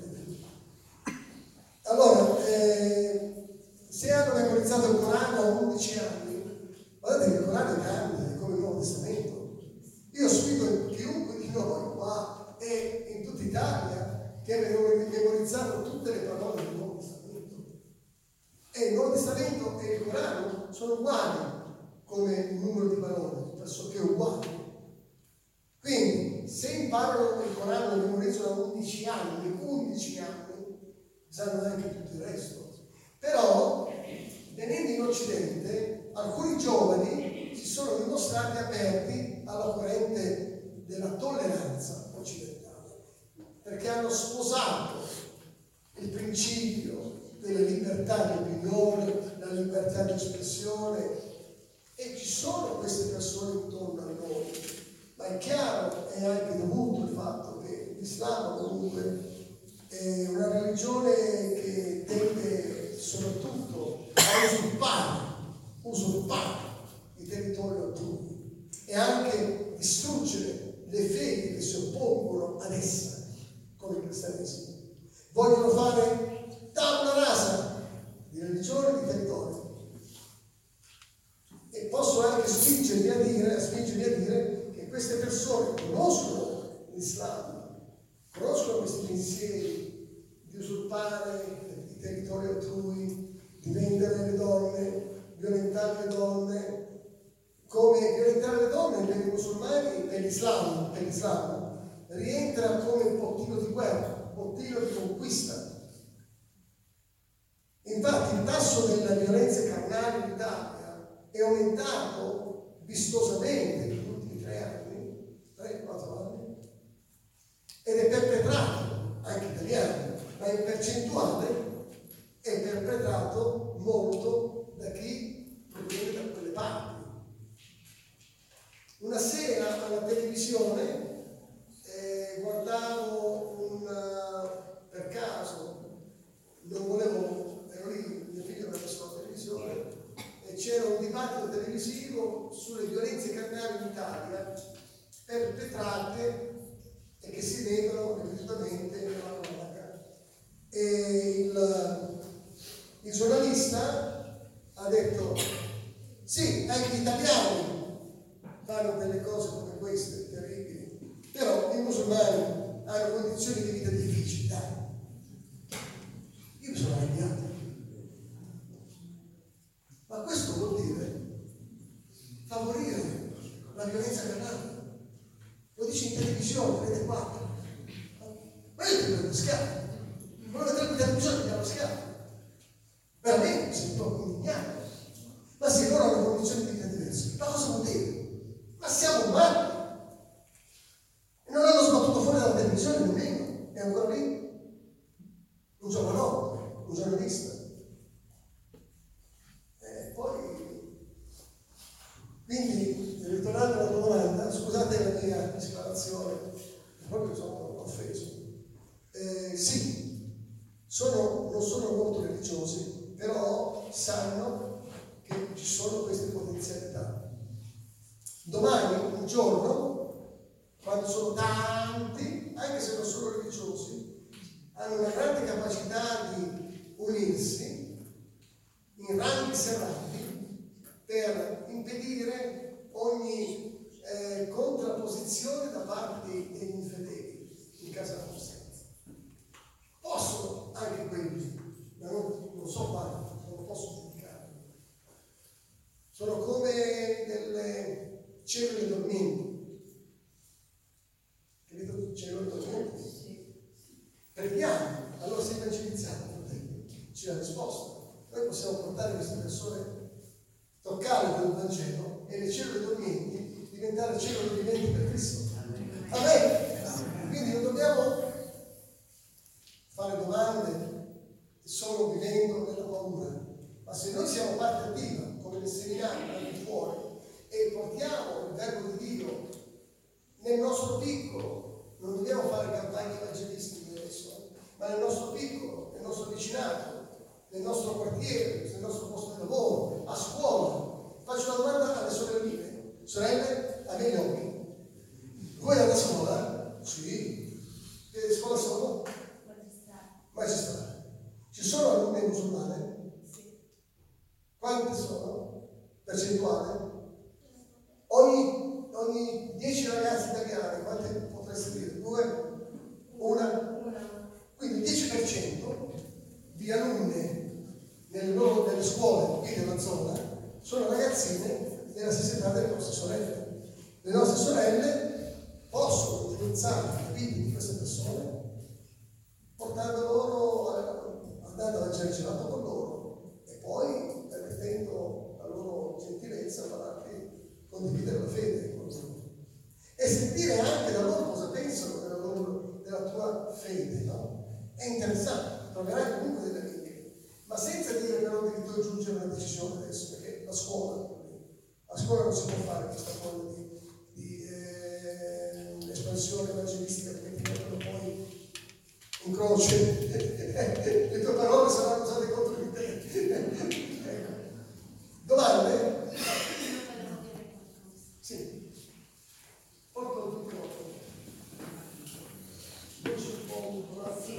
S3: Allora, se hanno memorizzato il Corano a 11 anni, guardate che il Corano è grande, è come il Nuovo Testamento. Io sfido chiunque di noi qua e in tutta Italia che abbia memorizzato tutte le parole del Nuovo Testamento. E il Nuovo Testamento e il Corano sono uguali come numero di parole, pressoché uguali. Quindi, se imparano il Corano e memorizzano a 11 anni, sanno anche tutto il resto. Però, venendo in Occidente, alcuni giovani si sono dimostrati aperti alla corrente della tolleranza occidentale, perché hanno sposato il principio della libertà di opinione, la libertà di espressione, e ci sono queste persone intorno a noi, ma è chiaro, è anche dovuto il fatto che l'Islam comunque è una religione che tende soprattutto a usurpare i territori altrui e anche distruggere le fedi che si oppongono ad essa, come il cristianesimo. Vogliono fare tabula rasa di religione e di territorio. E posso anche spingermi a dire che queste persone conoscono l'Islam, conoscono questi pensieri di usurpare i territori altrui, di vendere le donne, violentare le donne, come violentare le donne per i musulmani, per l'Islam rientra come un bottino di guerra, un bottino di conquista. Infatti il tasso delle violenze carnali in Italia è aumentato vistosamente negli ultimi 3-4 anni, ed è perpetrato anche italiano, ma in percentuale è perpetrato molto da chi proviene da quelle parti. Una sera alla televisione guardavo per caso, non volevo, ero lì, mio figlio aveva messo la televisione e c'era un dibattito televisivo sulle violenze carnali in Italia perpetrate e che si vedono ripetutamente nella cronaca. E il giornalista ha detto: sì, anche gli italiani fanno delle cose come queste, terribili, però i musulmani hanno condizioni di vita difficili. Dai. Io mi sono favorire la violenza carnale. Lo dice in televisione, Rete 4. Ma io ti prendo schiaffo. Non vedremo in televisione ti danno schiaffo. Veramente mi sento indignato. Ma se loro hanno condizioni di vita diverse, ma cosa vuol dire? Ma siamo umani. E non hanno sbattuto fuori dalla televisione nemmeno. È ancora lì. Un giornalista, un giornalista. Quindi, ritornando alla tua domanda, scusate la mia esclamazione, proprio sono offeso. Sì, non sono molto religiosi, però sanno che ci sono queste potenzialità. Domani, un giorno, quando sono tanti, anche se non sono religiosi, hanno una grande capacità di unirsi in ranghi serrati per impedire ogni contrapposizione da parte degli infedeli in casa nostra. Possono anche quelli, ma non so quanti, non posso giudicare. Sono come delle cellule dormienti. Capito? Cellule dormienti? Sì. Preghiamo, allora sei evangelizzato, fratelli. C'è la risposta. Noi possiamo portare queste persone, toccare quel Vangelo e le cellule dormienti diventare cellule viventi per Cristo. Amen. Quindi non dobbiamo fare domande solo vivendo nella paura, ma se noi siamo parte attiva, come nel seminario, anche fuori, e portiamo il verbo di Dio nel nostro piccolo, non dobbiamo fare campagne evangelistiche adesso, ma nel nostro piccolo, nel nostro vicinato, nel nostro quartiere, nel nostro posto di lavoro, a scuola. Faccio una domanda alle sorelline. Sorelle, a me gli occhi. Voi andate a scuola? Sì. Che scuola sono? Magistrale. Ci sono alunne musulmane? Sì. Quante sono? Percentuale? Ogni 10 ragazzi italiani, quante potreste dire? 2? Una? Quindi il 10% di alunne nelle scuole qui della zona sono ragazzine della stessa età delle nostre sorelle. Le nostre sorelle possono utilizzare i figli di queste persone portando loro, andando a evangelizzare con loro e poi permettendo la loro gentilezza a condividere la fede con loro. E sentire anche da loro cosa pensano della tua fede, no? È interessante, troverai comunque delle linee. Ma senza dire però che tu aggiungere una decisione adesso, perché la scuola non si può fare questa cosa di espansione evangelistica, perché ti mettono poi in croce, le tue parole saranno usate contro di te. Ecco. Domande? Sì. Porto il microfono.
S5: Sì.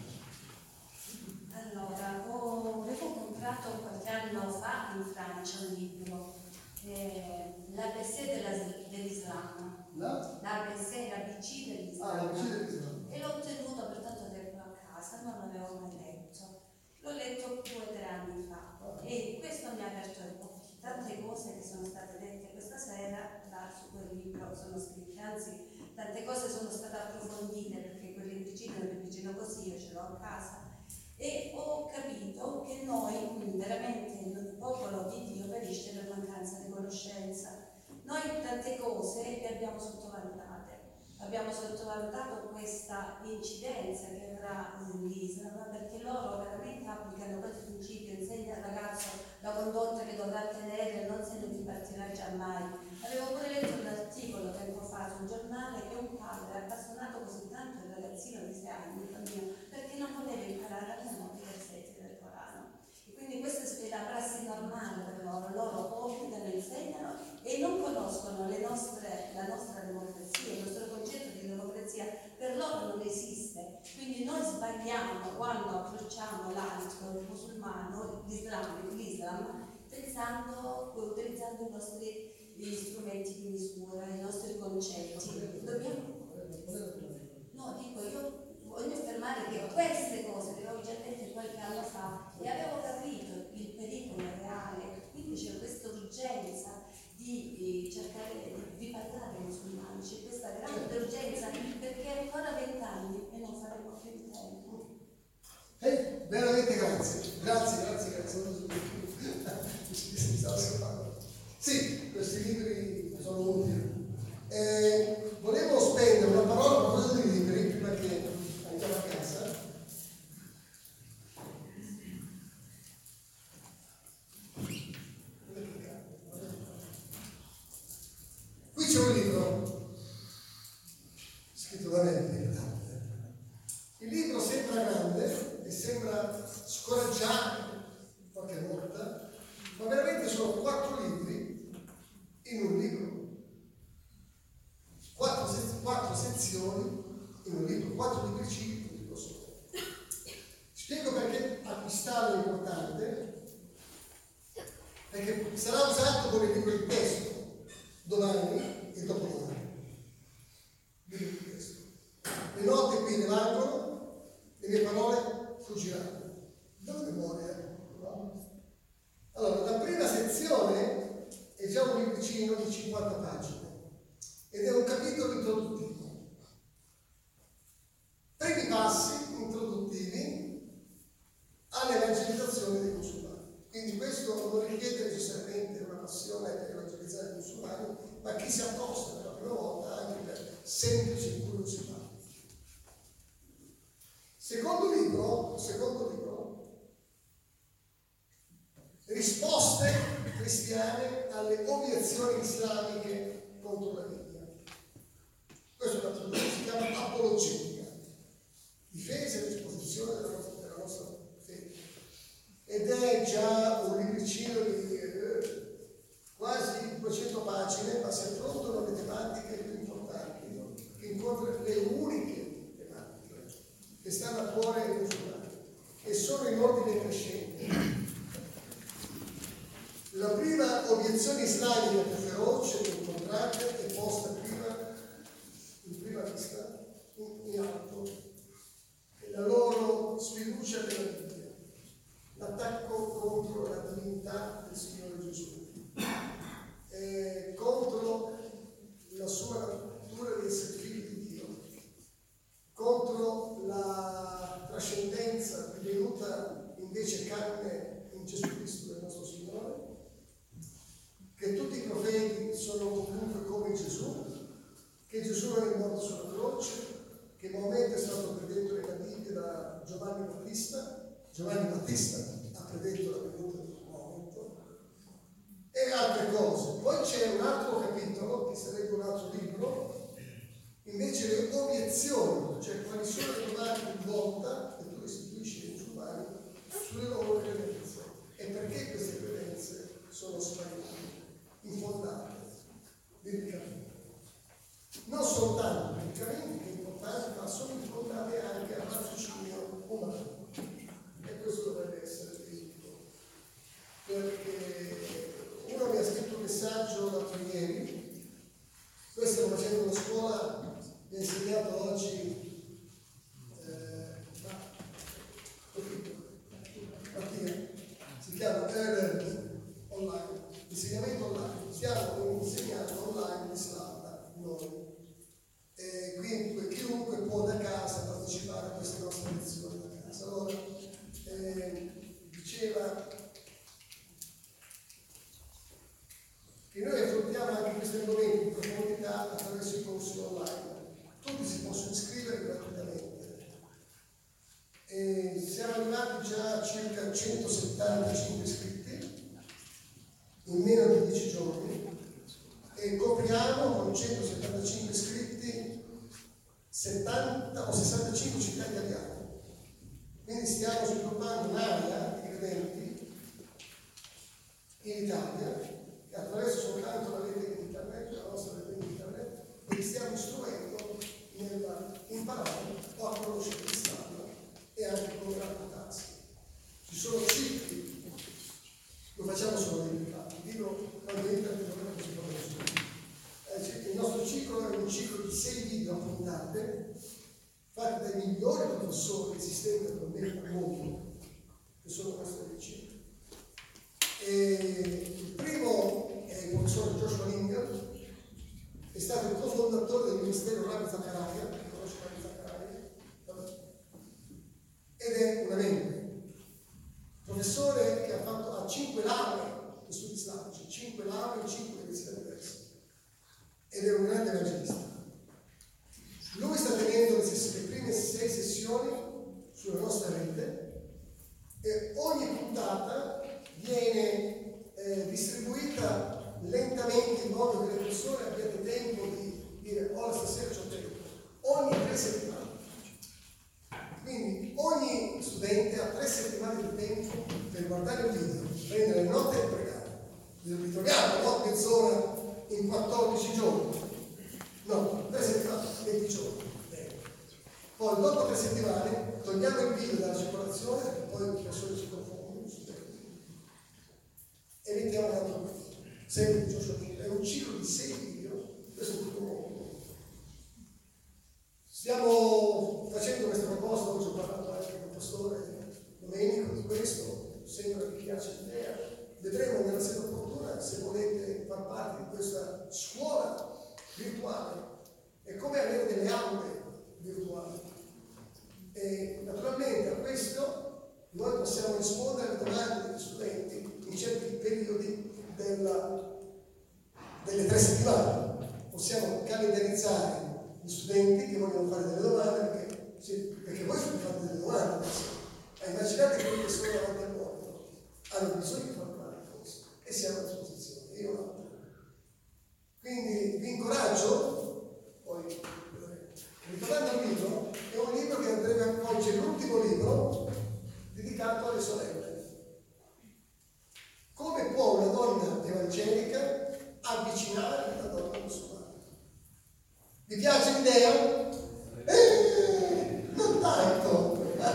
S5: Allora, avevo comprato qualche anno fa in Francia un libro, l'ABC dell'Islam.
S3: No?
S5: L'ABC dell'Islam.
S3: l'ABC dell'Islam.
S5: E l'ho tenuto per tanto tempo a casa, non l'avevo mai letto. L'ho letto 2 o 3 anni fa e questo mi ha aperto un po'. Tante cose che sono state dette questa sera su quel libro sono scritte, anzi tante cose sono state approfondite perché quel libricino così io ce l'ho a casa e ho capito che noi veramente il popolo di Dio perisce per mancanza di conoscenza. Noi tante cose le abbiamo sottovalutate. Abbiamo sottovalutato questa incidenza che avrà l'Islam perché loro veramente applicano quel principio, insegna al ragazzo la condotta che dovrà tenere e non se ne dipartirà già mai. Avevo pure letto un articolo tempo fa sul giornale che un padre ha appassionato così tanto il ragazzino di 6 anni, il bambino, perché non voleva imparare almeno i versetti del Corano. E quindi questa è la prassi normale per loro obbligano, insegnano e non conoscono la nostra democrazia, il nostro concetto di democrazia per loro non esiste. Quindi noi sbagliamo quando approcciamo l'altro, il musulmano, l'Islam, utilizzando i nostri strumenti di misura, i nostri concetti. No, dico, io voglio affermare che queste cose le avevo già dette qualche anno fa e avevo capito il pericolo reale, quindi c'è questa urgenza di
S3: 4 libri in un libro. 4 sezioni in un libro, 4 libricini in un libro solo. Spiego perché acquistarlo è importante, perché sarà usato come libro di testo domani e dopodomani. Libro di testo. Le note qui ne valgono, le mie parole fuggiranno. Non memoria, no? Allora, la prima sezione è già un libricino di 50 pagine ed è un capitolo introduttivo. Primi passi introduttivi all'evangelizzazione dei musulmani. Quindi questo non richiede necessariamente una passione per evangelizzare i musulmani, ma chi si accosta per la prima volta anche per semplice in cui non si parla. Secondo libro, risposte cristiane alle obiezioni islamiche contro la Bibbia. Questo è un altro libro, si chiama Apologetica, difesa e esposizione della nostra fede. Ed è già un libricino di quasi 200 pagine, ma si affrontano le tematiche più importanti, che incontrano le uniche tematiche che stanno a cuore ai musulmani e sono in ordine crescente. La prima obiezione islamica più feroce che incontrate è posta in prima vista, in alto, è la loro sfiducia nella Bibbia, l'attacco contro la divinità del Signore Gesù, contro la sua natura di essere figlio di Dio, contro la trascendenza divenuta invece carne in Gesù Cristo del nostro Signore, che tutti i profeti sono comunque come Gesù, che Gesù non è morto sulla croce, che Maometto è stato predetto nella Bibbia da Giovanni Battista ha predetto la venuta di Maometto, e altre cose. Poi c'è un altro capitolo, che sarebbe un altro libro, invece le obiezioni, cioè quali sono le domande di volta che tu restituisci ai musulmani sulle loro credenze e perché queste credenze sono sbagliate, infondate, biblicamente. Non soltanto biblicamente, che è importante, ma sono infondate anche al raziocinio umano. E questo dovrebbe essere critico. Perché uno mi ha scritto un messaggio l'altro ieri, noi stiamo facendo una scuola, mi ha insegnato oggi si chiama e-learning online, insegnamento online, stiamo insegnando online l'Islam noi. Quindi chiunque può da casa partecipare a queste nostre lezioni da casa. Allora, diceva che noi affrontiamo anche questi argomenti in profondità attraverso i corsi online. Tutti si possono iscrivere gratuitamente. Siamo arrivati già a circa 175 iscritti in meno di 10 giorni e copriamo con 175 iscritti 70 o 65 città italiane. Quindi stiamo sviluppando un'area di credenti in Italia che attraverso soltanto la rete di internet, la nostra rete di internet, li stiamo istruendo nell'imparare o a conoscere l'Islam e anche come rapportarsi. Ci sono cicli, lo facciamo solo nei privati, dico quando internet non è così conosciuto. Il nostro ciclo è un ciclo di 6 video a puntate fatti dai migliori professori esistenti attualmente al mondo, che sono questi licei. Il primo è il professor Joshua Linger, è stato il cofondatore del ministero Ravi Zaccaria, conosce Ravi Zaccaria? Ed è una mente, professore che ha 5 lauree in studi islamici, 5 lauree in 5 università diverse, ed è un grande evangelista. Lui sta tenendo le prime 6 sessioni sulla nostra rete e ogni puntata viene distribuita lentamente in modo che le persone abbiano tempo di dire oh stasera c'ho tempo, ogni 3 settimane. Quindi ogni studente ha 3 settimane di tempo per guardare il video, prendere note e pregare. mezz'ora in 14 giorni. No, 3 settimane, 20 giorni. Poi dopo 3 settimane togliamo il video dalla circolazione, perché poi le persone si confondono, e mettiamo un altro video. Sempre è un ciclo di 6 video, questo è tutto nuovo. Stiamo facendo questa proposta, oggi ho parlato anche con il pastore Domenico di questo, sembra che piace l'idea. Vedremo nella sede opportuna se volete far parte di questa scuola virtuale. È come avere delle aule virtuali. E naturalmente a questo noi possiamo rispondere alle domande degli studenti in certi periodi delle 3 settimane. Possiamo calendarizzare gli studenti che vogliono fare delle domande, perché voi fate delle domande adesso. Immaginate quelli che sono davanti al mondo, hanno bisogno di fare una risposta e siamo a disposizione. Io no. Quindi vi incoraggio, poi ritornando al libro, è un libro che andrebbe a poi, c'è l'ultimo libro dedicato alle sorelle. Come può una donna evangelica avvicinare una donna musulmana? Vi piace l'idea? Non tanto!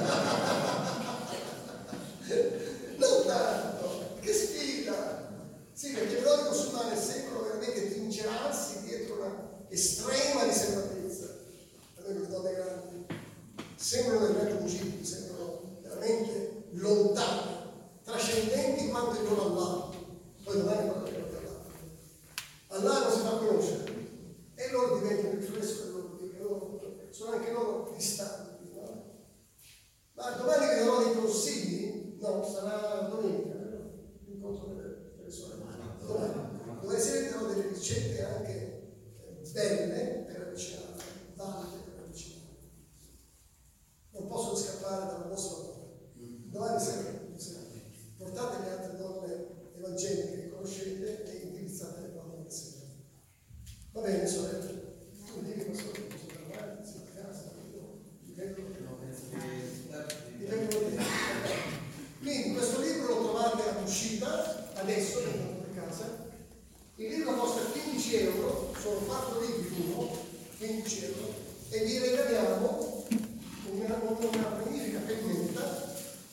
S3: Non tanto! Che sfida! Sì, perché le donne musulmane sembrano veramente trincerarsi dietro una estrema riservatezza. Le donne grandi sembrano dei grandi musulmani, sembrano veramente lontane, trascendenti quanto il loro Allah. Poi domani parleremo di Allah. Allah non si fa conoscere e loro diventano il fresco del loro Dio, sono anche loro distanti, no? Ma domani vi darò dei consigli, no, sarà domenica, l'incontro delle sorelle. Domani sera vi darò delle ricette anche belle per avvicinare, valide per avvicinare. Non possono scappare dalla vostra vita. Domani sera portate le altre donne evangeliche che conoscete e indirizzate le donne insieme. Va bene, sorelle? Tu mi dici cosa posso parlare? Si va a casa? Quindi questo libro lo trovate all'uscita, adesso, nella casa. Il libro costa 15 euro, sono 4 libri in uno, 15 euro, e vi regaliamo una magnifica pennetta,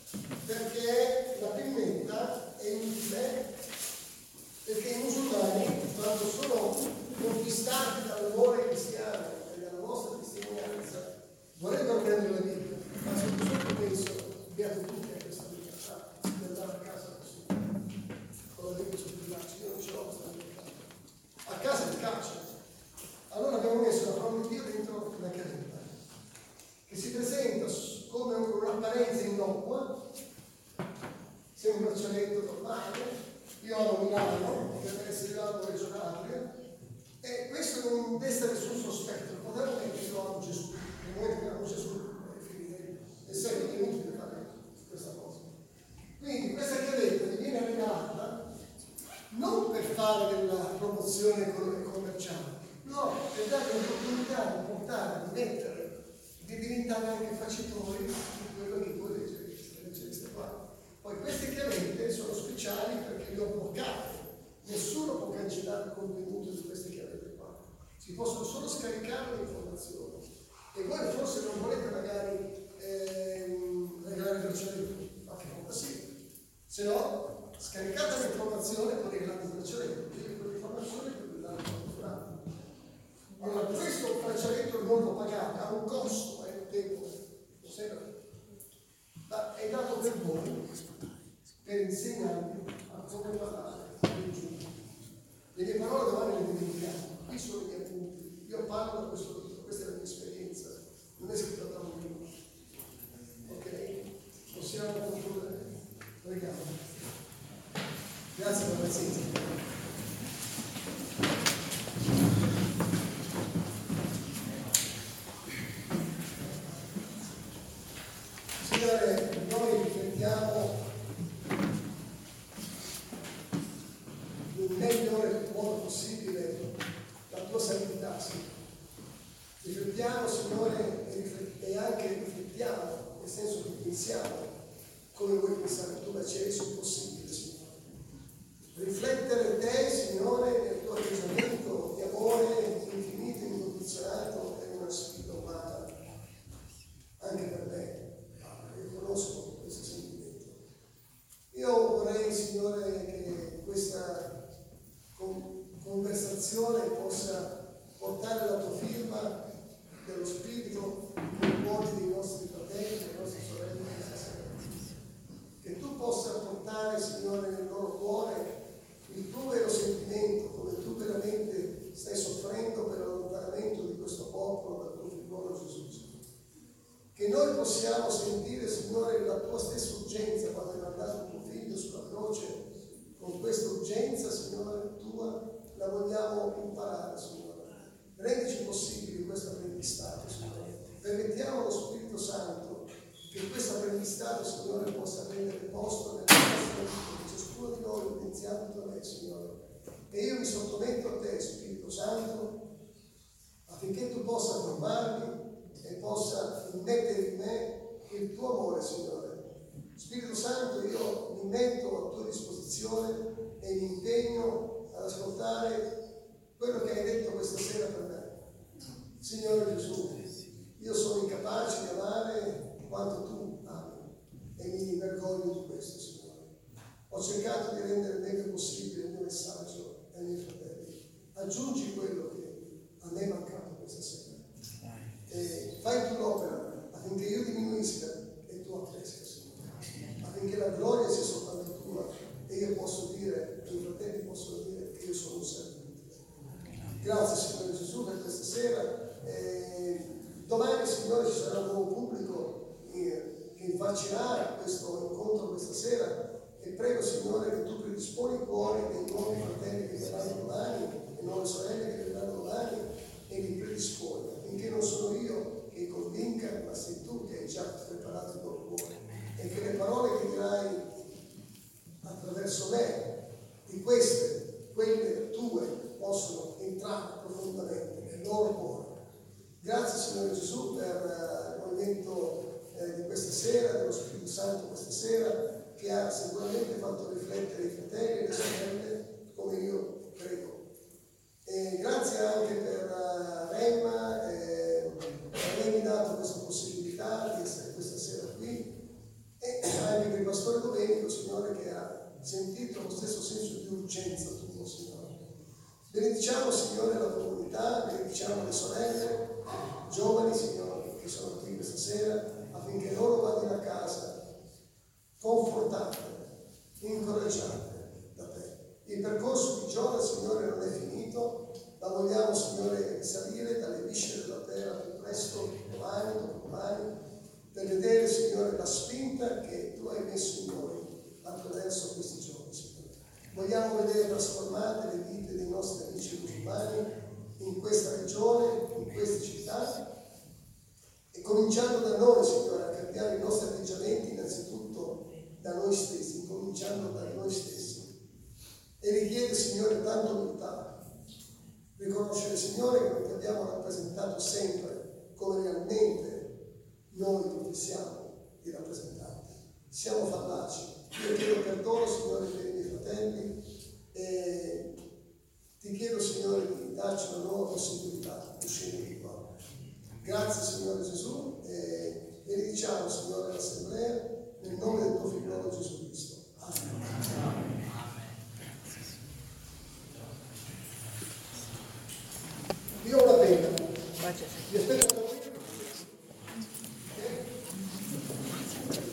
S3: perché la pennetta è utile, perché i musulmani, quando sono conquistati dall'amore cristiano e dalla nostra testimonianza, vorrebbero prendere la Bibbia, ma soprattutto penso, beato tutti a questa libertà di andare a casa così, con la Bibbia sul braccio. Io non ce l'ho questa libertà. A casa di carcere. Allora abbiamo messo la parola di Dio dentro una caretta, che si presenta come un'apparenza innocua, sembra un braccialetto normale. Io amo Milano, deve essere Milano Reggio Calabria, e questo non desta nessun sospetto. Potremmo metterlo a Gesù, che noi teniamo Gesù ai figli e sempre è inutile fare questa cosa. Quindi questa chiavetta vi viene regalata non per fare della promozione commerciale, no, per dare l'opportunità di portare, di mettere, di diventare anche facitori di quello che voi leggereste qua. Poi queste chiavette sono speciali perché le ho bloccate, nessuno può cancellare il contenuto di queste chiavette qua, si possono solo scaricare le informazioni. E voi forse non volete magari regalare il braccialetto, ma che volta sì, se no scaricate l'informazione e poi regalate il braccialetto, quindi quell'informazione per quell'altro programma. Allora questo braccialetto non lo pagate, ha un costo, è un tempo, non sembra, ma è dato per voi, per insegnarvi a come parlare di Gesù. Le mie parole domani le dimentichiamo, qui sono i miei appunti, io parlo da questo libro, questa è la mia esperienza, non è scritto da un libro. Ok? Possiamo concludere? Preghiamo. Grazie per la pazienza. Signore, noi riflettiamo nel migliore modo possibile la tua santità, Signore. Riflettiamo, Signore, e anche riflettiamo, nel senso che pensiamo come vuoi pensare tu, ma ci è reso possibile, Signore. Riflettere te, Signore, nel tuo atteggiamento di amore infinito, incondizionato e una sfida umana, anche per me. Io conosco questo sentimento. Io vorrei, Signore, che questa conversazione possa portare la tua firma dello Spirito nei cuori dei nostri fratelli, delle nostre sorelle questa sera. Che tu possa portare, Signore, nel loro cuore il tuo vero sentimento, come tu veramente stai soffrendo per l'allontanamento di questo popolo dal tuo figliolo Gesù. Che noi possiamo sentire, Signore, la tua stessa urgenza quando hai mandato il tuo figlio sulla croce. Con questa urgenza, Signore, tua, la vogliamo imparare, Signore. Rendici possibile questo apprendistato, Signore. Permettiamo allo Spirito Santo che questo apprendistato, Signore, possa prendere posto nella nostra vita, di ciascuno di noi, iniziando da me, Signore. E io mi sottometto a te, Spirito Santo, affinché tu possa formarmi e possa immettere in me il tuo amore, Signore. Spirito Santo, io mi metto a tua disposizione e mi impegno ad ascoltare quello che hai detto questa sera per me. Signore Gesù, io sono incapace di amare quanto tu ami e mi vergogno di questo, Signore. Ho cercato di rendere il meglio possibile il mio messaggio ai miei fratelli. Aggiungi quello che a me è mancato questa sera. E fai tu l'opera affinché io diminuisca e tu accresca, Signore. Affinché la gloria sia soltanto tua e io posso dire, i miei fratelli possono dire che io sono un servo di te. Grazie, Signore Gesù, per questa sera. Domani, Signore, ci sarà un nuovo pubblico che infarcirà questo incontro questa sera e prego, Signore, che tu predisponi i cuori dei nuovi fratelli che verranno domani e nuove sorelle che verranno domani e li predisponi, affinché non sono io che convinca, ma sei tu che hai già preparato il loro cuore e che le parole che dirai attraverso me, di queste, quelle tue, possono entrare profondamente nel loro cuore. Grazie, Signore Gesù, per il movimento di questa sera, dello Spirito Santo questa sera, che ha sicuramente fatto riflettere i fratelli e le sorelle, come io credo. E grazie anche per Remma, per avermi dato questa possibilità di essere questa sera qui, e anche per il Pastore Domenico, Signore, che ha sentito lo stesso senso di urgenza tuo, Signore. Benediciamo, Signore, la comunità, benediciamo le sorelle, giovani, Signore, che sono qui questa sera, affinché loro vadano a casa confortate, incoraggiate da te. Il percorso di Giona, Signore, non è finito, ma vogliamo, Signore, salire dalle viscere della terra più presto, domani, dopodomani, per vedere, Signore, la spinta che tu hai messo in noi attraverso questi giorni, Signore. Vogliamo vedere trasformate le vite dei nostri amici musulmani in questa regione, in queste città, e cominciando da noi, Signore, a cambiare i nostri atteggiamenti innanzitutto da noi stessi, cominciando da noi stessi. E richiede, Signore, tanta umiltà. Riconoscere, Signore, che non ti abbiamo rappresentato sempre come realmente noi professiamo di rappresentarti. Siamo fallaci. Io chiedo perdono, Signore, per i miei fratelli e ti chiedo, Signore, di darci una nuova possibilità di uscire di qua. Grazie, Signore Gesù, e benediciamo, Signore, l'Assemblea nel nome del tuo figliolo Gesù Cristo. Amen. Io ho una penna. Vi aspetto